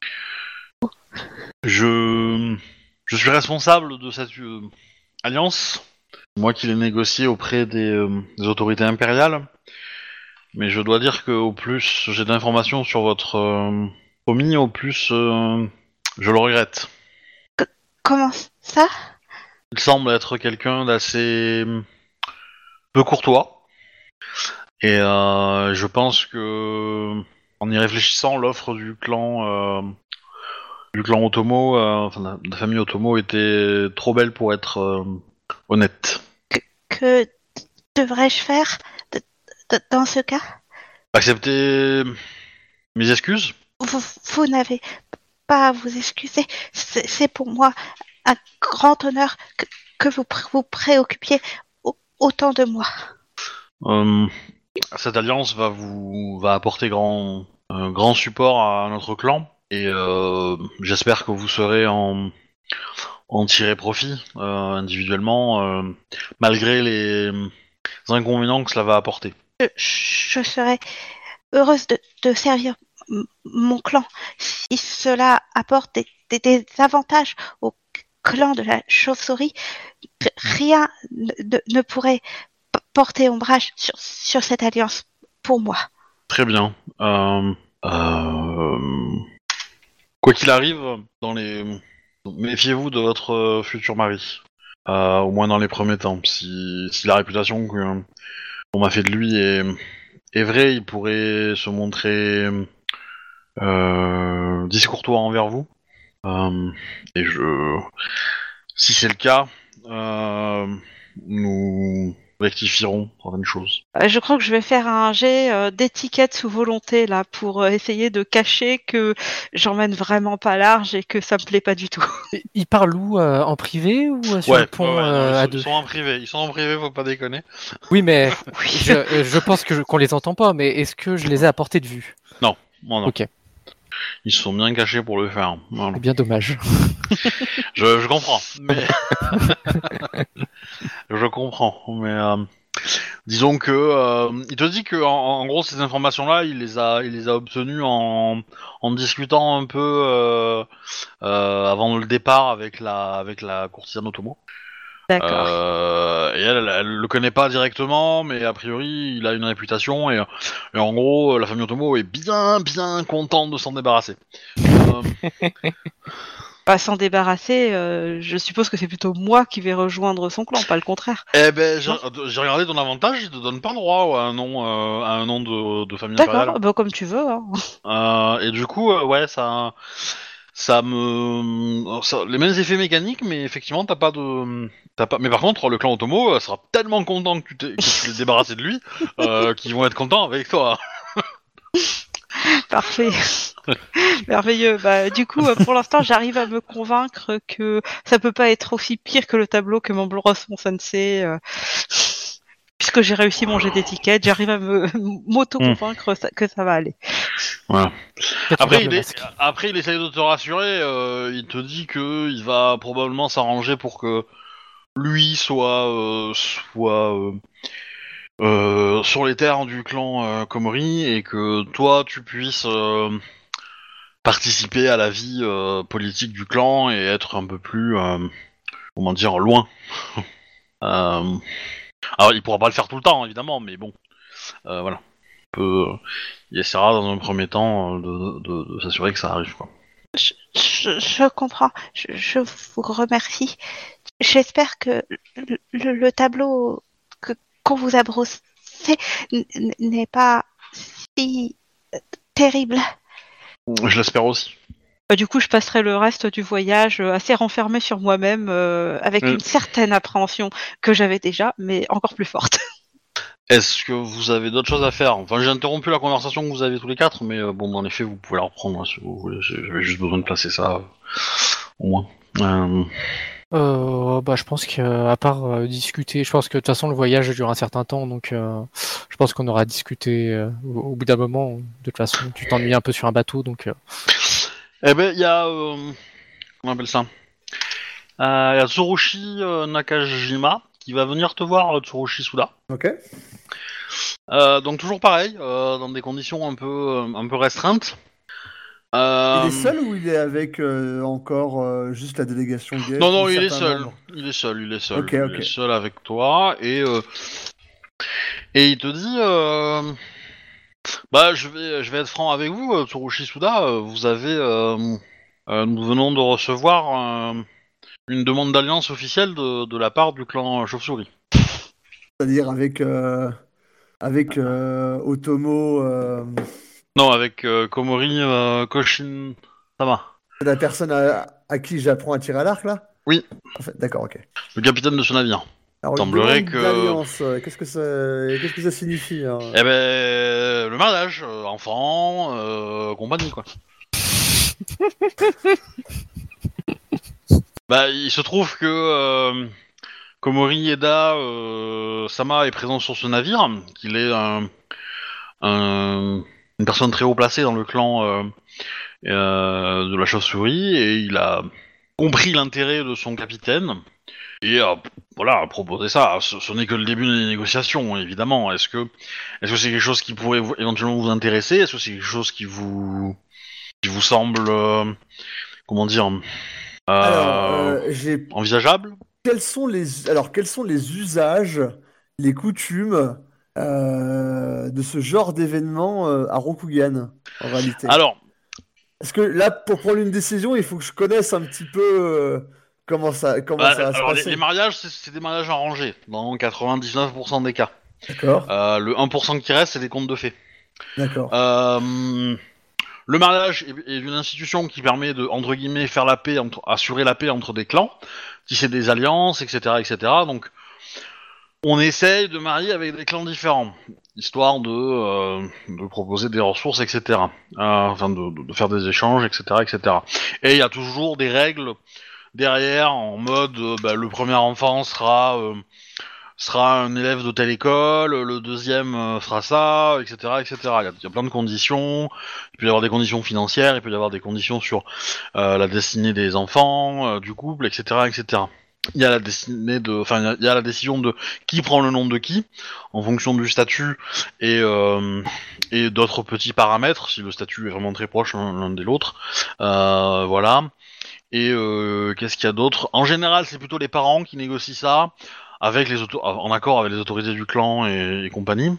Je, je suis responsable de cette euh, alliance. Moi qui l'ai négociée auprès des, euh, des autorités impériales. Mais je dois dire que au plus j'ai d'informations sur votre euh, promis, au plus euh, je le regrette. Comment ça? Il semble être quelqu'un d'assez euh, peu courtois. Et euh, je pense que, en y réfléchissant, l'offre du clan, euh, du clan Otomo, euh, enfin de la famille Otomo, était trop belle pour être euh, honnête. Que devrais-je faire de- de- dans ce cas? Acceptez mes excuses. Vous, vous n'avez pas à vous excuser. C'est c'est pour moi un grand honneur que, que vous pr- vous préoccupiez au- autant de moi. Euh, cette alliance va vous va apporter grand euh, grand support à notre clan et euh, j'espère que vous serez en en tirer profit euh, individuellement euh, malgré les inconvénients que cela va apporter. Je, je serais heureuse de, de servir m- mon clan si cela apporte des, des- des avantages au clan de la chauve-souris. r- Rien ne, ne- ne pourrait p- porter ombrage sur, sur cette alliance pour moi. Très bien. Euh, euh, quoi qu'il arrive, dans les méfiez-vous de votre euh, futur mari. Euh, au moins dans les premiers temps. Si, si la réputation que qu'on m'a fait de lui est, est vraie, il pourrait se montrer euh, discourtois envers vous. Euh, et je, si c'est le cas, euh, nous rectifierons certaines choses. Euh, Je crois que je vais faire un jet euh, d'étiquette sous volonté là pour euh, essayer de cacher que j'emmène vraiment pas large et que ça me plaît pas du tout. Ils parlent où euh, en privé ou euh, sur le pont ouais, ouais, non, euh, ils, à sont, deux? ils sont en privé, ils sont en privé, faut pas déconner. Oui, mais Oui. je, euh, je pense que je- qu'on les entend pas. Mais est-ce que je les ai à portée de vue? Non, non, non. Ok, Ils se sont bien cachés pour le faire. Voilà. c'est bien dommage. Je, je comprends, mais je comprends, mais euh, disons que euh, il te dit que en, en gros ces informations-là, il les a, il les a obtenues en, en discutant un peu euh, euh, avant le départ avec la, avec la courtisane Otomo. D'accord. Euh, et elle, elle, elle le connaît pas directement, mais a priori, il a une réputation et, et en gros, la famille Otomo est bien, bien contente de s'en débarrasser. Euh, Pas s'en débarrasser, euh, je suppose que c'est plutôt moi qui vais rejoindre son clan, pas le contraire. Eh ben, j'ai Non. j'ai regardé ton avantage, il te donne pas droit à un nom, euh, à un nom de, de famille impériale. D'accord, bah, comme tu veux. Hein. Euh, et du coup, euh, ouais, ça, ça me, ça- les mêmes effets mécaniques, mais effectivement, t'as pas de, t'as pas. Mais par contre, le clan Otomo euh, sera tellement content que tu t'es, que tu l'aies débarrassé de lui, euh, qu'ils vont être contents avec toi. Parfait. Merveilleux. Bah, du coup, euh, pour l'instant, j'arrive à me convaincre que ça peut pas être aussi pire que le tableau que mon Bloroson Sensei. Euh... Puisque j'ai réussi mon jet d'étiquette, j'arrive à me m'auto-convaincre ça- que ça va aller. Voilà. Toi, tu Après, gardes il le est, masque. après, il essaye de te rassurer. euh, il te dit que il va probablement s'arranger pour que lui soit, euh, soit euh, euh, sur les terres du clan euh, Komori et que toi, tu puisses euh, participer à la vie euh, politique du clan et être un peu plus, euh, comment dire, loin. Euh, Alors, il pourra pas le faire tout le temps, évidemment, mais bon, euh, voilà. Il, peut, il essaiera dans un premier temps euh, de, de- de s'assurer que ça arrive, quoi. Je, je, je comprends. Je, je vous remercie. J'espère que le, le- le tableau que qu'on vous a brossé n- n- n'est pas si euh, terrible. Je l'espère aussi. Bah, du coup, je passerai le reste du voyage euh, assez renfermé sur moi-même, euh, avec Euh. une certaine appréhension que j'avais déjà, mais encore plus forte. Est-ce que vous avez d'autres choses à faire? Enfin, j'ai interrompu la conversation que vous avez tous les quatre, mais euh, bon, en effet, vous pouvez la reprendre hein, si vous voulez. J'ai- J'avais juste besoin de placer ça, euh, au moins. Euh, Euh, bah, je pense qu'à part euh, discuter, je pense que de toute façon le voyage dure un certain temps, donc euh, je pense qu'on aura discuté euh, au, au bout d'un moment. De toute façon, tu t'ennuies un peu sur un bateau, donc euh, Eh ben, il y a... Euh, comment on appelle ça? Euh, Il y a Tsurushi euh, Nakajima qui va venir te voir, euh, Tsurushi Suda. Ok. Euh, donc toujours pareil, euh, dans des conditions un peu, euh, un peu restreintes. Euh, Il est seul ou il est avec euh, encore euh, juste la délégation gay Non, non, ou il est certains seul. membres Il est seul, il est seul. Ok, il ok. est seul avec toi et euh, et il te dit, euh, bah je vais, je vais être franc avec vous, euh, Tsurushi Suda. euh, Vous avez, euh, euh, nous venons de recevoir euh, une demande d'alliance officielle de, de la part du clan Chauve-souris. C'est-à-dire avec euh, avec euh, Otomo, euh, Non, avec euh, Komori euh, Koshin Sama, la personne à, à qui j'apprends à tirer à l'arc là. Oui. En fait, d'accord, ok. le capitaine de ce navire. Alors une Semblerait demande que- d'alliance, euh, qu'est-ce que ça, qu'est-ce que ça signifie hein Eh ben, le mariage, euh, enfant, euh, compagnie, quoi. Bah, il se trouve que euh, Komori Eda euh, Sama est présent sur ce navire, qu'il est un, un- une personne très haut placée dans le clan euh, euh, de la chauve-souris, et il a compris l'intérêt de son capitaine, et a, voilà, a proposé ça. Ce, ce n'est que le début des négociations, évidemment. Est-ce que est-ce que c'est quelque chose qui pourrait vous- éventuellement vous intéresser? Est-ce que c'est quelque chose qui vous qui vous semble euh, comment dire euh, Alors, euh, j'ai envisageable? quels sont les alors quels sont les usages, les coutumes euh, de ce genre d'événement euh, à Rokugan en réalité? Alors, Parce que là, pour prendre une décision, il faut que je connaisse un petit peu euh, comment ça comment bah, ça va se alors les, passer. les mariages, c'est c'est des mariages arrangés dans quatre-vingt-dix-neuf pour cent des cas. D'accord, Euh, le un pour cent qui reste, c'est des contes de fées. d'accord. Euh, le mariage est, est une institution qui permet de, entre guillemets, faire la paix, entre, assurer la paix entre des clans, tisser des alliances, et cetera, et cetera. Donc, on essaye de marier avec des clans différents, histoire de, euh, de proposer des ressources, et cetera. Euh, enfin, de, de- de faire des échanges, et cetera, et cetera. Et il y a toujours des règles derrière, en mode, euh, bah, le premier enfant sera euh, sera un élève de telle école, le deuxième euh, fera ça, et cetera, et cetera. Il y, a, il y a plein de conditions. Il peut y avoir des conditions financières, il peut y avoir des conditions sur euh, la destinée des enfants, euh, du couple, et cetera, et cetera. Il y a la destinée de, enfin, il y a- il y, a la décision de qui prend le nom de qui, en fonction du statut et euh, et d'autres petits paramètres, si le statut est vraiment très proche l'un l'un de l'autre. Euh, voilà. Et euh, qu'est-ce qu'il y a d'autre? En général, c'est plutôt les parents qui négocient ça avec les auto- en accord avec les autorités du clan et, et compagnie.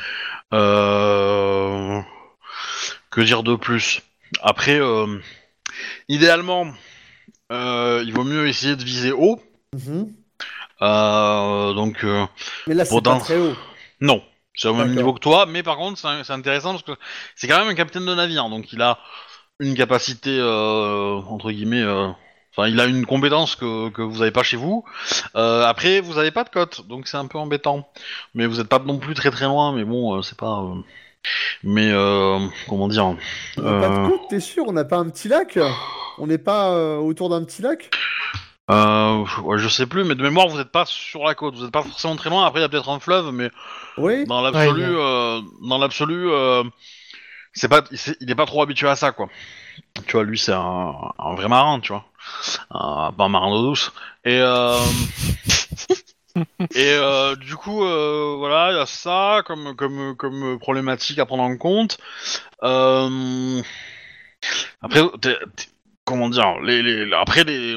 Euh... Que dire de plus? Après, euh, idéalement, euh, il vaut mieux essayer de viser haut. Mhm. Euh, donc, euh, Mais là, c'est Bon, pas dans- très haut. non, c'est au même D'accord. niveau que toi, mais par contre, c'est c'est intéressant parce que c'est quand même un capitaine de navire, donc il a une capacité euh, entre guillemets euh, Enfin, il a une compétence que, que vous avez pas chez vous. Euh, après, vous avez pas de cote, donc c'est un peu embêtant. Mais vous êtes pas non plus très très loin, mais bon, euh, c'est pas... euh, Mais, euh, comment dire... On n'a pas de euh, côte, t'es sûr? On n'a pas un petit lac? On n'est pas euh, autour d'un petit lac? euh, ouais, je sais plus, mais de mémoire, vous êtes pas sur la côte. Vous êtes pas forcément très loin. Après, il y a peut-être un fleuve, mais Oui? dans l'absolu... Ouais, il y euh, dans l'absolu... euh, c'est pas, c'est- il est pas trop habitué à ça, quoi. Tu vois, lui, c'est un, un vrai marin, tu vois. Un, pas un marin d'eau douce. Et, euh, et euh, du coup, euh, voilà, il y a ça comme, comme, comme problématique à prendre en compte. Euh, après, t'es- t'es- comment dire, les, les, après, les,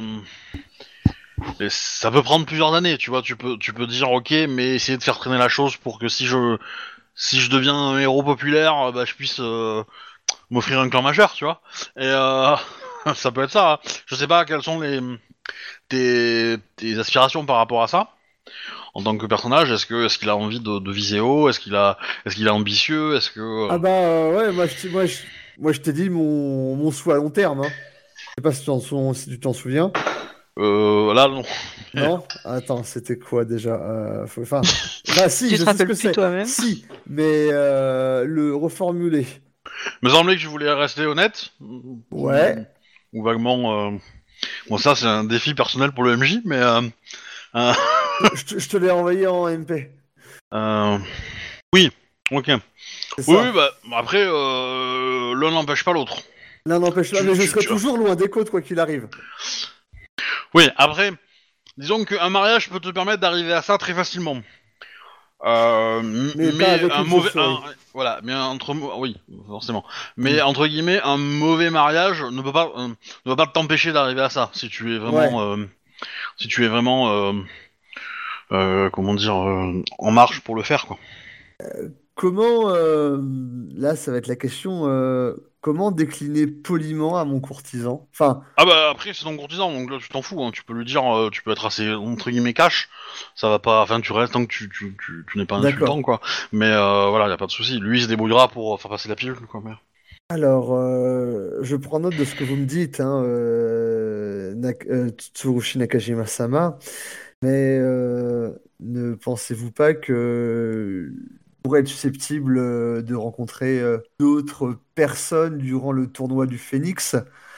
les- ça peut prendre plusieurs années, tu vois. Tu peux, tu peux dire, ok, mais essayer de faire traîner la chose pour que si je, si je deviens un héros populaire, bah, je puisse euh, m'offrir un clan majeur, tu vois. Et euh, ça peut être ça. Hein. Je sais pas quelles sont les tes, tes aspirations par rapport à ça en tant que personnage. Est-ce que est-ce qu'il a envie de, de viser haut? Est-ce qu'il a est-ce qu'il est ambitieux? Est-ce que Ah euh, bah euh, ouais, moi je, t'ai- moi, je, moi, je t'ai dit mon, mon souhait à long terme. Hein. Je sais pas si tu t'en sou- si tu t'en souviens. euh, là non. Non? Attends, c'était quoi déjà? Euh, faut- Enfin, bah si, Tu je te sais ce rappelles que plus c'est. toi-même? Si, mais euh, le reformuler. Il me semblait que je voulais rester honnête ou, Ouais. ou vaguement. Euh... Bon, ça c'est un défi personnel pour le M J, mais euh, euh, Je te, je te l'ai envoyé en M P. euh, oui, ok. C'est Oui, ça. oui, bah après euh, l'un n'empêche pas l'autre. L'un n'empêche pas, Tu- mais je tu- serai tu- toujours loin des côtes quoi qu'il arrive. Oui, après, disons qu'un mariage peut te permettre d'arriver à ça très facilement. Euh, m- Mais pas mais avec un une mauvais, chauve-souris. un- voilà, mais entre, oui, forcément. Mais Mm. entre guillemets, un mauvais mariage ne peut pas, euh, ne va pas t'empêcher d'arriver à ça si tu es vraiment, euh, si tu es vraiment, euh, euh, comment dire, euh, en marche pour le faire, quoi. Comment, euh, là, ça va être la question, euh, comment décliner poliment à mon courtisan? Enfin, Ah bah après c'est ton courtisan, donc là tu t'en fous, hein. Tu peux lui dire, euh, tu peux être assez entre guillemets cash, ça va pas, enfin tu restes tant que tu, tu, tu, tu n'es pas insultant, d'accord. quoi. Mais euh, voilà, y a pas de souci. Lui il se débrouillera pour faire passer la pilule, quoi. Mais... Alors, euh, je prends note de ce que vous me dites, hein, euh, Nak- euh, Tsurushi Nakajima-sama, mais euh, ne pensez-vous pas que je pourrais être susceptible euh, de rencontrer euh, d'autres personnes durant le tournoi du Phénix?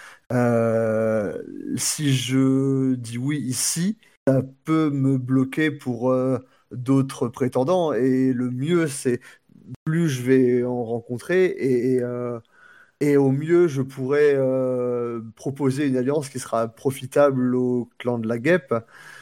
Euh, si je dis oui ici, ça peut me bloquer pour euh, d'autres prétendants, et le mieux, c'est plus je vais en rencontrer, et, et, euh, et au mieux, je pourrais euh, proposer une alliance qui sera profitable au clan de la guêpe.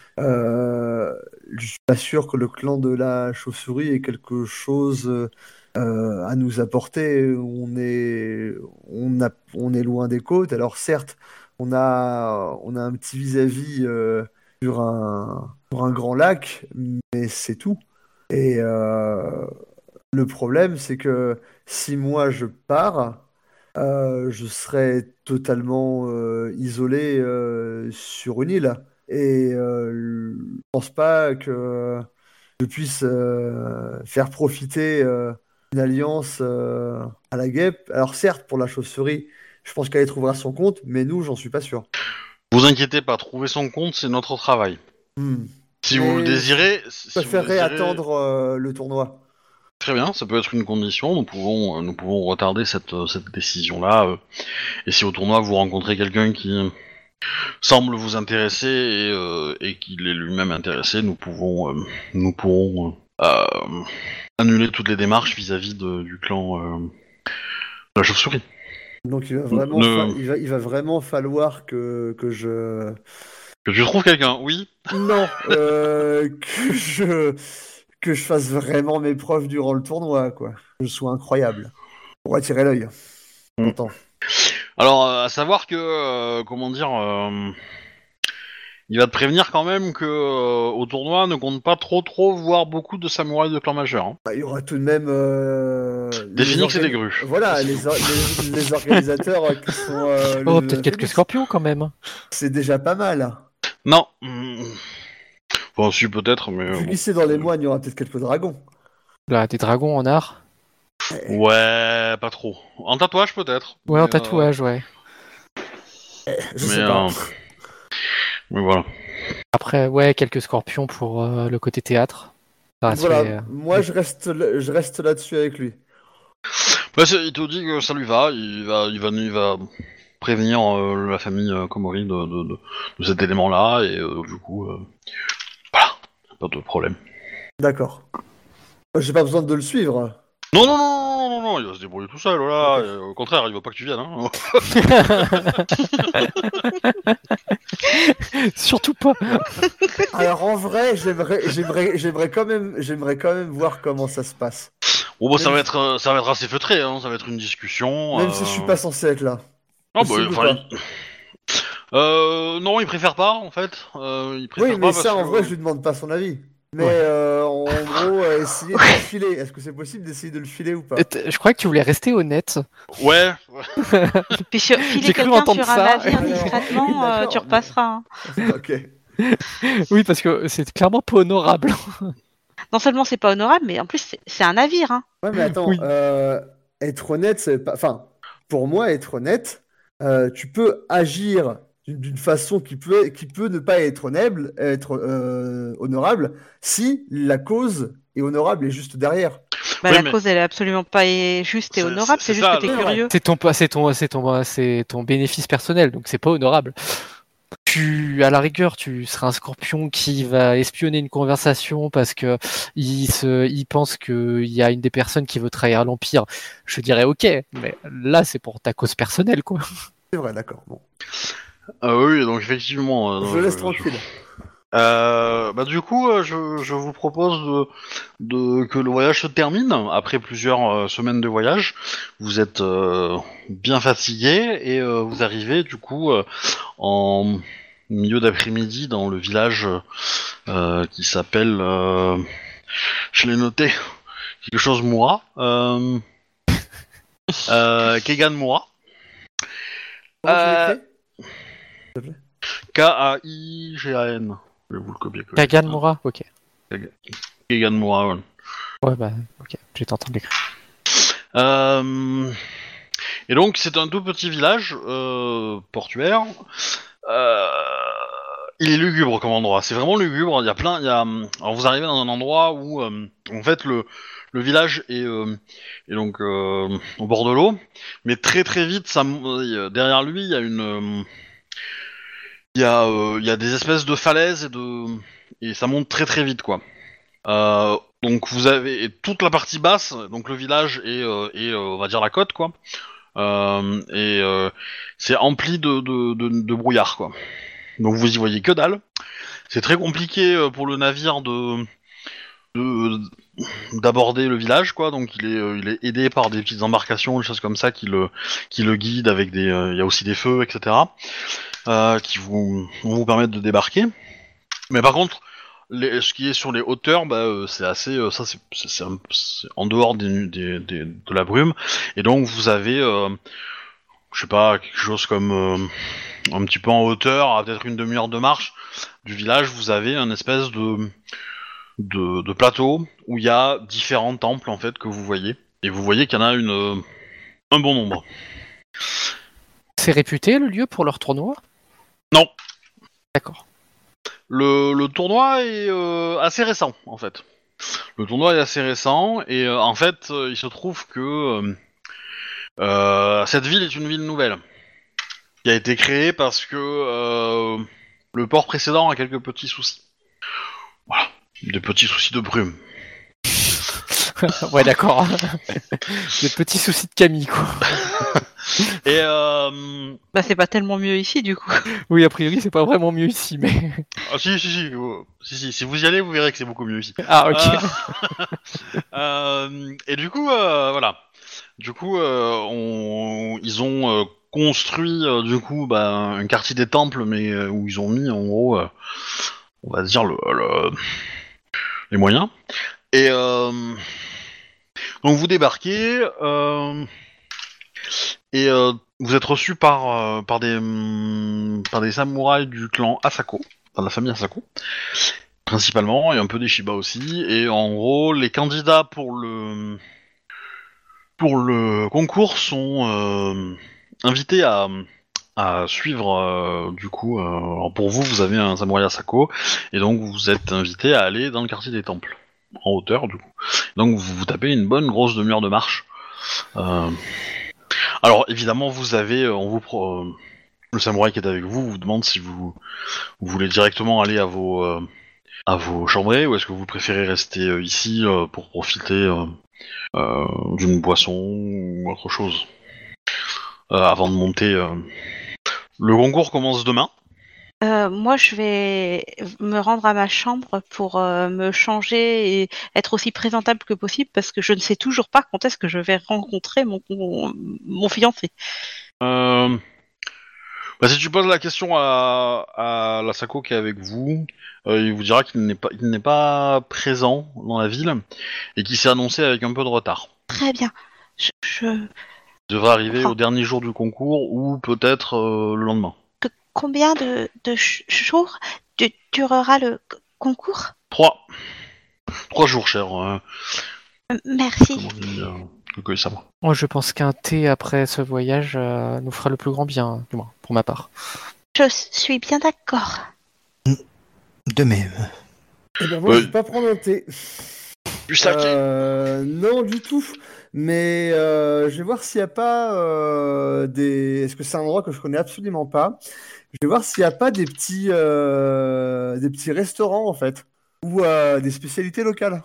Euh, je suis pas sûr que le clan de la chauve-souris ait quelque chose euh, à nous apporter. On est, on a, on est loin des côtes. Alors certes, on a, on a un petit vis-à-vis euh, sur un, sur un grand lac, mais c'est tout. Et euh, le problème, c'est que si moi je pars, euh, je serai totalement euh, isolé euh, sur une île. Et euh, je pense pas que je puisse euh, faire profiter euh, une alliance euh, à la guêpe. Alors certes, pour la chauve-souris, je pense qu'elle y trouvera son compte, mais nous, j'en suis pas sûr. Vous inquiétez pas, trouver son compte c'est notre travail. Hmm. Si vous le Mais je désirez, si vous le préférerais désirez, attendre euh, le tournoi. très bien, ça peut être une condition. Nous pouvons, euh, nous pouvons retarder cette, euh, cette décision-là. euh, et si au tournoi vous rencontrez quelqu'un qui euh, semble vous intéresser et, euh, et qu'il est lui-même intéressé, nous pouvons, euh, nous pourrons euh, euh, annuler toutes les démarches vis-à-vis de- du clan euh, de la chauve-souris. Donc il va vraiment, fa- Ne- il va, il va vraiment falloir que, que je... Que tu trouves quelqu'un, oui. Non, euh, que je... que je fasse vraiment mes preuves durant le tournoi, quoi. Que je sois incroyable. Pour attirer l'œil. Mm. Content. Alors, euh, à savoir que, euh, comment dire, euh, il va te prévenir quand même que euh, au tournoi ne compte pas trop trop voir beaucoup de samouraïs de clan majeur. Hein. Bah, il y aura tout de même euh, Des les phoenix et organi- des grues. Voilà, C'est les, tout. or- les- les organisateurs euh, qui sont. euh, Oh, le- peut-être quelques Phoenix. scorpions quand même. C'est déjà pas mal. Non. Mm. Enfin, si peut-être, mais. Vu bon. qu'ici dans les moines, il y aura peut-être quelques dragons. Là, des dragons en art. Ouais, pas trop. En tatouage peut-être. Ouais, mais, en tatouage, ouais. Je mais, sais pas. euh, Mais voilà. Après, ouais, quelques scorpions pour euh, le côté théâtre. Ça Voilà, fait, euh, moi je reste, là- je reste là-dessus avec lui. Bah, c'est- il te dit que ça lui va, il va, il va, il va prévenir euh, la famille euh, Komori de, de, de, de cet élément-là, et euh, du coup, euh, voilà, pas de problème. D'accord. J'ai pas besoin de le suivre. Non, non, non, non, non, non, il va se débrouiller tout seul, voilà. Ok. et, au contraire, il veut pas que tu viennes. Hein. Surtout pas. Alors en vrai, j'aimerais, j'aimerais, j'aimerais quand même, j'aimerais quand même voir comment ça se passe. Bon, bah, ça Même va si- être, euh, ça va être assez feutré, hein, ça va être une discussion. Même euh, si je suis pas censé être là. Ah, bah, Possible ou enfin, pas il- euh, non, il préfère pas, en fait. Euh, il préfère Oui, mais pas ça parce en que- vrai, je lui demande pas son avis. Mais Ouais. euh, en gros, euh, essayer de le filer. Est-ce que c'est possible d'essayer de le filer ou pas? Et t- Je crois que tu voulais rester honnête. Ouais, ouais. Puis sur- filer J'ai cru quelqu'un entendre sur un ça. navire Alors, discrètement, oui, euh, d'accord, tu repasseras. hein. Ok. Oui, parce que c'est clairement pas honorable. Non seulement c'est pas honorable, mais en plus c'est- c'est un navire. Hein. Ouais, mais attends, Oui. euh, être honnête, c'est pas. Enfin, pour moi, être honnête, euh, tu peux agir d'une d'une façon qui peut, qui peut ne pas être honorable, être euh, honorable, si la cause est honorable et juste derrière. Bah, Oui, la mais- cause elle est absolument pas é- juste et C'est- honorable, c'est- c'est c'est juste ça, que t'es le- curieux. C'est ton, c'est ton, c'est ton, c'est ton bénéfice personnel, donc c'est pas honorable. Tu, à la rigueur, tu seras un scorpion qui va espionner une conversation parce que il se, il pense qu'il y a une des personnes qui veut trahir l'Empire. Je dirais ok, mais là c'est pour ta cause personnelle, quoi. C'est vrai, d'accord. Bon. Ah oui, donc effectivement. euh, Je non, laisse tranquille. Euh, bah du coup, euh, je, je vous propose de, de- que le voyage se termine après plusieurs euh, semaines de voyage. Vous êtes euh, bien fatigué et euh, vous arrivez du coup euh, en milieu d'après-midi dans le village euh, qui s'appelle, euh, je l'ai noté, quelque chose Moura, euh, euh, Kegan Moura, Comment tu Euh, l'écris? K A I G A N. Je vais vous le copier. Kagan Mora, ok. Kegan Moura, ouais. Ouais bah ok, j'ai tenté de l'écrire. Euh, Et donc c'est un tout petit village euh, portuaire. Euh, Il est lugubre comme endroit. C'est vraiment lugubre. Il y a plein. Il y a. Alors vous arrivez dans un endroit où euh, en fait le le village est, euh, est donc euh, au bord de l'eau, mais très très vite ça euh, derrière lui il y a une euh, il y a euh, il y a des espèces de falaises et de et ça monte très très vite quoi. Euh, donc vous avez et toute la partie basse, donc le village et, euh, et euh, on va dire la côte quoi. Euh, et euh, c'est empli de, de, de, de brouillard quoi. Donc vous y voyez que dalle. C'est très compliqué euh, pour le navire de, de d'aborder le village quoi. Donc il est euh, il est aidé par des petites embarcations, des choses comme ça qui le qui le guident avec des euh, il y a aussi des feux et cetera. Euh, qui vous vont vous permettre de débarquer. Mais par contre les, ce qui est sur les hauteurs, bah, euh, c'est assez, euh, ça c'est, c'est, c'est un- c'est en dehors des, des, des- de la brume, et donc vous avez, euh, je sais pas, quelque chose comme euh, un petit peu en hauteur, à peut-être une demi-heure de marche du village, vous avez un espèce de, de, de plateau où il y a différents temples en fait que vous voyez, et vous voyez qu'il y en a une, euh, un bon nombre. C'est réputé le lieu pour leur tournoi? Non. D'accord. Le, le tournoi est euh, assez récent en fait. Le tournoi est assez récent et euh, en fait euh, il se trouve que euh, euh, cette ville est une ville nouvelle qui a été créée parce que euh, le port précédent a quelques petits soucis. Voilà, des petits soucis de brume. Ouais d'accord. Des petits soucis de Camille quoi. Et euh, Bah c'est pas tellement mieux ici du coup. Oui a priori c'est pas vraiment mieux ici mais. ah, si, si, si, euh, si, si, si vous y allez vous verrez que c'est beaucoup mieux ici. Ah ok. Euh, euh, et du coup, euh, voilà. Du coup, euh, on, ils ont euh, construit euh, du coup bah, un quartier des temples, mais euh, où ils ont mis en gros, euh, on va dire le, le- les moyens. Et euh, donc vous débarquez euh, et euh, vous êtes reçu par euh, par des hum, par des samouraïs du clan Asako, enfin de la famille Asako. Principalement, et un peu des Shiba aussi. Et en gros, les candidats pour le pour le concours sont euh, invités à, à suivre euh, du coup. Euh, alors pour vous, vous avez un samouraï Asako, et donc vous êtes invité à aller dans le quartier des temples, en hauteur du coup. Donc vous vous tapez une bonne grosse demi-heure de marche. Euh... Alors évidemment, vous avez, on vous pro... le samouraï qui est avec vous vous demande si vous, vous voulez directement aller à vos euh, à vos chambrées ou est-ce que vous préférez rester euh, ici euh, pour profiter euh, euh, d'une boisson ou autre chose euh, avant de monter. Euh... Le concours commence demain. Euh, moi, je vais me rendre à ma chambre pour euh, me changer et être aussi présentable que possible parce que je ne sais toujours pas quand est-ce que je vais rencontrer mon, mon, mon fiancé. Euh... Bah, si tu poses la question à, à l'Asako qui est avec vous, euh, il vous dira qu'il n'est pas, il n'est pas présent dans la ville et qu'il s'est annoncé avec un peu de retard. Très bien. Je, je... Il devrait arriver Oh. au dernier jour du concours ou peut-être euh, le lendemain. Que, combien de, de ch- jours du- durera le c- concours? Trois. Trois jours, cher. Euh, Euh, Merci. comment dit, euh, Kokoe-sama. Moi, je pense qu'un thé après ce voyage euh, nous fera le plus grand bien, du moins, pour ma part. Je suis bien d'accord. De même. Eh ben moi, Ouais. je vais pas prendre un thé. Du saké. Euh, non, du tout. Mais euh, je vais voir s'il n'y a pas euh, des. Est-ce que c'est un endroit que je connais absolument pas? Je vais voir s'il n'y a pas des petits, euh, des petits restaurants en fait, ou euh, des spécialités locales.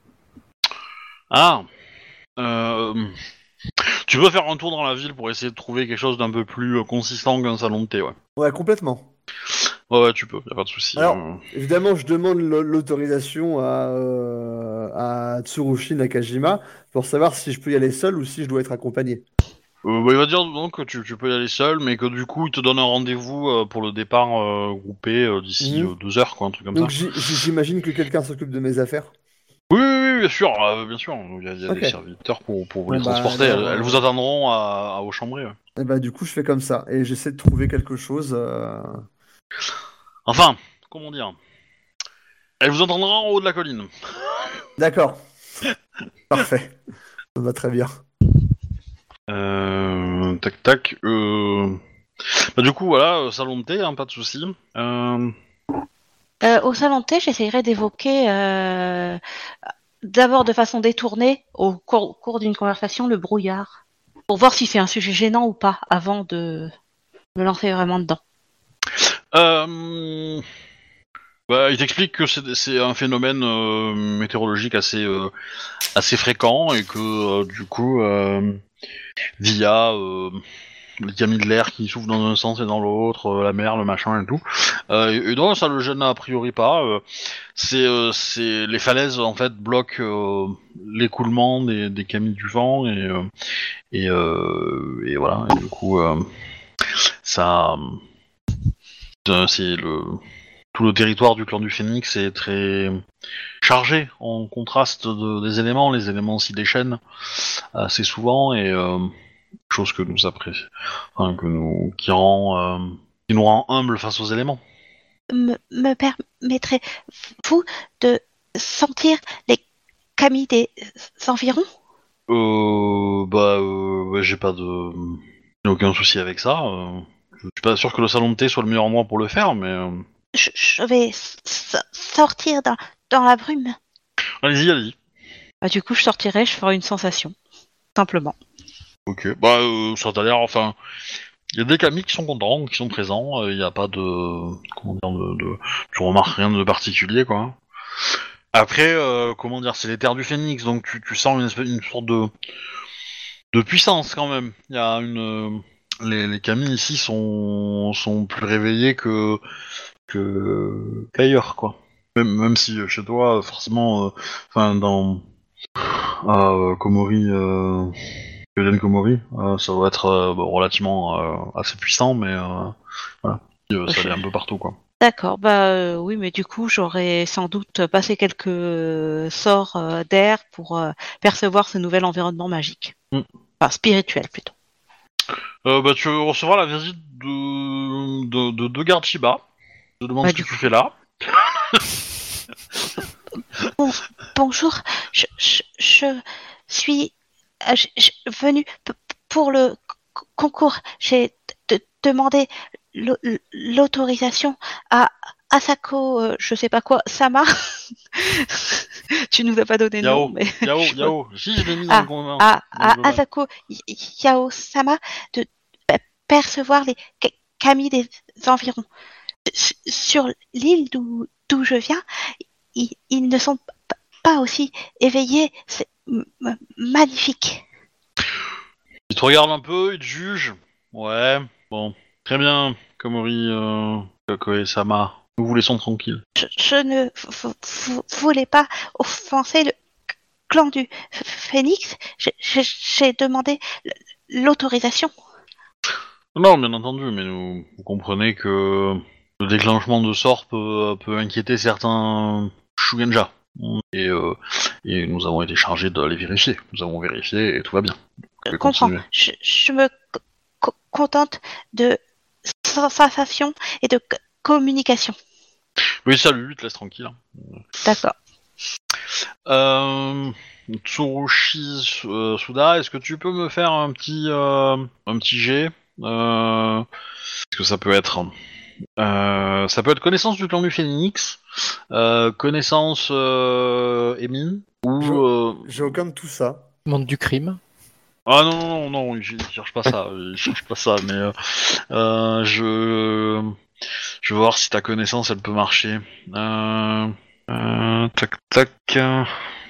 Ah. Euh... Tu peux faire un tour dans la ville pour essayer de trouver quelque chose d'un peu plus euh, consistant qu'un salon de thé, ouais. Ouais, complètement. Ouais, ouais, tu peux, y a pas de souci. Alors, euh. Évidemment, je demande l'au- l'autorisation à, euh, à Tsurushi Nakajima pour savoir si je peux y aller seul ou si je dois être accompagné. Euh, bah, il va dire donc que tu, tu peux y aller seul, mais que du coup, il te donne un rendez-vous euh, pour le départ euh, groupé euh, d'ici Mhm. euh, deux heures, quoi, un truc comme Donc ça. j- j- j'imagine que quelqu'un s'occupe de mes affaires. Oui, oui, oui, bien sûr, euh, bien sûr. Il y a, il y a Ok. des serviteurs pour, pour vous Bon, les bah, transporter. alors, elles, elles euh, vous attendront à, à vos chambrées. Ouais. Et bah du coup, je fais comme ça et j'essaie de trouver quelque chose. euh, Enfin, comment dire elles vous attendront en haut de la colline. D'accord. Parfait. Ça va très bien. Euh, tac, tac. Euh... Bah, du coup, voilà, euh, salon de thé, hein, pas de souci. Euh... Euh, au salon de thé, j'essayerai d'évoquer euh, d'abord de façon détournée, au cours, au cours d'une conversation, le brouillard, pour voir si c'est un sujet gênant ou pas, avant de me lancer vraiment dedans. Euh... Bah, il t'explique que c'est c'est un phénomène euh, météorologique assez euh, assez fréquent et que euh, du coup, euh, via euh, les camis de l'air qui soufflent dans un sens et dans l'autre, euh, la mer, le machin et tout, euh, et, et non, ça le gêne a priori pas. Euh, c'est euh, c'est les falaises en fait bloquent euh, l'écoulement des, des camis du vent et euh, et, euh, et voilà. Et du coup, euh, ça, euh, c'est le tout le territoire du clan du Phénix est très chargé en contraste de, des éléments. Les éléments s'y déchaînent assez souvent et euh, chose que nous apprécions, enfin, que nous qui rend euh, qui nous rend humbles face aux éléments. Me, me permettrez-vous de sentir les camis des environs? Euh, bah, euh, ouais, j'ai pas de, j'ai aucun souci avec ça. Euh, je suis pas sûr que le salon de thé soit le meilleur endroit pour le faire, mais euh, Je, je vais s- sortir dans, dans la brume. allez-y, allez-y. Bah, du coup, je sortirai, je ferai une sensation. Simplement. Ok. Bah, euh, ça t'a l'air, enfin, il y a des camis qui sont contents, qui sont présents. Il n'y a pas de, comment dire, de, de, tu remarques rien de particulier, quoi. Après, euh, comment dire, c'est les terres du Phénix, donc tu, tu sens une, espèce, une sorte de, de puissance quand même. Il y a une, euh, les, les camis ici sont, sont plus réveillés que, que qu'ailleurs, quoi. Même, même si euh, chez toi, forcément, euh, enfin dans à euh, Komori, euh, Yoden Komori, euh, ça doit être euh, bon, relativement euh, assez puissant, mais euh, voilà, euh, ça Je- allait un peu partout, quoi. D'accord, bah euh, oui, mais du coup, j'aurais sans doute passé quelques euh, sorts euh, d'air pour euh, percevoir ce nouvel environnement magique. Mm. Enfin, spirituel plutôt. Euh, bah, tu recevras la visite de de, de deux gardes Shiba. Je te demande Bah, ce que du tu coup- fais là. Bonjour, je, je, je suis euh, je, je- venue p- pour le c- concours. J'ai de, demandé l'au- l'autorisation à Asako, euh, je sais pas quoi, Sama. Tu nous as pas donné de nom, Yao, mais Yao, je- Yao. Si, je l'ai mis dans Ah, le convainc. à, dans le à global. Asako Y- Yao Sama de euh, percevoir les ca- kami des environs. S- Sur l'île d'où d'où je viens, ils, ils ne sont p- pas aussi éveillés. C'est m- m- magnifique. Il te regarde un peu, il te juge. Ouais, bon. Très bien, Komori euh, Kokoe-sama. Nous vous laissons tranquille. Je, je ne v- v- voulais pas offenser le clan du Ph- Phénix. J'ai- J'ai j'ai demandé l- l'autorisation. Non, bien entendu, mais nous, vous comprenez que le déclenchement de sort peut, peut inquiéter certains Shugenja. Et, euh, et nous avons été chargés d'aller vérifier. Nous avons vérifié et tout va bien. Vous Je pouvez comprends. continuer. Je, je me co- co- contente de sensations et de c- communication. Oui, salut, il te laisse tranquille. hein. D'accord. Euh, Tsurushi euh, Suda, est-ce que tu peux me faire un petit, euh, un petit jet euh, Est-ce que ça peut être euh, Ça peut être connaissance du clan du Phénix, euh, connaissance euh, Emin, ou... Je- euh, J'ai aucun de tout ça. Monde du crime. Ah non, non, non, non, il il cherche pas ça, il cherche pas ça, mais euh, euh, je... Je vais voir si ta connaissance, elle peut marcher. Euh... euh, tac, tac... euh,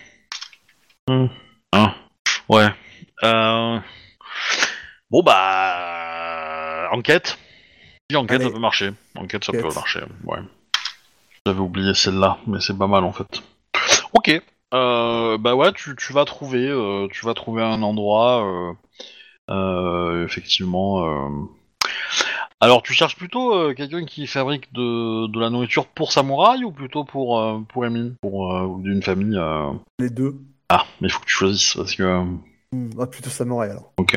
hum, ah, ouais. Euh... Bon bah... Enquête. Si, enquête, Allez. ça peut marcher. Enquête, ça Enquête. peut marcher, ouais. J'avais oublié celle-là, mais c'est pas mal en fait. Ok. Euh, bah ouais, tu, tu vas trouver, euh, tu vas trouver un endroit, euh, euh, effectivement. Euh... Alors, tu cherches plutôt euh, quelqu'un qui fabrique de, de la nourriture pour samouraï ou plutôt pour euh, pour Emin, pour euh, ou d'une famille. euh, Les deux. Ah, mais il faut que tu choisisses parce que. euh, Hmm, ah, plutôt samouraï alors. Ok.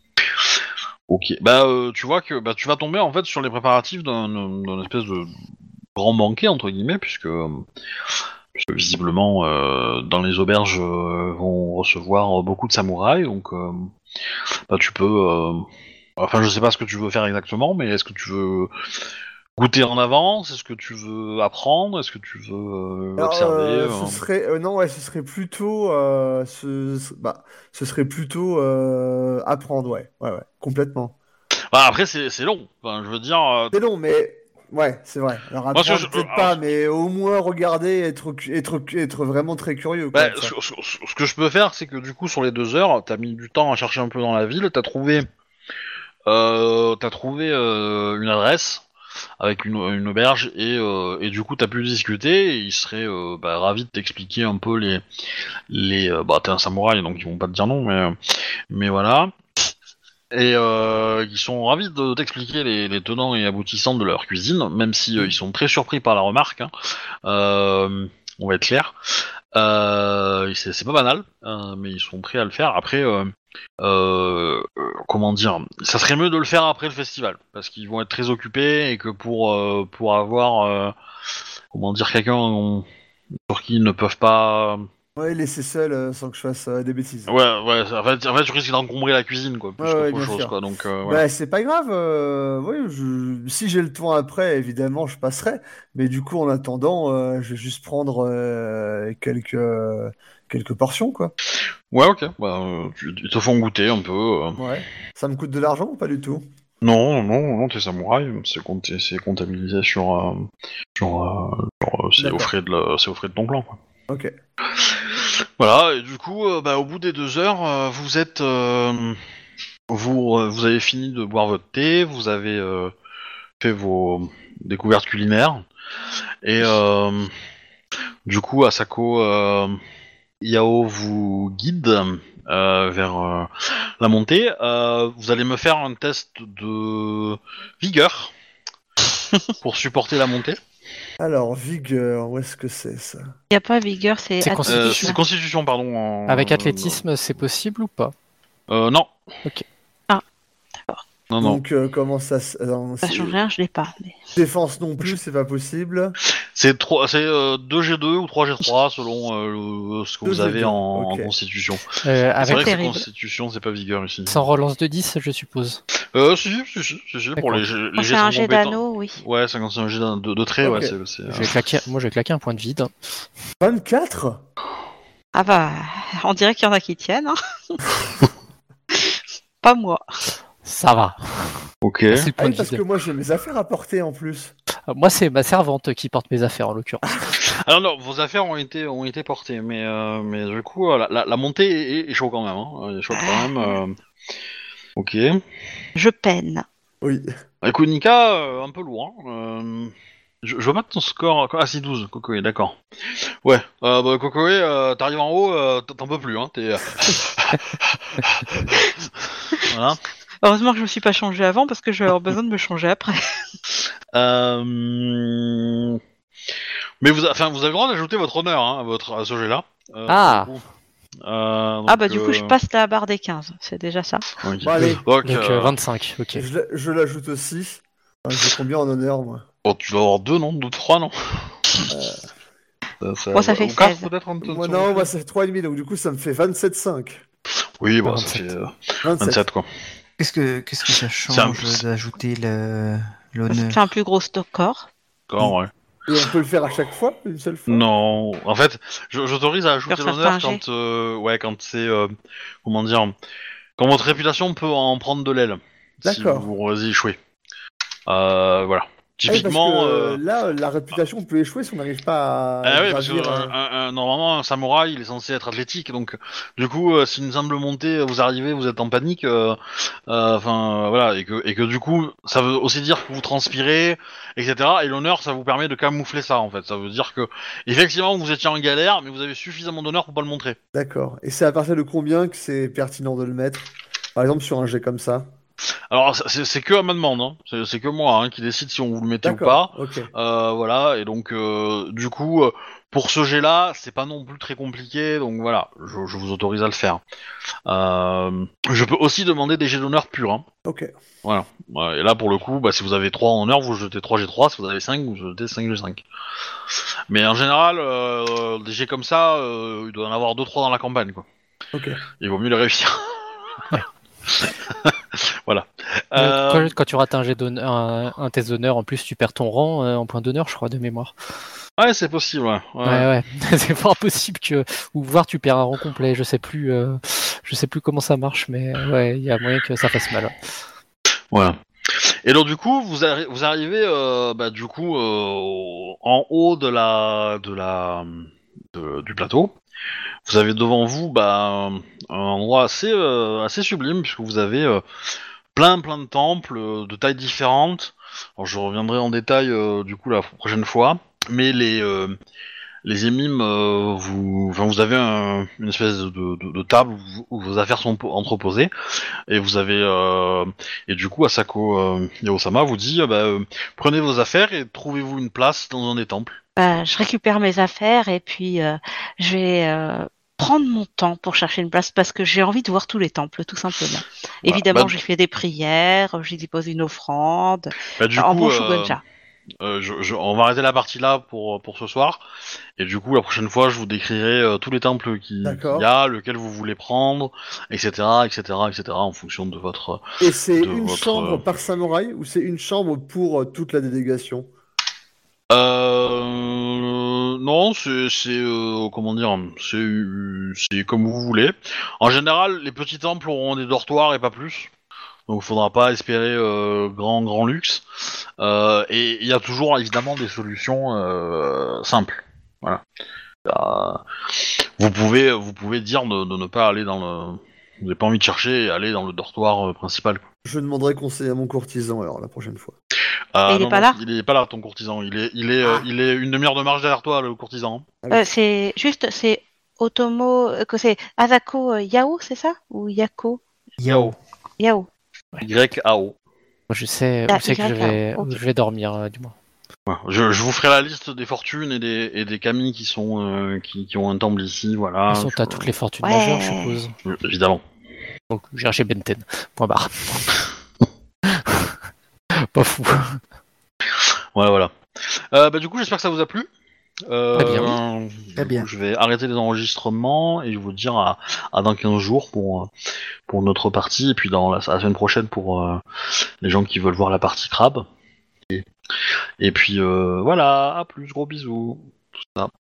Ok. Bah, euh, tu vois que bah, tu vas tomber en fait sur les préparatifs d'un, d'un espèce de grand banquet entre guillemets, puisque, euh, puisque visiblement euh, dans les auberges euh, vont recevoir beaucoup de samouraïs, donc euh, bah, tu peux. euh, Enfin, je sais pas ce que tu veux faire exactement, mais est-ce que tu veux goûter en avance? Est-ce que tu veux apprendre? Est-ce que tu veux euh, Alors, observer euh, euh, ce serait euh, non ouais, ce serait plutôt euh, ce, ce- bah, ce serait plutôt euh, apprendre ouais, ouais, ouais, complètement. Bah, après, c'est, c'est long. Enfin, je veux dire. euh, C'est long, mais ouais, c'est vrai. Alors Moi, ce que apprendre je- peut-être alors, pas, mais au moins regarder, être cu- être cu- être vraiment très curieux quoi. Bah, de ce, ça. ce- ce- ce que je peux faire, c'est que du coup, sur les deux heures, t'as mis du temps à chercher un peu dans la ville, t'as trouvé, euh, t'as trouvé euh, une adresse avec une, une auberge et, euh, et du coup, t'as pu discuter. Et ils seraient euh, bah, ravis de t'expliquer un peu les, les. euh, bah, t'es un samouraï, donc ils vont pas te dire non, mais, mais voilà. Et euh, ils sont ravis de t'expliquer les, les tenants et aboutissants de leur cuisine, même si euh, ils sont très surpris par la remarque. Hein. Euh, on va être clair. Euh, c'est, c'est pas banal, euh, mais ils sont prêts à le faire. Après, euh, euh, euh, comment dire, ça serait mieux de le faire après le festival, parce qu'ils vont être très occupés et que pour euh, pour avoir, euh, comment dire, quelqu'un on- sur qui ils ne peuvent pas. Ouais, laisser seul euh, sans que je fasse euh, des bêtises. Ouais, ouais. En fait, en fait, tu risques d'encombrer la cuisine, quoi, plus Ouais, ouais, qu'autre bien chose, sûr. quoi. Donc, euh, voilà. Bah, c'est pas grave. euh, oui, je... si j'ai le temps après, évidemment, je passerai. Mais du coup, en attendant, euh, je vais juste prendre euh, quelques quelques portions quoi. Ouais, ok. Bah, euh, tu- ils te font goûter un peu. euh. Ouais. Ça me coûte de l'argent ou pas du tout? Non, non, non, t'es samouraï, c'est, compté- c'est comptabilisé sur, euh, sur, euh, sur, euh, c'est, au D'accord. frais de la- c'est au frais de ton clan, quoi. Ok. Voilà, et du coup, euh, bah, au bout des deux heures, euh, vous êtes, euh, vous, euh, vous avez fini de boire votre thé, vous avez euh, fait vos découvertes culinaires, et euh, du coup, Asako euh, Yao vous guide euh, vers euh, la montée. Euh, vous allez me faire un test de vigueur pour supporter la montée. Alors, vigueur, où est-ce que c'est ça? Il n'y a pas vigueur, c'est C'est Euh, Constitution. c'est constitution, pardon. en- Avec athlétisme, c'est possible ou pas? Euh, non. Ok. Ah, d'accord. Non, non. Donc, euh, comment ça se... euh, Ça c'est- change rien, je l'ai pas. Mais... Défense non plus, c'est pas possible. C'est trois, c'est euh, deux G deux ou trois G trois selon euh, le- ce que deux vous avez G deux, en, ok. en constitution. Euh, C'est avec vrai que c'est terrible. constitution, c'est pas vigueur ici. sans relance de dix, je suppose. Euh, si, si, si, si, si, pour D'accord. les, les Quand jets c'est un sans jet compétence. d'anneau, oui. Ouais, c'est quand c'est un jet d'un- de, de trait, Ok. ouais, c'est. c'est, euh, Je vais claquer, moi, je vais claquer un point de vide. vingt-quatre. Ah bah, on dirait qu'il y en a qui tiennent. Hein. Pas moi. Ça va. Ok. C'est le Ah point oui, de parce vide. que moi j'ai mes affaires à porter en plus. Euh, Moi, c'est ma servante qui porte mes affaires en l'occurrence. Alors non, vos affaires ont été ont été portées, mais euh, mais du coup euh, la, la, la montée est, est chaud quand même, hein. Elle est chaude quand même. euh. Ok. Je peine. Oui. Écoute, Nika, euh, un peu loin. Euh, je, je veux mettre ton score. Ah, si, douze, Kokoe, d'accord. Ouais, euh, bah, Kokoe, euh, t'arrives en haut, euh, t'en peux plus, hein. T'es. Voilà. Heureusement que je me suis pas changé avant parce que je vais avoir besoin de me changer après. Euh... Mais vous, enfin, vous avez le droit d'ajouter votre honneur hein, à, votre, à ce jet-là. Euh, Ah. du coup. Euh, donc, Ah bah du coup euh, je passe la barre des quinze, c'est déjà ça. ok. Bon, allez. Donc, Donc euh, euh, vingt-cinq, ok. Je, l'a- je l'ajoute aussi. Enfin, j'ai combien en honneur moi? bon, tu dois avoir deux, non? Deux, trois, non? Euh, ça, ça, Moi, ça fait ou quatre, seize. peut-être, en t- Moi sur non, le moi jeu ça fait trois virgule cinq, donc du coup ça me fait vingt-sept virgule cinq. Oui, bah, ça vingt-sept. fait euh, vingt-sept. vingt-sept, quoi. Qu'est-ce que, qu'est-ce que ça C'est un- change d'ajouter le, Ça l'honneur? te fait un plus gros score. D'accord, ouais. Et on peut le faire à chaque fois, une seule fois? Non, en fait, je- j'autorise à ajouter Sur l'honneur certains quand, euh, ouais, quand c'est, euh, comment dire, quand votre réputation peut en prendre de l'aile. Si D'accord. vous y échouez. Euh, voilà. Ah oui, parce Typiquement. que euh, là, la réputation peut échouer si on n'arrive pas à Ah oui, parce que gravir, euh, euh, un- un- normalement un samouraï il est censé être athlétique, donc du coup euh, si une simple montée vous arrivez, vous êtes en panique, euh, euh, enfin euh, voilà, et que et que du coup ça veut aussi dire que vous transpirez, et cetera. Et l'honneur ça vous permet de camoufler ça en fait, ça veut dire que effectivement vous étiez en galère, mais vous avez suffisamment d'honneur pour pas le montrer. D'accord. Et c'est à partir de combien que c'est pertinent de le mettre? Par exemple sur un jet comme ça? Alors c'est c'est que à ma demande, hein. c'est c'est que moi hein, qui décide si on vous le mettez ou pas. D'accord, ok. Euh, voilà, et donc euh, du coup, euh, pour ce jet-là, c'est pas non plus très compliqué, donc voilà, je, je vous autorise à le faire. Euh, je peux aussi demander des jets d'honneur purs, hein. Ok. Voilà. Ouais, et là, pour le coup, bah, si vous avez trois en honneur, vous jetez trois G trois, si vous avez cinq, vous jetez cinq G cinq. Mais en général, euh, des jets comme ça, euh, il doit y en avoir deux trois dans la campagne, quoi. Ok. Il vaut mieux les réussir. Voilà. Euh, Euh, quand, quand tu rates un jet d'honneur, un, un test d'honneur, en plus tu perds ton rang euh, en point d'honneur, je crois, de mémoire. Ouais, c'est possible, ouais. Ouais. Ouais, ouais. C'est fort possible que, ou voir tu perds un rang complet. Je sais plus, euh, je sais plus comment ça marche, mais euh, ouais, il y a moyen que ça fasse mal. Voilà. Et donc du coup, vous, arri- vous arrivez, euh, bah, du coup, euh, en haut de la, de la, de- du plateau. Vous avez devant vous, bah, un endroit assez, euh, assez sublime puisque vous avez euh, plein, plein de temples euh, de tailles différentes. Alors, je reviendrai en détail euh, du coup la prochaine fois. Mais les, euh, les émimes, euh, vous, enfin, vous avez un- une espèce de, de, de table où, où vos affaires sont po- entreposées. Et vous avez euh, et du coup Asako euh, Yaosama vous dit euh, bah, euh, prenez vos affaires et trouvez-vous une place dans un des temples. Bah, je récupère mes affaires et puis euh, je vais euh, prendre mon temps pour chercher une place parce que j'ai envie de voir tous les temples, tout simplement. Voilà. Évidemment, Bah, j'ai fait des prières, j'y dépose une offrande. Bah, du en coup, bon euh, Shugonja. euh, je, je- on va arrêter la partie là pour pour ce soir. Et du coup, la prochaine fois, je vous décrirai euh, tous les temples qui- D'accord. qu'il y a, lequel vous voulez prendre, et cetera, et cetera, et cetera, en fonction de votre. Et c'est de une votre, chambre euh, par samouraï ou c'est une chambre pour euh, toute la délégation? Euh, non, c'est, c'est euh, comment dire, c'est, euh, c'est comme vous voulez. En général, les petits temples auront des dortoirs et pas plus. Donc, il faudra pas espérer euh, grand, grand luxe. Euh, et il y a toujours évidemment des solutions euh, simples. Voilà. Euh, vous pouvez, vous pouvez dire de, de ne pas aller dans le. Vous n'avez pas envie de chercher et aller dans le dortoir euh, principal. Quoi. Je demanderai conseil à mon courtisan alors la prochaine fois. Euh, Et il est non, pas non, là Il est pas là, ton courtisan. Il est, il est, euh, Ah. il est une demi-heure de marche derrière toi, le courtisan. Euh, c'est juste, c'est Otomo, euh, que c'est Asako euh, Yao, c'est ça? Ou Yako? Yao. Yao. Y A O. Je sais Ah, où c'est que je Y, vais, ok. où je vais dormir, euh, du moins. Ouais, Je, je vous ferai la liste des fortunes et des, et des kami qui sont euh, qui, qui ont un temple ici, voilà. De toute façon, Je- t'as toutes les fortunes Ouais. majeures, je suppose. euh, Évidemment. Donc, j'ai cherché Benten. Point barre. Pas fou. Ouais, voilà. Euh, bah, du coup, j'espère que ça vous a plu. Euh, Très bien. du Très coup, bien. Je vais arrêter les enregistrements et vous dire à, à dans quinze jours pour, euh, pour notre partie, et puis dans la, la semaine prochaine pour euh, les gens qui veulent voir la partie crabe. Et, et puis euh, voilà, à plus, gros bisous. Tout ça.